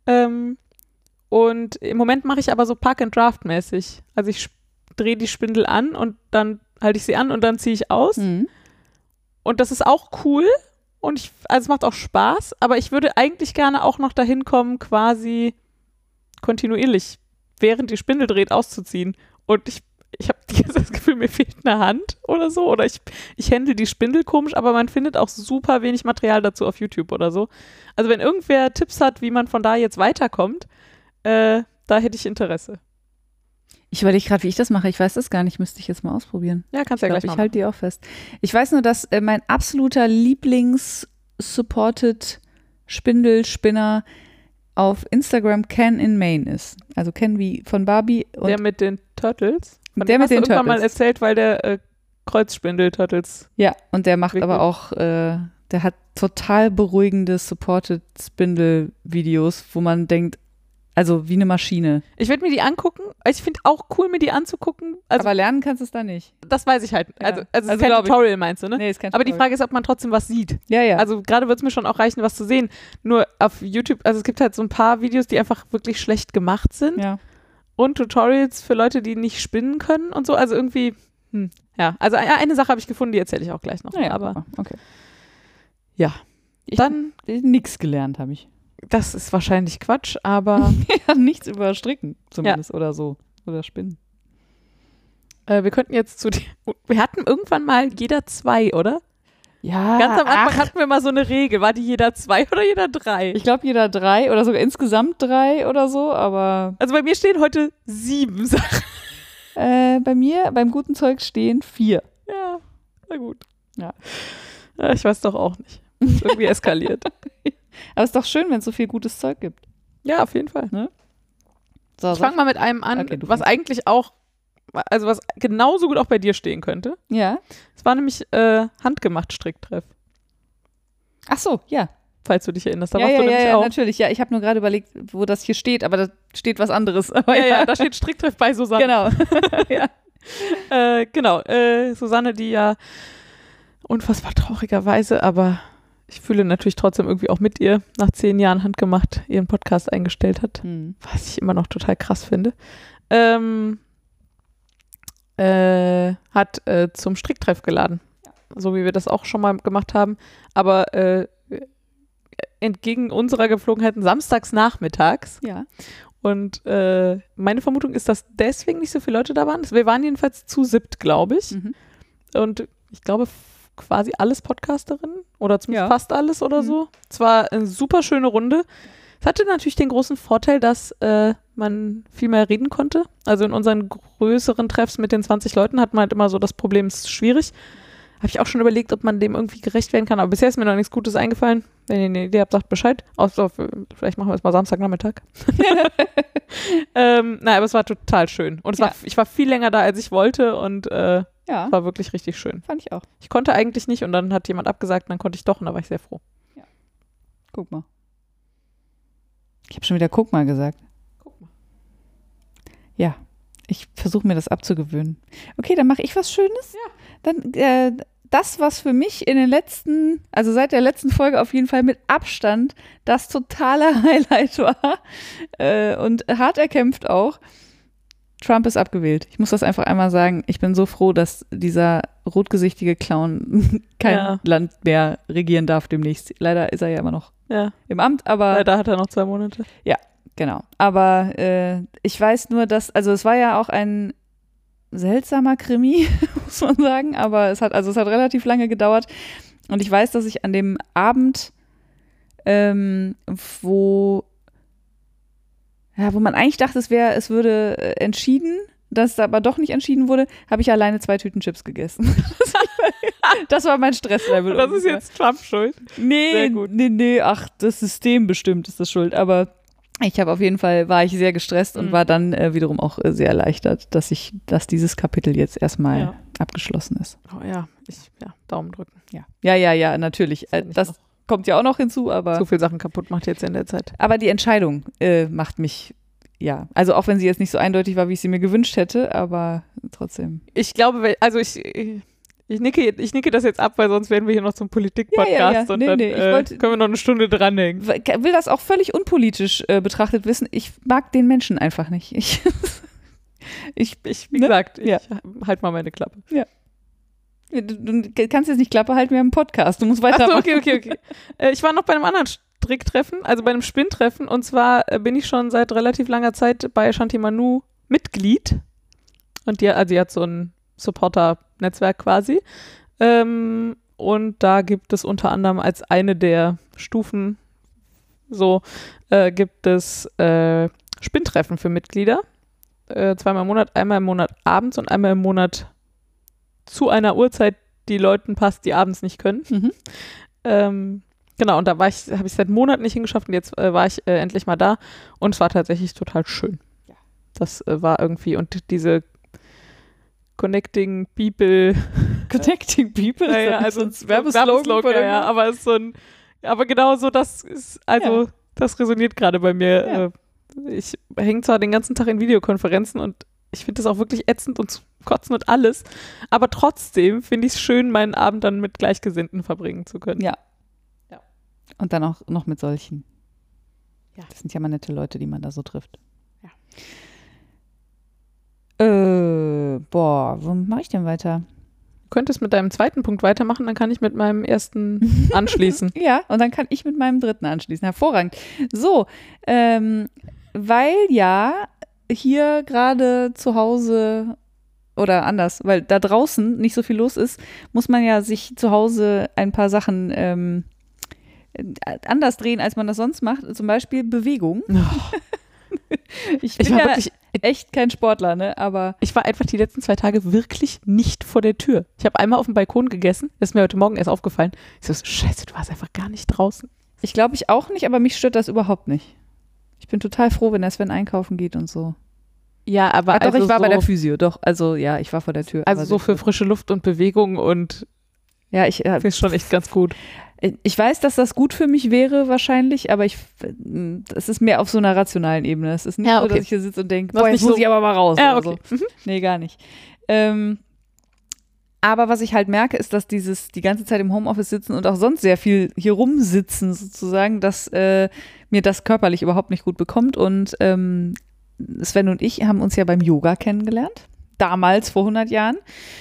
Und im Moment mache ich aber so Park-and-Draft-mäßig. Also ich drehe die Spindel an und dann halte ich sie an und dann ziehe ich aus. Und das ist auch cool und also es macht auch Spaß, aber ich würde eigentlich gerne auch noch dahin kommen, quasi kontinuierlich, während die Spindel dreht, auszuziehen. Und ich habe das Gefühl, mir fehlt eine Hand oder so. Oder ich handle die Spindel komisch, aber man findet auch super wenig Material dazu auf YouTube oder so. Also wenn irgendwer Tipps hat, wie man von da jetzt weiterkommt, da hätte ich Interesse. Ich überlege gerade, wie ich das mache. Ich weiß das gar nicht. Müsste ich jetzt mal ausprobieren. Ja, kannst ja gleich mal. Ich halte die auch fest. Ich weiß nur, dass mein absoluter Lieblings-Supported Spindelspinner auf Instagram Ken in Maine ist. Also Ken wie von Barbie. Und der mit den Turtles? Der mit den Turtles. Irgendwann mal erzählt, weil der Kreuzspindel-Turtles. Ja, und der macht aber auch, der hat total beruhigende Supported Spindle-Videos, wo man denkt, Also wie eine Maschine. Ich werde mir die angucken. Ich finde auch cool, mir die anzugucken. Also, aber lernen kannst du es da nicht. Das weiß ich halt. Ja. Also es ist Also kein Tutorial, meinst du, ne? Nee, ist kein Aber die Tutorial. Frage ist, ob man trotzdem was sieht. Ja, ja. Also gerade wird es mir schon auch reichen, was zu sehen. Nur auf YouTube, also es gibt halt so ein paar Videos, die einfach wirklich schlecht gemacht sind. ja. Und Tutorials für Leute, die nicht spinnen können und so. Also irgendwie, ja. Also eine Sache habe ich gefunden, die erzähle ich auch gleich noch. Naja, aber okay. ja. Dann nichts gelernt habe ich. Das ist wahrscheinlich Quatsch, aber Ja, nichts über Stricken zumindest oder so. Oder Spinnen. wir könnten jetzt wir hatten irgendwann mal jeder 2, oder? Ja. Ganz am Anfang hatten wir mal so eine Regel. War die jeder 2 oder jeder 3? Ich glaube jeder 3 oder sogar insgesamt 3 oder so, aber Also bei mir stehen heute 7 Sachen. bei mir beim guten Zeug stehen 4. Ja, na gut. Ja. Ich weiß doch auch nicht. Ist irgendwie eskaliert. Aber es ist doch schön, wenn es so viel gutes Zeug gibt. Ja, auf jeden Fall. So, Ich fange mal mit einem an, Okay, was eigentlich auch, also was genauso gut auch bei dir stehen könnte. Ja. Es war nämlich handgemacht Stricktreff, Ach so, ja. falls du dich erinnerst. Da Ja, warst du nämlich ja, auch. natürlich. Ja, ich habe nur gerade überlegt, wo das hier steht, aber da steht was anderes. Aber Ja, da steht Stricktreff bei Susanne. Genau. Ja. Genau, Susanne, die ja unfassbar traurigerweise, aber ich fühle natürlich trotzdem irgendwie auch mit ihr, nach 10 Jahren handgemacht, ihren Podcast eingestellt hat, was ich immer noch total krass finde. Hat zum Stricktreff geladen, so wie wir das auch schon mal gemacht haben, aber entgegen unserer Gepflogenheiten samstags nachmittags. Ja. Und meine Vermutung ist, dass deswegen nicht so viele Leute da waren. Wir waren jedenfalls zu 7, glaube ich. Und ich glaube quasi alles Podcasterinnen oder zumindest fast alles oder so. Es war eine super schöne Runde. Es hatte natürlich den großen Vorteil, dass man viel mehr reden konnte. Also in unseren größeren Treffs mit den 20 Leuten hat man halt immer so das Problem, es ist schwierig. Habe ich auch schon überlegt, ob man dem irgendwie gerecht werden kann. Aber bisher ist mir noch nichts Gutes eingefallen. Wenn ihr eine Idee habt, sagt Bescheid. Außer vielleicht machen wir es mal Samstagnachmittag. Nein, aber es war total schön. Und ich war viel länger da, als ich wollte. Und es war wirklich richtig schön. Fand ich auch. Ich konnte eigentlich nicht und dann hat jemand abgesagt und dann konnte ich doch und da war ich sehr froh. Ja. Guck mal. Ich habe schon wieder guck mal gesagt. Guck mal. Ja, ich versuche mir das abzugewöhnen. Okay, dann mache ich was Schönes. Ja. Dann das, was für mich also seit der letzten Folge auf jeden Fall mit Abstand das totale Highlight war und hart erkämpft auch. Trump ist abgewählt. Ich muss das einfach einmal sagen. Ich bin so froh, dass dieser rotgesichtige Clown kein Land mehr regieren darf demnächst. Leider ist er ja immer noch im Amt, aber Leider hat er noch 2 Monate. Ja, genau. Aber ich weiß nur, dass, also es war ja auch ein seltsamer Krimi, muss man sagen, aber es hat relativ lange gedauert. Und ich weiß, dass ich an dem Abend, wo man eigentlich dachte, es würde entschieden, dass aber doch nicht entschieden wurde, habe ich alleine 2 Tüten Chips gegessen. Das war mein Stresslevel. Das ist jetzt Trump schuld. Nee, ach, das System bestimmt ist das schuld, aber war ich sehr gestresst und war dann wiederum auch sehr erleichtert, dass dieses Kapitel jetzt erstmal abgeschlossen ist. Oh ja, Daumen drücken. Ja, natürlich. Das kommt ja auch noch hinzu, aber so viele Sachen kaputt macht jetzt in der Zeit. Aber die Entscheidung macht mich, also auch wenn sie jetzt nicht so eindeutig war, wie ich sie mir gewünscht hätte, aber trotzdem. Ich glaube, also ich nicke das jetzt ab, weil sonst werden wir hier noch zum Politik-Podcast und dann können wir noch eine Stunde dranhängen. Ich will das auch völlig unpolitisch betrachtet wissen. Ich mag den Menschen einfach nicht. Wie gesagt, ich halt mal meine Klappe. Ja. Du kannst jetzt nicht Klappe halten, wir haben einen Podcast. Du musst weitermachen. Achso, okay. Ich war noch bei einem anderen Stricktreffen, also bei einem Spinntreffen. Und zwar bin ich schon seit relativ langer Zeit bei Shanti Manu Mitglied. Und die hat so ein Supporter-Netzwerk quasi. Und da gibt es unter anderem als eine der Stufen gibt es Spinntreffen für Mitglieder. 2-mal im Monat, einmal im Monat abends und einmal im Monat zu einer Uhrzeit, die Leuten passt, die abends nicht können. Genau, und da habe ich seit Monaten nicht hingeschafft und jetzt war ich endlich mal da und es war tatsächlich total schön. Ja. Das war irgendwie, und diese Connecting People. Connecting People? Ja, also ein Werbeslogan, ja, aber es ist aber genau so, das ist, das resoniert gerade bei mir. Ich hänge zwar den ganzen Tag in Videokonferenzen und ich finde das auch wirklich ätzend und zu kotzen und alles, aber trotzdem finde ich es schön, meinen Abend dann mit Gleichgesinnten verbringen zu können. Ja. Ja. Und dann auch noch mit solchen. Ja. Das sind ja mal nette Leute, die man da so trifft. Ja. Wo mache ich denn weiter? Du könntest mit deinem zweiten Punkt weitermachen, dann kann ich mit meinem ersten anschließen. Ja, und dann kann ich mit meinem dritten anschließen. Hervorragend. So, weil ja hier gerade zu Hause oder anders, weil da draußen nicht so viel los ist, muss man ja sich zu Hause ein paar Sachen anders drehen, als man das sonst macht. Zum Beispiel Bewegung. Ich bin ja wirklich echt kein Sportler, ne? Aber ich war einfach die letzten 2 Tage wirklich nicht vor der Tür. Ich habe einmal auf dem Balkon gegessen, das ist mir heute Morgen erst aufgefallen. Ich so, scheiße, du warst einfach gar nicht draußen. ich glaube, ich auch nicht, aber mich stört das überhaupt nicht. Ich bin total froh, wenn der Sven einkaufen geht und so. Ja, aber Doch, also ich war so, bei der Physio, doch. Also ja, ich war vor der Tür. also so für frische Luft und Bewegung und ja, ich ist schon echt ganz gut. Ich weiß, dass das gut für mich wäre wahrscheinlich, aber es ist mehr auf so einer rationalen Ebene. Es ist nicht so, dass ich hier sitze und denke, boah, jetzt muss ich aber mal raus. Ja, oder okay. so. Nee, gar nicht. Aber was ich halt merke, ist, dass die ganze Zeit im Homeoffice sitzen und auch sonst sehr viel hier rumsitzen sozusagen, dass mir das körperlich überhaupt nicht gut bekommt. Und Sven und ich haben uns ja beim Yoga kennengelernt, damals vor 100 Jahren.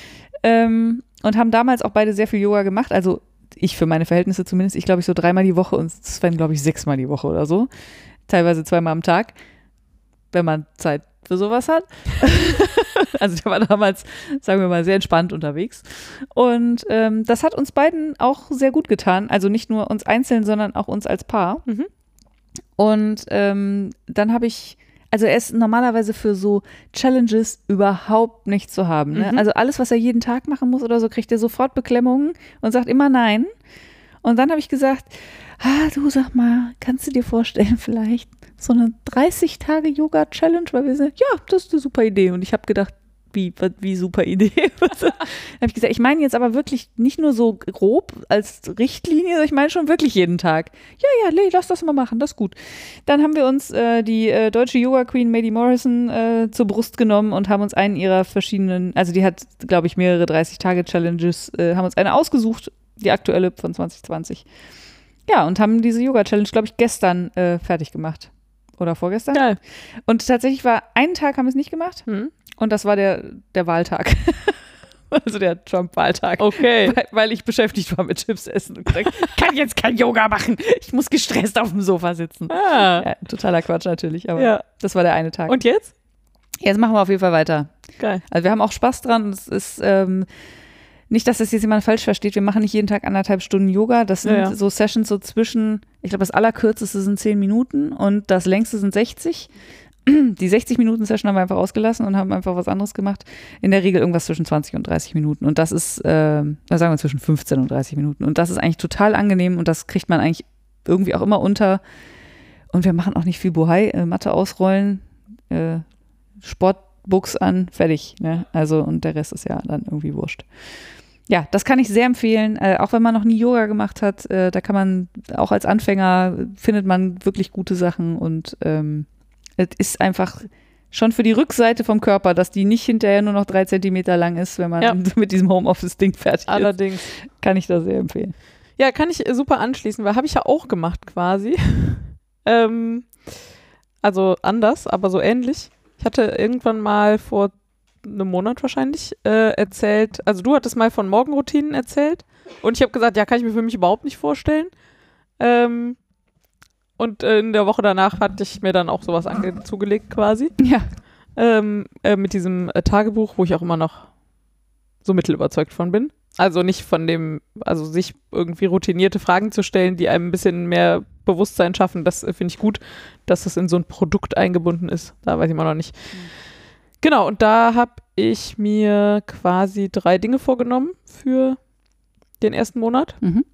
Und haben damals auch beide sehr viel Yoga gemacht. Also ich für meine Verhältnisse zumindest. Ich glaube, so 3-mal die Woche und Sven, glaube ich, 6-mal die Woche oder so. Teilweise 2-mal am Tag, wenn man Zeit für sowas hat. Also der war damals, sagen wir mal, sehr entspannt unterwegs. Und das hat uns beiden auch sehr gut getan. Also nicht nur uns einzeln, sondern auch uns als Paar. Mhm. Und dann habe ich, also er ist normalerweise für so Challenges überhaupt nicht zu haben. Ne? Also alles, was er jeden Tag machen muss oder so, kriegt er sofort Beklemmungen und sagt immer nein. Und dann habe ich gesagt, du sag mal, kannst du dir vorstellen vielleicht so eine 30-Tage-Yoga-Challenge? Weil wir sind, ja, das ist eine super Idee. Und ich habe gedacht, wie super Idee. Dann habe ich gesagt, ich meine jetzt aber wirklich nicht nur so grob als Richtlinie, sondern ich meine schon wirklich jeden Tag. Ja, lass das mal machen, das ist gut. Dann haben wir uns die deutsche Yoga-Queen Maddie Morrison zur Brust genommen und haben uns einen ihrer verschiedenen, also die hat, glaube ich, mehrere 30-Tage-Challenges, haben uns eine ausgesucht, die aktuelle von 2020. Ja, und haben diese Yoga-Challenge, glaube ich, gestern fertig gemacht. Oder vorgestern. Geil. Und tatsächlich war, einen Tag haben wir es nicht gemacht. Und das war der Wahltag. Also der Trump-Wahltag. Okay. Weil ich beschäftigt war mit Chips essen und gesagt, ich kann jetzt kein Yoga machen. Ich muss gestresst auf dem Sofa sitzen. Ja, totaler Quatsch natürlich, aber das war der eine Tag. Und jetzt? Jetzt machen wir auf jeden Fall weiter. Geil. Also wir haben auch Spaß dran. Und es ist nicht, dass das jetzt jemand falsch versteht. Wir machen nicht jeden Tag 1,5 Stunden Yoga. Das sind so Sessions so zwischen, ich glaube, das allerkürzeste sind 10 Minuten und das längste sind 60. Die 60-Minuten-Session haben wir einfach ausgelassen und haben einfach was anderes gemacht. In der Regel irgendwas zwischen 20 und 30 Minuten. Und das ist, sagen wir zwischen 15 und 30 Minuten. Und das ist eigentlich total angenehm und das kriegt man eigentlich irgendwie auch immer unter. Und wir machen auch nicht viel Bohai, Matte ausrollen, Sportbuchs an, fertig. Ne? Also, und der Rest ist ja dann irgendwie wurscht. Ja, das kann ich sehr empfehlen, auch wenn man noch nie Yoga gemacht hat. Da kann man, auch als Anfänger, findet man wirklich gute Sachen und es ist einfach schon für die Rückseite vom Körper, dass die nicht hinterher nur noch 3 Zentimeter lang ist, wenn man mit diesem Homeoffice-Ding fertig Allerdings. ist. Kann ich das sehr empfehlen. Ja, kann ich super anschließen, weil habe ich ja auch gemacht quasi. Also anders, aber so ähnlich. Ich hatte irgendwann mal vor einem Monat wahrscheinlich erzählt, also du hattest mal von Morgenroutinen erzählt und ich habe gesagt, ja, kann ich mir für mich überhaupt nicht vorstellen. Und in der Woche danach hatte ich mir dann auch sowas zugelegt quasi. Ja. Mit diesem Tagebuch, wo ich auch immer noch so mittelüberzeugt von bin. Also nicht von dem, also sich irgendwie routinierte Fragen zu stellen, die einem ein bisschen mehr Bewusstsein schaffen, das finde ich gut, dass das in so ein Produkt eingebunden ist. Da weiß ich immer noch nicht. Genau, und da habe ich mir quasi 3 Dinge vorgenommen für den ersten Monat.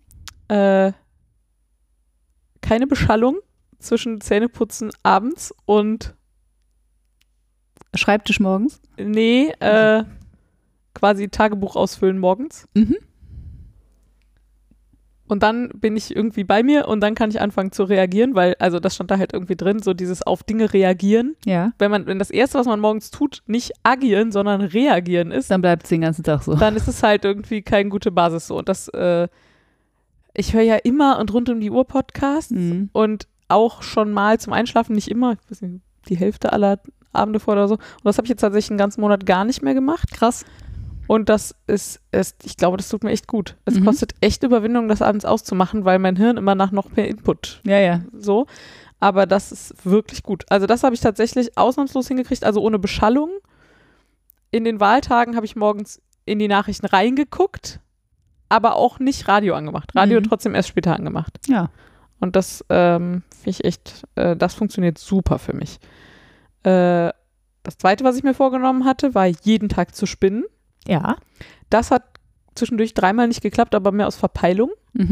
Keine Beschallung zwischen Zähneputzen abends und Schreibtisch morgens? Nee, quasi Tagebuch ausfüllen morgens. Und dann bin ich irgendwie bei mir und dann kann ich anfangen zu reagieren, weil, also das stand da halt irgendwie drin, so dieses auf Dinge reagieren. Ja. Wenn das Erste, was man morgens tut, nicht agieren, sondern reagieren ist, Dann bleibt es den ganzen Tag so. dann ist es halt irgendwie keine gute Basis so. Und das, ich höre ja immer und rund um die Uhr Podcasts und auch schon mal zum Einschlafen, nicht immer, ich weiß nicht, die Hälfte aller Abende vor oder so. Und das habe ich jetzt tatsächlich einen ganzen Monat gar nicht mehr gemacht. Krass. Und das ich glaube, das tut mir echt gut. Es kostet echt Überwindung, das abends auszumachen, weil mein Hirn immer nach noch mehr Input so. Aber das ist wirklich gut. Also das habe ich tatsächlich ausnahmslos hingekriegt, also ohne Beschallung. In den Wahltagen habe ich morgens in die Nachrichten reingeguckt, aber auch nicht Radio angemacht. Radio trotzdem erst später angemacht. Ja. Und das finde ich echt, das funktioniert super für mich. Das Zweite, was ich mir vorgenommen hatte, war jeden Tag zu spinnen. Ja. Das hat zwischendurch 3-mal nicht geklappt, aber mehr aus Verpeilung.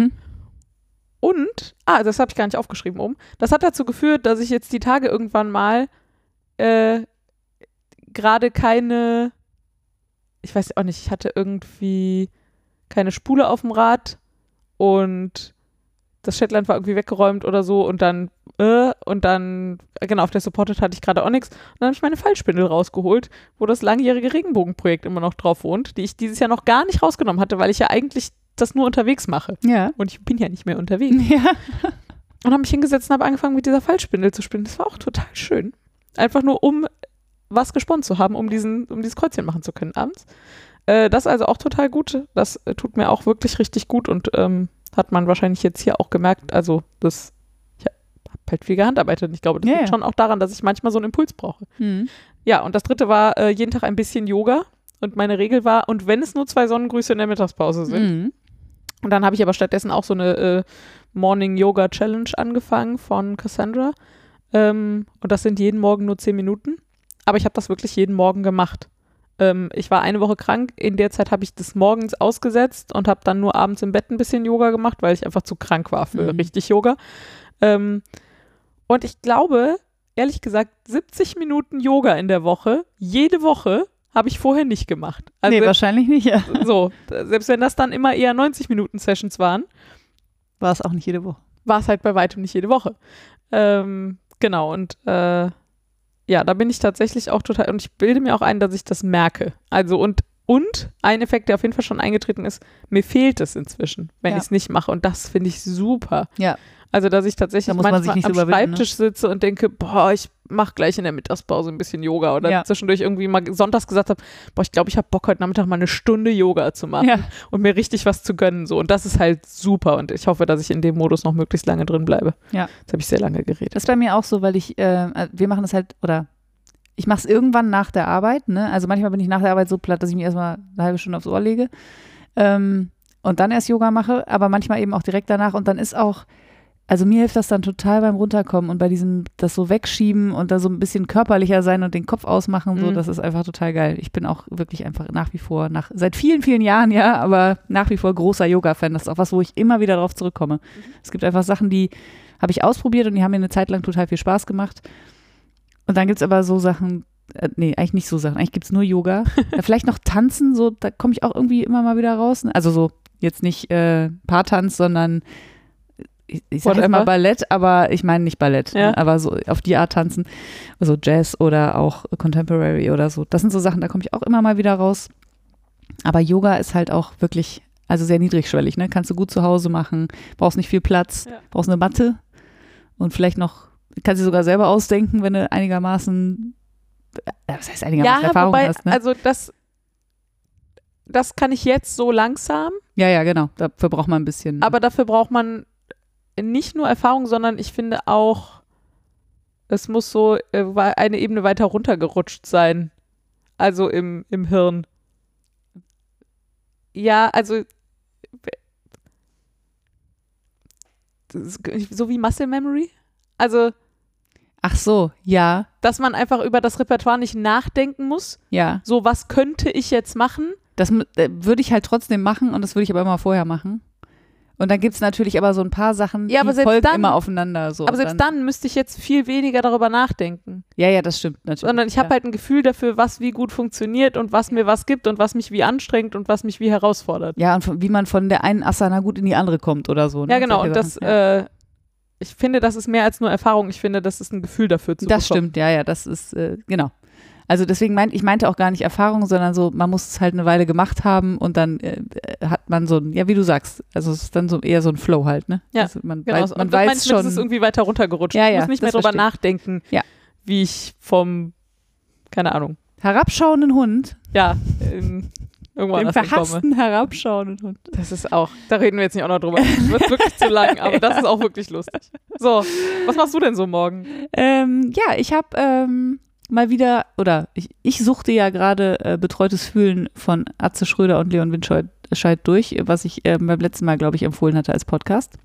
Und, das habe ich gar nicht aufgeschrieben oben. Das hat dazu geführt, dass ich jetzt die Tage irgendwann mal gerade keine, ich weiß auch nicht, ich hatte irgendwie keine Spule auf dem Rad und das Shetland war irgendwie weggeräumt oder so und dann, genau, auf der Supported hatte ich gerade auch nichts. Und dann habe ich meine Fallspindel rausgeholt, wo das langjährige Regenbogenprojekt immer noch drauf wohnt, die ich dieses Jahr noch gar nicht rausgenommen hatte, weil ich ja eigentlich das nur unterwegs mache. Ja. Und ich bin ja nicht mehr unterwegs. Ja. Und habe mich hingesetzt und habe angefangen, mit dieser Fallspindel zu spinnen. Das war auch total schön. Einfach nur, um was gesponnen zu haben, um dieses Kreuzchen machen zu können abends. Das ist also auch total gut. Das tut mir auch wirklich richtig gut und hat man wahrscheinlich jetzt hier auch gemerkt. Also ich habe halt viel gehandarbeitet und ich glaube, das liegt schon auch daran, dass ich manchmal so einen Impuls brauche. Ja, und das Dritte war jeden Tag ein bisschen Yoga und meine Regel war, und wenn es nur 2 Sonnengrüße in der Mittagspause sind. Und dann habe ich aber stattdessen auch so eine Morning Yoga Challenge angefangen von Cassandra. Und das sind jeden Morgen nur 10 Minuten. Aber ich habe das wirklich jeden Morgen gemacht. Ich war eine Woche krank. In der Zeit habe ich das morgens ausgesetzt und habe dann nur abends im Bett ein bisschen Yoga gemacht, weil ich einfach zu krank war für richtig Yoga. Und ich glaube, ehrlich gesagt, 70 Minuten Yoga in der Woche, jede Woche, habe ich vorher nicht gemacht. Also nee, wahrscheinlich nicht, ja. So, selbst wenn das dann immer eher 90-Minuten-Sessions waren. War es auch nicht jede Woche. War es halt bei weitem nicht jede Woche. Genau, und ja, da bin ich tatsächlich auch total, und ich bilde mir auch ein, dass ich das merke. Also und ein Effekt, der auf jeden Fall schon eingetreten ist, mir fehlt es inzwischen, wenn ich es nicht mache. Und das finde ich super. Ja. Also, dass ich tatsächlich manchmal am Schreibtisch sitze und denke, boah, ich mache gleich in der Mittagspause ein bisschen Yoga. Oder zwischendurch irgendwie mal sonntags gesagt habe, boah, ich glaube, ich habe Bock, heute Nachmittag mal eine Stunde Yoga zu machen und mir richtig was zu gönnen. So. Und das ist halt super. Und ich hoffe, dass ich in dem Modus noch möglichst lange drin bleibe. Ja. Jetzt habe ich sehr lange geredet. Das ist bei mir auch so, weil wir machen das halt, oder ich mache es irgendwann nach der Arbeit. Ne? Also manchmal bin ich nach der Arbeit so platt, dass ich mir erstmal eine halbe Stunde aufs Ohr lege und dann erst Yoga mache, aber manchmal eben auch direkt danach. Und dann ist auch, also mir hilft das dann total beim Runterkommen und bei diesem, das so wegschieben und da so ein bisschen körperlicher sein und den Kopf ausmachen, so, das ist einfach total geil. Ich bin auch wirklich einfach nach wie vor, seit vielen, vielen Jahren, aber nach wie vor großer Yoga-Fan. Das ist auch was, wo ich immer wieder drauf zurückkomme. Es gibt einfach Sachen, die habe ich ausprobiert und die haben mir eine Zeit lang total viel Spaß gemacht. Und dann gibt es aber so Sachen, nee, eigentlich nicht so Sachen, eigentlich gibt es nur Yoga. Vielleicht noch Tanzen, so, da komme ich auch irgendwie immer mal wieder raus. Also so, jetzt nicht Paartanz, sondern ich sage jetzt mal Ballett, aber ich meine nicht Ballett, aber so auf die Art tanzen, also Jazz oder auch Contemporary oder so. Das sind so Sachen, da komme ich auch immer mal wieder raus. Aber Yoga ist halt auch wirklich, also sehr niedrigschwellig, ne? Kannst du gut zu Hause machen, brauchst nicht viel Platz, brauchst eine Matte und vielleicht noch, kannst du sogar selber ausdenken, wenn du einigermaßen, was heißt einigermaßen Erfahrung hast. Ne? Also das kann ich jetzt so langsam. Ja, genau, dafür braucht man ein bisschen. Aber dafür braucht man nicht nur Erfahrung, sondern ich finde auch, es muss so eine Ebene weiter runtergerutscht sein. Also im Hirn. Ja, also so wie Muscle Memory. Also ach so, ja. Dass man einfach über das Repertoire nicht nachdenken muss. Ja. So, was könnte ich jetzt machen? Das würde ich halt trotzdem machen und das würde ich aber immer vorher machen. Und dann gibt es natürlich aber so ein paar Sachen, Ja, aber die selbst folgen dann- immer aufeinander. So. Aber selbst dann müsste ich jetzt viel weniger darüber nachdenken. Ja, das stimmt natürlich. Sondern ich habe halt ein Gefühl dafür, was wie gut funktioniert und was mir was gibt und was mich wie anstrengt und was mich wie herausfordert. Ja, und wie man von der einen Asana gut in die andere kommt oder so. Ne? Ja, genau. Solche Und das, Sachen. ich finde, das ist mehr als nur Erfahrung. Ich finde, das ist ein Gefühl dafür zu Das bekommen. stimmt, ja, das ist, genau. Also deswegen ich meinte auch gar nicht Erfahrung, sondern so, man muss es halt eine Weile gemacht haben und dann hat man so ein, ja, wie du sagst, also es ist dann so eher so ein Flow halt, ne? Ja, also man Genau. weiß, Und man das meine weiß ich mit, schon. es ist irgendwie weiter runtergerutscht. Ja, ich ja, muss nicht mehr das drüber verstehe ich. nachdenken, Ja. wie ich vom, keine Ahnung, herabschauenden Hund, ja, irgendwo dem anders hinkomme. verhassten herabschauenden Hund. Das ist auch, da reden wir jetzt nicht auch noch drüber. Das wird wirklich zu lang, aber das ist auch wirklich lustig. So, was machst du denn so morgen? Ja, ich habe mal wieder, oder ich suchte ja gerade Betreutes Fühlen von Atze Schröder und Leon Winscheid durch, was ich beim letzten Mal, glaube ich, empfohlen hatte als Podcast.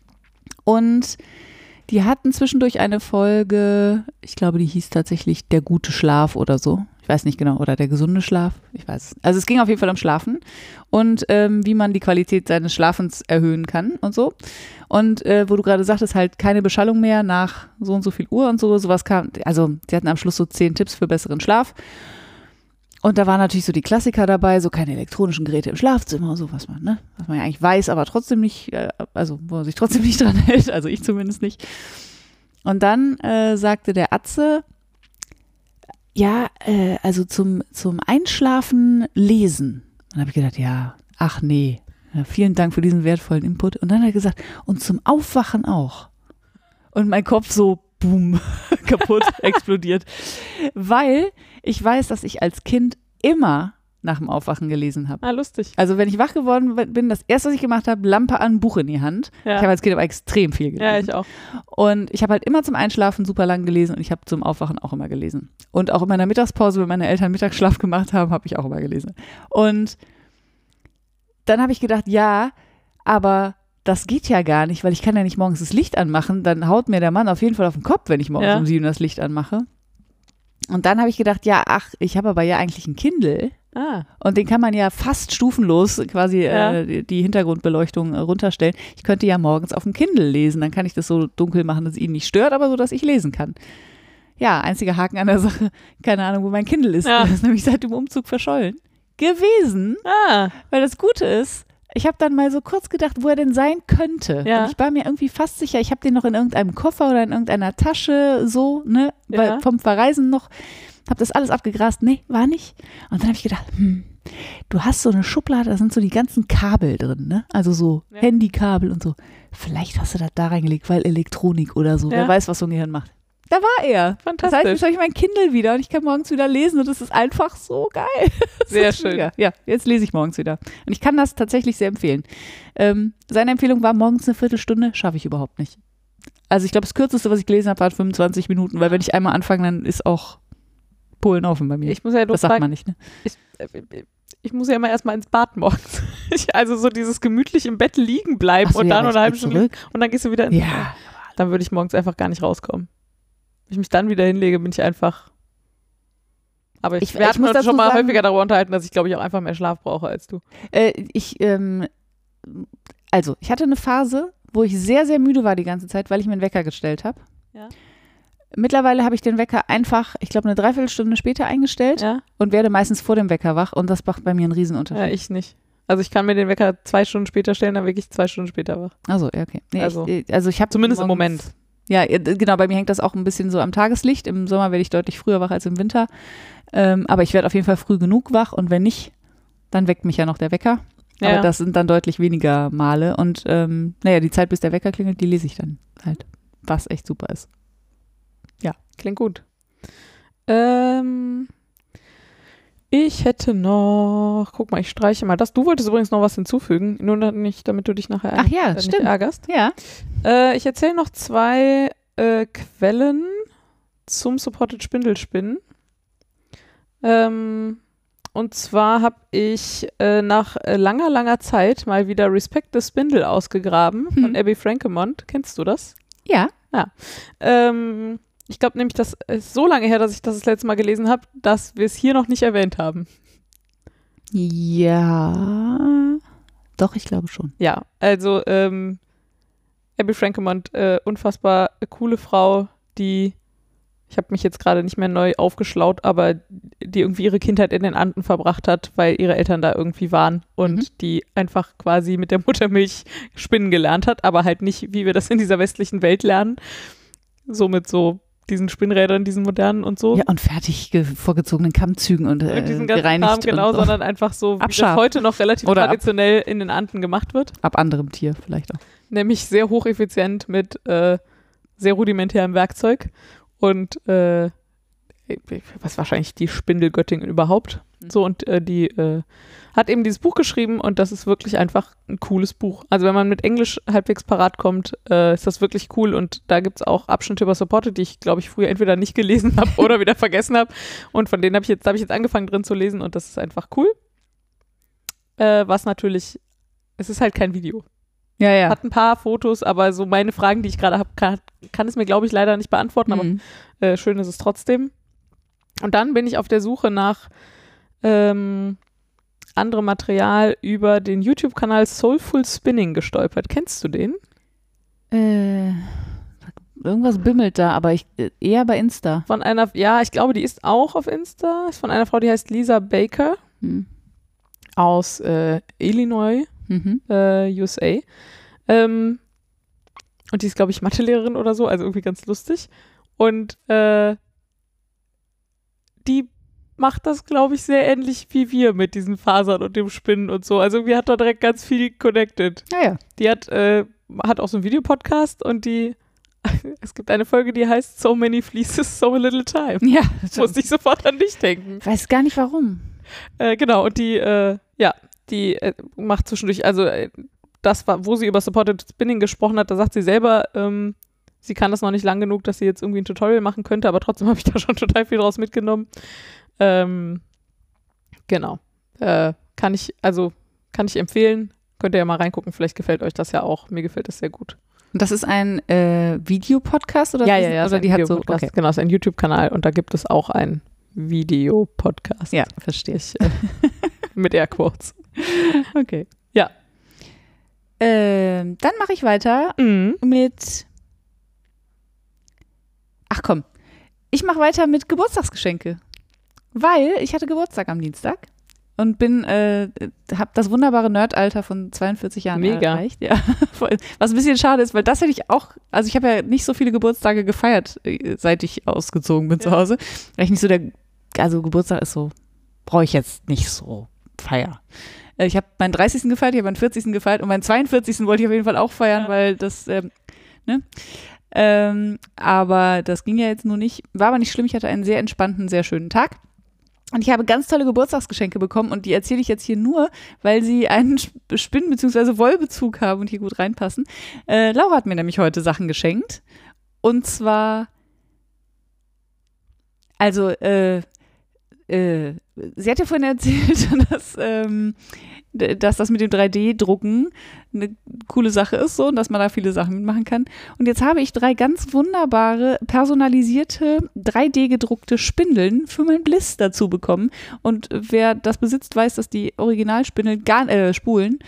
Und die hatten zwischendurch eine Folge, ich glaube, die hieß tatsächlich Der gute Schlaf oder so. Ich weiß nicht genau, oder der gesunde Schlaf. Ich weiß. Also es ging auf jeden Fall um Schlafen und wie man die Qualität seines Schlafens erhöhen kann und so. Und wo du gerade sagtest, halt keine Beschallung mehr nach so und so viel Uhr und so, sowas kam. Also sie hatten am Schluss so 10 Tipps für besseren Schlaf. Und da waren natürlich so die Klassiker dabei, so keine elektronischen Geräte im Schlafzimmer und so, was man ja eigentlich weiß, aber trotzdem nicht, also wo man sich trotzdem nicht dran hält, also ich zumindest nicht. Und dann sagte der Atze, ja, also zum Einschlafen lesen. Dann habe ich gedacht, ja, ach nee, ja, vielen Dank für diesen wertvollen Input. Und dann hat er gesagt, und zum Aufwachen auch. Und mein Kopf so, boom, kaputt, explodiert. Weil ich weiß, dass ich als Kind immer nach dem Aufwachen gelesen habe. Ah, lustig. Also wenn ich wach geworden bin, das erste, was ich gemacht habe, Lampe an, Buch in die Hand. Ja. Ich habe als Kind aber extrem viel gelesen. Ja, ich auch. Und ich habe halt immer zum Einschlafen super lang gelesen und ich habe zum Aufwachen auch immer gelesen. Und auch in meiner Mittagspause, wenn meine Eltern Mittagsschlaf gemacht haben, habe ich auch immer gelesen. Und dann habe ich gedacht, ja, aber das geht ja gar nicht, weil ich kann ja nicht morgens das Licht anmachen, dann haut mir der Mann auf jeden Fall auf den Kopf, wenn ich morgens um 7 das Licht anmache. Und dann habe ich gedacht, ja, ach, ich habe aber ja eigentlich ein Kindle. Ah. Und den kann man ja fast stufenlos quasi die Hintergrundbeleuchtung runterstellen. Ich könnte ja morgens auf dem Kindle lesen, dann kann ich das so dunkel machen, dass es ihn nicht stört, aber so, dass ich lesen kann. Ja, einziger Haken an der Sache, keine Ahnung, wo mein Kindle ist. Ja. Das ist nämlich seit dem Umzug verschollen gewesen, weil das Gute ist, ich habe dann mal so kurz gedacht, wo er denn sein könnte. Ja. Und ich war mir irgendwie fast sicher, ich habe den noch in irgendeinem Koffer oder in irgendeiner Tasche, so, ne, weil vom Verreisen noch, habe das alles abgegrast. Nee, war nicht. Und dann habe ich gedacht, du hast so eine Schublade, da sind so die ganzen Kabel drin, ne? Also so Handykabel und so. Vielleicht hast du das da reingelegt, weil Elektronik oder so. Wer weiß, was so ein Gehirn macht. Da war er. Fantastisch. Das heißt, jetzt habe ich mein Kindle wieder und ich kann morgens wieder lesen und das ist einfach so geil. Sehr schön. Mega. Ja, jetzt lese ich morgens wieder. Und ich kann das tatsächlich sehr empfehlen. Seine Empfehlung war morgens eine Viertelstunde, schaffe ich überhaupt nicht. Also ich glaube, das Kürzeste, was ich gelesen habe, waren 25 Minuten, weil wenn ich einmal anfange, dann ist auch Polen offen bei mir. Ich muss ja das sagt man nicht, ne? Ich muss ja immer erstmal ins Bad morgens. Also so dieses gemütlich im Bett liegen bleiben und dann eine halbe Stunde und dann gehst du wieder ins Bad. Dann würde ich morgens einfach gar nicht rauskommen. Wenn ich mich dann wieder hinlege, bin ich einfach. Aber wir hatten uns schon mal häufiger darüber unterhalten, dass ich, glaube ich, auch einfach mehr Schlaf brauche als du. Ich hatte eine Phase, wo ich sehr, sehr müde war die ganze Zeit, weil ich mir einen Wecker gestellt habe. Ja. Mittlerweile habe ich den Wecker einfach, ich glaube, eine Dreiviertelstunde später eingestellt und werde meistens vor dem Wecker wach und das macht bei mir einen Riesenunterschied. Ja, ich nicht. Also ich kann mir den Wecker 2 Stunden später stellen, dann wirklich 2 Stunden später wach. Also, ja, okay. Nee, also ich habe zumindest im Moment. Ja, genau, bei mir hängt das auch ein bisschen so am Tageslicht. Im Sommer werde ich deutlich früher wach als im Winter. Aber ich werde auf jeden Fall früh genug wach und wenn nicht, dann weckt mich ja noch der Wecker. Aber das sind dann deutlich weniger Male und die Zeit, bis der Wecker klingelt, die lese ich dann halt, was echt super ist. Ja. Klingt gut. Ich hätte noch, guck mal, ich streiche mal das. Du wolltest übrigens noch was hinzufügen, nur nicht, damit du dich nachher nicht ärgerst. Ja. Ich erzähle noch 2 Quellen zum Supported Spindelspinnen. Und zwar habe ich nach langer, langer Zeit mal wieder Respect the Spindle ausgegraben von Abby Franquemont. Kennst du das? Ja. Ja. Ich glaube nämlich, das ist so lange her, dass ich das letzte Mal gelesen habe, dass wir es hier noch nicht erwähnt haben. Ja. Doch, ich glaube schon. Ja, also Abby Frankenmont, unfassbar coole Frau, die, ich habe mich jetzt gerade nicht mehr neu aufgeschlaut, aber die irgendwie ihre Kindheit in den Anden verbracht hat, weil ihre Eltern da irgendwie waren und die einfach quasi mit der Muttermilch spinnen gelernt hat, aber halt nicht, wie wir das in dieser westlichen Welt lernen, so mit so diesen Spinnrädern, diesen modernen und so. Ja, und fertig vorgezogenen Kammzügen und diesen ganzen gereinigt. Kram, genau, und so. sondern einfach so, wie Abschab. das heute noch relativ Oder traditionell in den Anden gemacht wird. Ab anderem Tier vielleicht auch. Nämlich sehr hocheffizient mit sehr rudimentärem Werkzeug und was wahrscheinlich die Spindelgöttin überhaupt. So, und die hat eben dieses Buch geschrieben und das ist wirklich einfach ein cooles Buch. Also wenn man mit Englisch halbwegs parat kommt, ist das wirklich cool und da gibt es auch Abschnitte über Supported, die ich, glaube ich, früher entweder nicht gelesen habe oder wieder vergessen habe und von denen habe ich jetzt angefangen drin zu lesen und das ist einfach cool. Was natürlich, es ist halt kein Video. Ja, ja. Hat ein paar Fotos, aber so meine Fragen, die ich gerade habe, kann es mir, glaube ich, leider nicht beantworten, aber schön ist es trotzdem. Und dann bin ich auf der Suche nach anderem Material über den YouTube-Kanal Soulful Spinning gestolpert. Kennst du den? Irgendwas bimmelt da, aber eher bei Insta. Von einer, ja, ich glaube, die ist auch auf Insta. Ist von einer Frau, die heißt Lisa Baker aus Illinois, USA. Und die ist, glaube ich, Mathelehrerin oder so, also irgendwie ganz lustig. Und die macht das, glaube ich, sehr ähnlich wie wir mit diesen Fasern und dem Spinnen und so. Also irgendwie hat da direkt ganz viel connected. Ja, ja. Die hat auch so einen Videopodcast und es gibt eine Folge, die heißt So Many Fleeces, So Little Time. Ja. Musste ich sofort an dich denken. Weiß gar nicht warum. Genau, und die macht zwischendurch, also das war, wo sie über Supported Spinning gesprochen hat, da sagt sie selber, sie kann das noch nicht lang genug, dass sie jetzt irgendwie ein Tutorial machen könnte, aber trotzdem habe ich da schon total viel draus mitgenommen. Genau. Kann ich empfehlen. Könnt ihr ja mal reingucken, vielleicht gefällt euch das ja auch. Mir gefällt das sehr gut. Und das ist ein Videopodcast? Oder Ja. Oder die hat so, okay. Genau, es ist ein YouTube-Kanal und da gibt es auch einen Videopodcast. Ja, verstehe ich. Mit Airquotes. Okay. Ja. Dann mache ich weiter mit. Ach komm, ich mache weiter mit Geburtstagsgeschenke. Weil ich hatte Geburtstag am Dienstag und habe das wunderbare Nerdalter von 42 Jahren erreicht. Ja. Was ein bisschen schade ist, weil das hätte ich auch, also ich habe ja nicht so viele Geburtstage gefeiert, seit ich ausgezogen bin zu Hause. Weil ich nicht so also Geburtstag ist so, brauche ich jetzt nicht so feiern. Ich habe meinen 30. gefeiert, ich habe meinen 40. gefeiert und meinen 42. wollte ich auf jeden Fall auch feiern, weil das, aber das ging ja jetzt nur nicht, war aber nicht schlimm, ich hatte einen sehr entspannten, sehr schönen Tag. Und ich habe ganz tolle Geburtstagsgeschenke bekommen und die erzähle ich jetzt hier nur, weil sie einen Spinn- bzw. Wollbezug haben und hier gut reinpassen. Laura hat mir nämlich heute Sachen geschenkt und zwar, also, sie hat ja vorhin erzählt, dass das mit dem 3D-Drucken eine coole Sache ist so und dass man da viele Sachen mitmachen kann. Und jetzt habe ich 3 ganz wunderbare, personalisierte, 3D-gedruckte Spindeln für mein Bliss dazu bekommen. Und wer das besitzt, weiß, dass die Originalspindeln Spulen,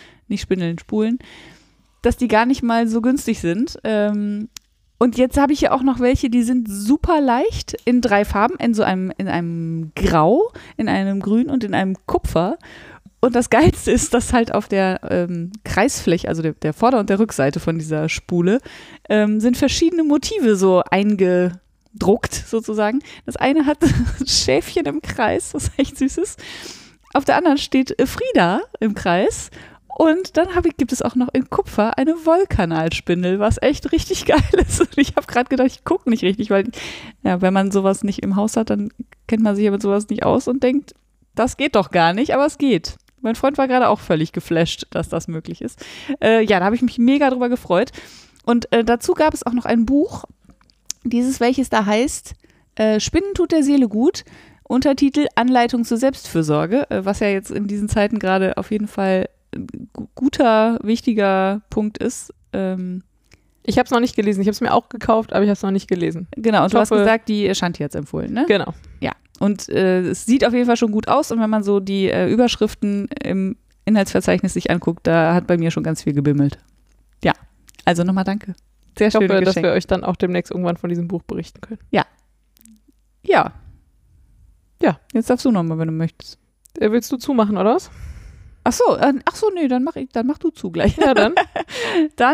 dass die gar nicht mal so günstig sind. Und jetzt habe ich hier auch noch welche, die sind super leicht in 3 Farben, in einem Grau, in einem Grün und in einem Kupfer. Und das Geilste ist, dass halt auf der Kreisfläche, also der Vorder- und der Rückseite von dieser Spule, sind verschiedene Motive so eingedruckt sozusagen. Das eine hat ein Schäfchen im Kreis, was echt süß ist. Auf der anderen steht Frieda im Kreis. Und dann gibt es auch noch in Kupfer eine Wollkanalspindel, was echt richtig geil ist. Und ich habe gerade gedacht, ich gucke nicht richtig, weil wenn man sowas nicht im Haus hat, dann kennt man sich ja mit sowas nicht aus und denkt, das geht doch gar nicht, aber es geht. Mein Freund war gerade auch völlig geflasht, dass das möglich ist. Da habe ich mich mega drüber gefreut. Und dazu gab es auch noch ein Buch, welches da heißt Spinnen tut der Seele gut, Untertitel Anleitung zur Selbstfürsorge, was ja jetzt in diesen Zeiten gerade auf jeden Fall ein guter, wichtiger Punkt ist. Ich habe es noch nicht gelesen. Ich habe es mir auch gekauft, aber ich habe es noch nicht gelesen. Genau, und du hast gesagt, die Shanti hat es empfohlen, ne? Genau. Ja, und es sieht auf jeden Fall schon gut aus und wenn man so die Überschriften im Inhaltsverzeichnis sich anguckt, da hat bei mir schon ganz viel gebimmelt. Ja, also nochmal danke. Sehr Ich hoffe, schönes dass Geschenk. wir euch dann auch demnächst irgendwann von diesem Buch berichten können. Ja. Ja. Jetzt darfst du nochmal, wenn du möchtest. Willst du zumachen, oder was? Ach so, nee, dann mach du zu gleich. Ja, dann. Dann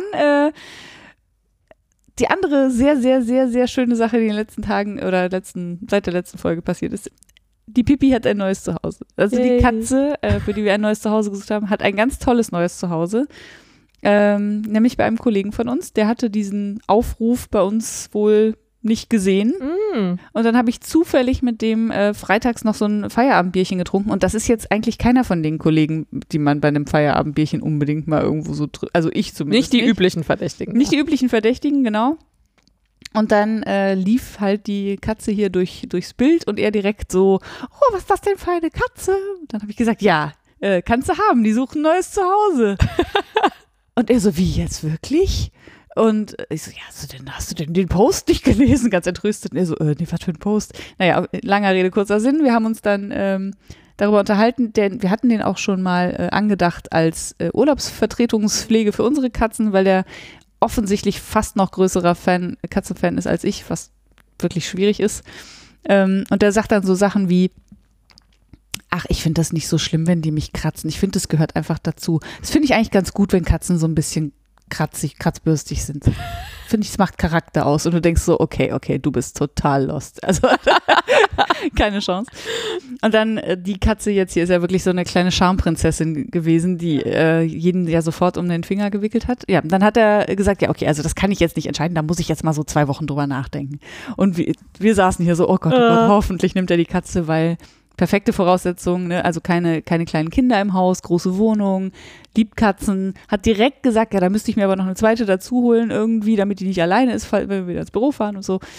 die andere sehr, sehr, sehr, sehr schöne Sache, die in den letzten Tagen oder seit der letzten Folge passiert ist. Die Pipi hat ein neues Zuhause. Also Yay. die Katze, für die wir ein neues Zuhause gesucht haben, hat ein ganz tolles neues Zuhause. Nämlich bei einem Kollegen von uns. Der hatte diesen Aufruf bei uns wohl nicht gesehen. Mm. Und dann habe ich zufällig mit dem freitags noch so ein Feierabendbierchen getrunken. Und das ist jetzt eigentlich keiner von den Kollegen, die man bei einem Feierabendbierchen unbedingt mal irgendwo so also ich zumindest Nicht die üblichen Verdächtigen. Nicht die üblichen Verdächtigen, genau. Und dann lief halt die Katze hier durchs Bild und er direkt so, oh, was ist das denn für eine Katze? Und dann habe ich gesagt, ja, kannst du haben, die suchen ein neues Zuhause. Und er so, wie jetzt wirklich? Und ich so, ja, hast du denn den Post nicht gelesen? Ganz entrüstet. Und er so, nee, was für ein Post? Naja, langer Rede, kurzer Sinn. Wir haben uns dann darüber unterhalten, denn wir hatten den auch schon mal angedacht als Urlaubsvertretungspflege für unsere Katzen, weil der offensichtlich fast noch größerer Katzenfan ist als ich, was wirklich schwierig ist. Und der sagt dann so Sachen wie, ach, ich finde das nicht so schlimm, wenn die mich kratzen. Ich finde, das gehört einfach dazu. Das finde ich eigentlich ganz gut, wenn Katzen so ein bisschen kratzbürstig sind. Finde ich, es macht Charakter aus. Und du denkst so, okay, du bist total lost. Also keine Chance. Und dann die Katze jetzt hier ist ja wirklich so eine kleine Charmprinzessin gewesen, die jeden ja sofort um den Finger gewickelt hat. Ja, dann hat er gesagt, ja, okay, also das kann ich jetzt nicht entscheiden, da muss ich jetzt mal so 2 Wochen drüber nachdenken. Und wir saßen hier so, oh Gott, hoffentlich nimmt er die Katze, weil perfekte Voraussetzungen, ne? Also keine kleinen Kinder im Haus, große Wohnung, liebt Katzen, hat direkt gesagt, ja, da müsste ich mir aber noch eine zweite dazu holen irgendwie, damit die nicht alleine ist, wenn wir wieder ins Büro fahren und so.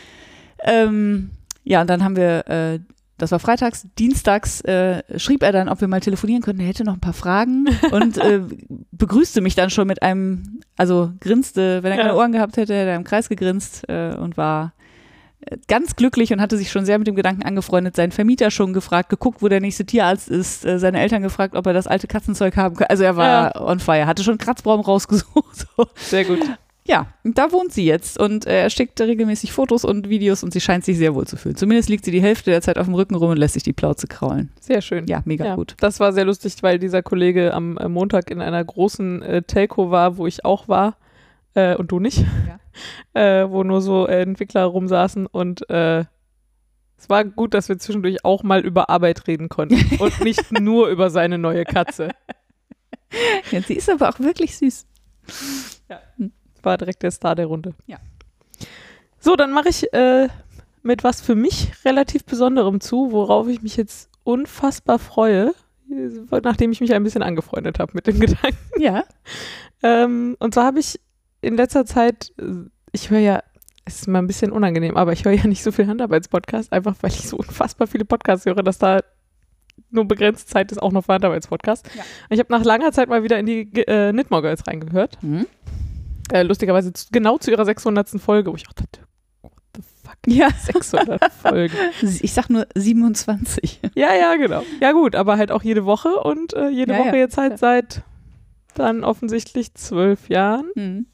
Ja, und dann haben wir, das war freitags, dienstags schrieb er dann, ob wir mal telefonieren könnten, er hätte noch ein paar Fragen und begrüßte mich dann schon mit einem, also grinste, wenn er keine Ohren gehabt hätte, hätte er im Kreis gegrinst und war ganz glücklich und hatte sich schon sehr mit dem Gedanken angefreundet, seinen Vermieter schon gefragt, geguckt, wo der nächste Tierarzt ist, seine Eltern gefragt, ob er das alte Katzenzeug haben kann. Also er war on fire, hatte schon Kratzbaum rausgesucht. So. Sehr gut. Ja, und da wohnt sie jetzt und er schickt regelmäßig Fotos und Videos und sie scheint sich sehr wohl zu fühlen. Zumindest liegt sie die Hälfte der Zeit auf dem Rücken rum und lässt sich die Plauze kraulen. Sehr schön. Ja, mega gut. Das war sehr lustig, weil dieser Kollege am Montag in einer großen Telco war, wo ich auch war. Und du nicht, wo nur so Entwickler rumsaßen und es war gut, dass wir zwischendurch auch mal über Arbeit reden konnten und nicht nur über seine neue Katze. Ja, sie ist aber auch wirklich süß. Ja, war direkt der Star der Runde. Ja. So, dann mache ich mit was für mich relativ Besonderem zu, worauf ich mich jetzt unfassbar freue, nachdem ich mich ein bisschen angefreundet habe mit dem Gedanken. Ja. Und zwar habe ich in letzter Zeit, ich höre ja, es ist mal ein bisschen unangenehm, aber ich höre ja nicht so viel Handarbeitspodcast, einfach weil ich so unfassbar viele Podcasts höre, dass da nur begrenzte Zeit ist, auch noch für Handarbeitspodcast. Ja. Ich habe nach langer Zeit mal wieder in die Knitmore Girls reingehört. Mhm. Lustigerweise genau zu ihrer 600. Folge, wo ich auch dachte, what the fuck, ja. 600 Folgen. Ich sag nur 27. Ja, genau. Ja gut, aber halt auch jede Woche und jede Woche jetzt halt seit dann offensichtlich 12 Jahren. Mhm.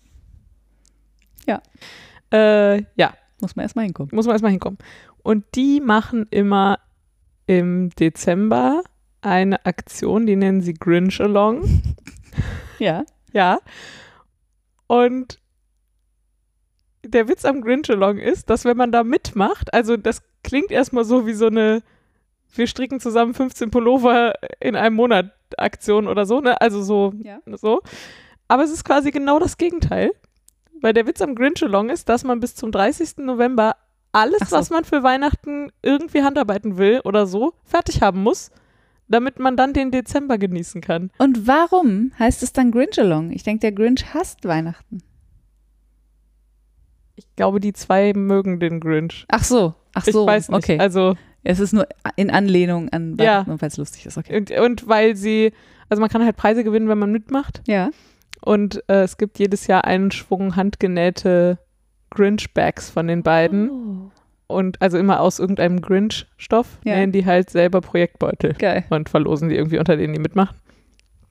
Ja. Muss man erstmal hinkommen. Und die machen immer im Dezember eine Aktion, die nennen sie Grinch Along. Ja. Ja. Und der Witz am Grinch Along ist, dass wenn man da mitmacht, also das klingt erstmal so wie so eine, wir stricken zusammen 15 Pullover in einem Monat Aktion oder so, ne? Also so. Aber es ist quasi genau das Gegenteil. Weil der Witz am Grinch Along ist, dass man bis zum 30. November alles, was man für Weihnachten irgendwie handarbeiten will oder so, fertig haben muss, damit man dann den Dezember genießen kann. Und warum heißt es dann Grinch Along? Ich denke, der Grinch hasst Weihnachten. Ich glaube, die zwei mögen den Grinch. Ach so. Ich weiß nicht. Okay. Also, es ist nur in Anlehnung an Weihnachten, weil es lustig ist. Okay. Und weil sie, also man kann halt Preise gewinnen, wenn man mitmacht. Ja. Und es gibt jedes Jahr einen Schwung handgenähte Grinch-Bags von den beiden. Oh. Und also immer aus irgendeinem Grinch-Stoff nähen die halt selber Projektbeutel. Geil. Und verlosen die irgendwie unter denen, die mitmachen.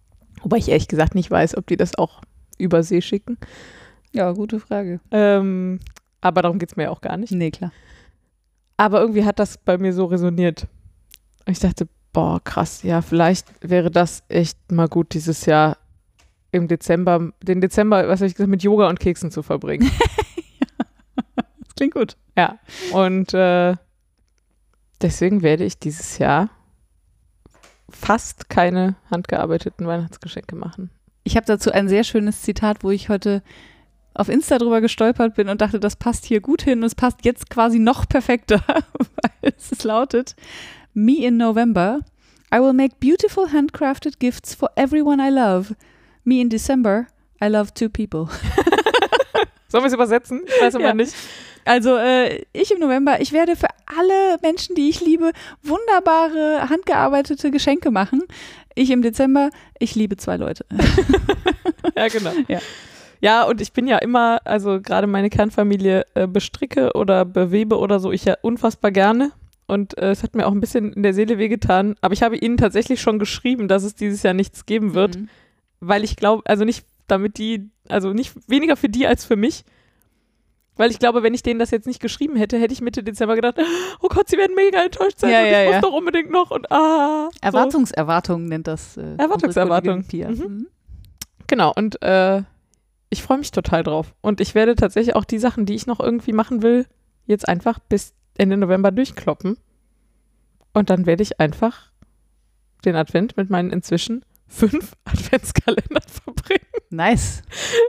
Wobei ich ehrlich gesagt nicht weiß, ob die das auch über See schicken. Ja, gute Frage. Aber darum geht es mir ja auch gar nicht. Nee, klar. Aber irgendwie hat das bei mir so resoniert. Ich dachte, boah, krass, ja, vielleicht wäre das echt mal gut, dieses Jahr den Dezember, was habe ich gesagt, mit Yoga und Keksen zu verbringen. Das klingt gut. Ja, und deswegen werde ich dieses Jahr fast keine handgearbeiteten Weihnachtsgeschenke machen. Ich habe dazu ein sehr schönes Zitat, wo ich heute auf Insta drüber gestolpert bin und dachte, das passt hier gut hin und es passt jetzt quasi noch perfekter, weil es lautet: Me in November, I will make beautiful handcrafted gifts for everyone I love. Me in December, I love 2 people. Sollen wir es übersetzen? Ich weiß immer nicht. Also ich im November, ich werde für alle Menschen, die ich liebe, wunderbare handgearbeitete Geschenke machen. Ich im Dezember, ich liebe 2 Leute. Ja, genau. Ja. Ja, und ich bin ja immer, also gerade meine Kernfamilie bestricke oder bewebe oder so, ich ja unfassbar gerne. Und es hat mir auch ein bisschen in der Seele wehgetan. Aber ich habe ihnen tatsächlich schon geschrieben, dass es dieses Jahr nichts geben wird, weil ich glaube, also nicht damit die, also nicht weniger für die als für mich. Weil ich glaube, wenn ich denen das jetzt nicht geschrieben hätte, hätte ich Mitte Dezember gedacht, oh Gott, sie werden mega enttäuscht sein und ich muss doch unbedingt noch und Erwartungserwartung nennt das. Erwartungserwartung. Genau, und ich freue mich total drauf. Und ich werde tatsächlich auch die Sachen, die ich noch irgendwie machen will, jetzt einfach bis Ende November durchkloppen. Und dann werde ich einfach den Advent mit meinen inzwischen 5 Adventskalendern verbringen. Nice.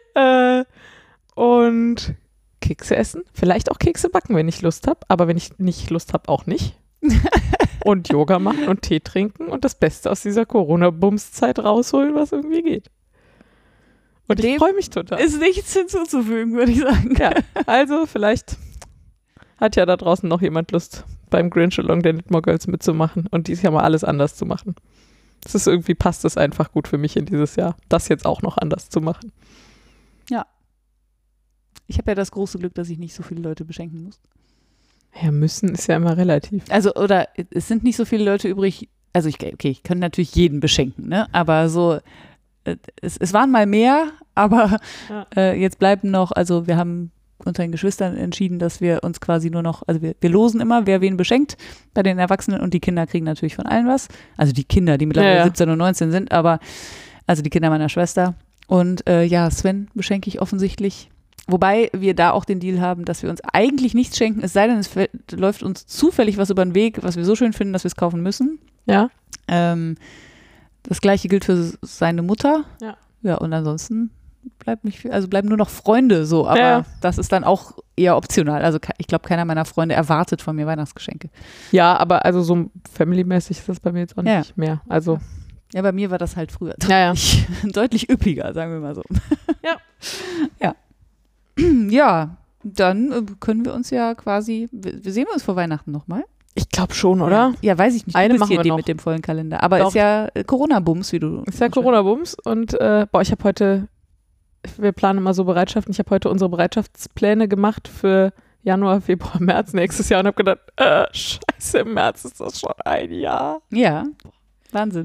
Und Kekse essen, vielleicht auch Kekse backen, wenn ich Lust habe. Aber wenn ich nicht Lust habe, auch nicht. Und Yoga machen und Tee trinken und das Beste aus dieser Corona-Bums-Zeit rausholen, was irgendwie geht. Und ich freue mich total. Ist nichts hinzuzufügen, würde ich sagen. Ja, also vielleicht hat ja da draußen noch jemand Lust, beim Grinch Along der Knitmore Girls mitzumachen und dieses Jahr mal alles anders zu machen. Das ist irgendwie, passt es einfach gut für mich in dieses Jahr, das jetzt auch noch anders zu machen. Ja. Ich habe ja das große Glück, dass ich nicht so viele Leute beschenken muss. Ja, müssen ist ja immer relativ. Also, oder es sind nicht so viele Leute übrig, also ich kann natürlich jeden beschenken, ne? Aber so, es waren mal mehr, aber jetzt bleiben noch, also wir haben unter den Geschwistern entschieden, dass wir uns quasi nur noch, also wir losen immer, wer wen beschenkt bei den Erwachsenen und die Kinder kriegen natürlich von allen was. Also die Kinder, die mittlerweile 17 und 19 sind, aber also die Kinder meiner Schwester. Und Sven beschenke ich offensichtlich. Wobei wir da auch den Deal haben, dass wir uns eigentlich nichts schenken, es sei denn, es läuft uns zufällig was über den Weg, was wir so schön finden, dass wir es kaufen müssen. Ja. Das Gleiche gilt für seine Mutter. Ja. Ja, und ansonsten bleibt nicht viel, also bleiben nur noch Freunde so, aber das ist dann auch eher optional. Also ich glaube, keiner meiner Freunde erwartet von mir Weihnachtsgeschenke. Ja, aber also so family-mäßig ist das bei mir jetzt auch nicht mehr. Also ja, bei mir war das halt früher deutlich üppiger, sagen wir mal so. Ja. Ja. Ja, dann können wir uns ja quasi, wir sehen uns vor Weihnachten nochmal. Ich glaube schon, oder? Ja, weiß ich nicht. Eine machen wir die noch. mit dem vollen Kalender. Aber ist ja Corona-Bums, wie du. Ist ja Corona-Bums und ich habe heute, wir planen immer so Bereitschaften, ich habe heute unsere Bereitschaftspläne gemacht für Januar, Februar, März nächstes Jahr und habe gedacht, scheiße, im März ist das schon ein Jahr. Ja, Wahnsinn.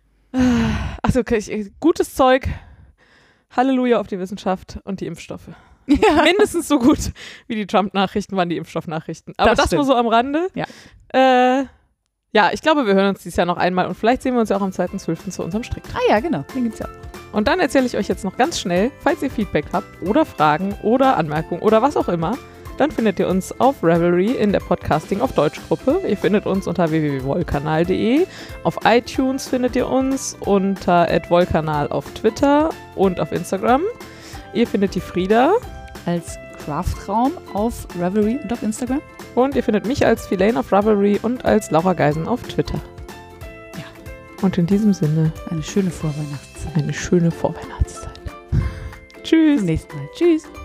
Also gutes Zeug, Halleluja auf die Wissenschaft und die Impfstoffe. Ja. Mindestens so gut wie die Trump-Nachrichten waren die Impfstoff-Nachrichten. Aber das nur so am Rande. Ja. Ja, ich glaube, wir hören uns dieses Jahr noch einmal und vielleicht sehen wir uns ja auch am 2.12. zu unserem Strick. Ah ja, genau, den gibt's ja auch. Und dann erzähle ich euch jetzt noch ganz schnell, falls ihr Feedback habt oder Fragen oder Anmerkungen oder was auch immer, dann findet ihr uns auf Ravelry in der Podcasting auf Deutsch Gruppe. Ihr findet uns unter www.wollkanal.de. Auf iTunes findet ihr uns unter @wollkanal auf Twitter und auf Instagram. Ihr findet die Frieda als Craftraum auf Ravelry und auf Instagram. Und ihr findet mich als Philaine auf Ravelry und als Laura Geisen auf Twitter. Ja. Und in diesem Sinne eine schöne Vorweihnachtszeit. Eine schöne Vorweihnachtszeit. Tschüss. Bis zum nächsten Mal. Tschüss.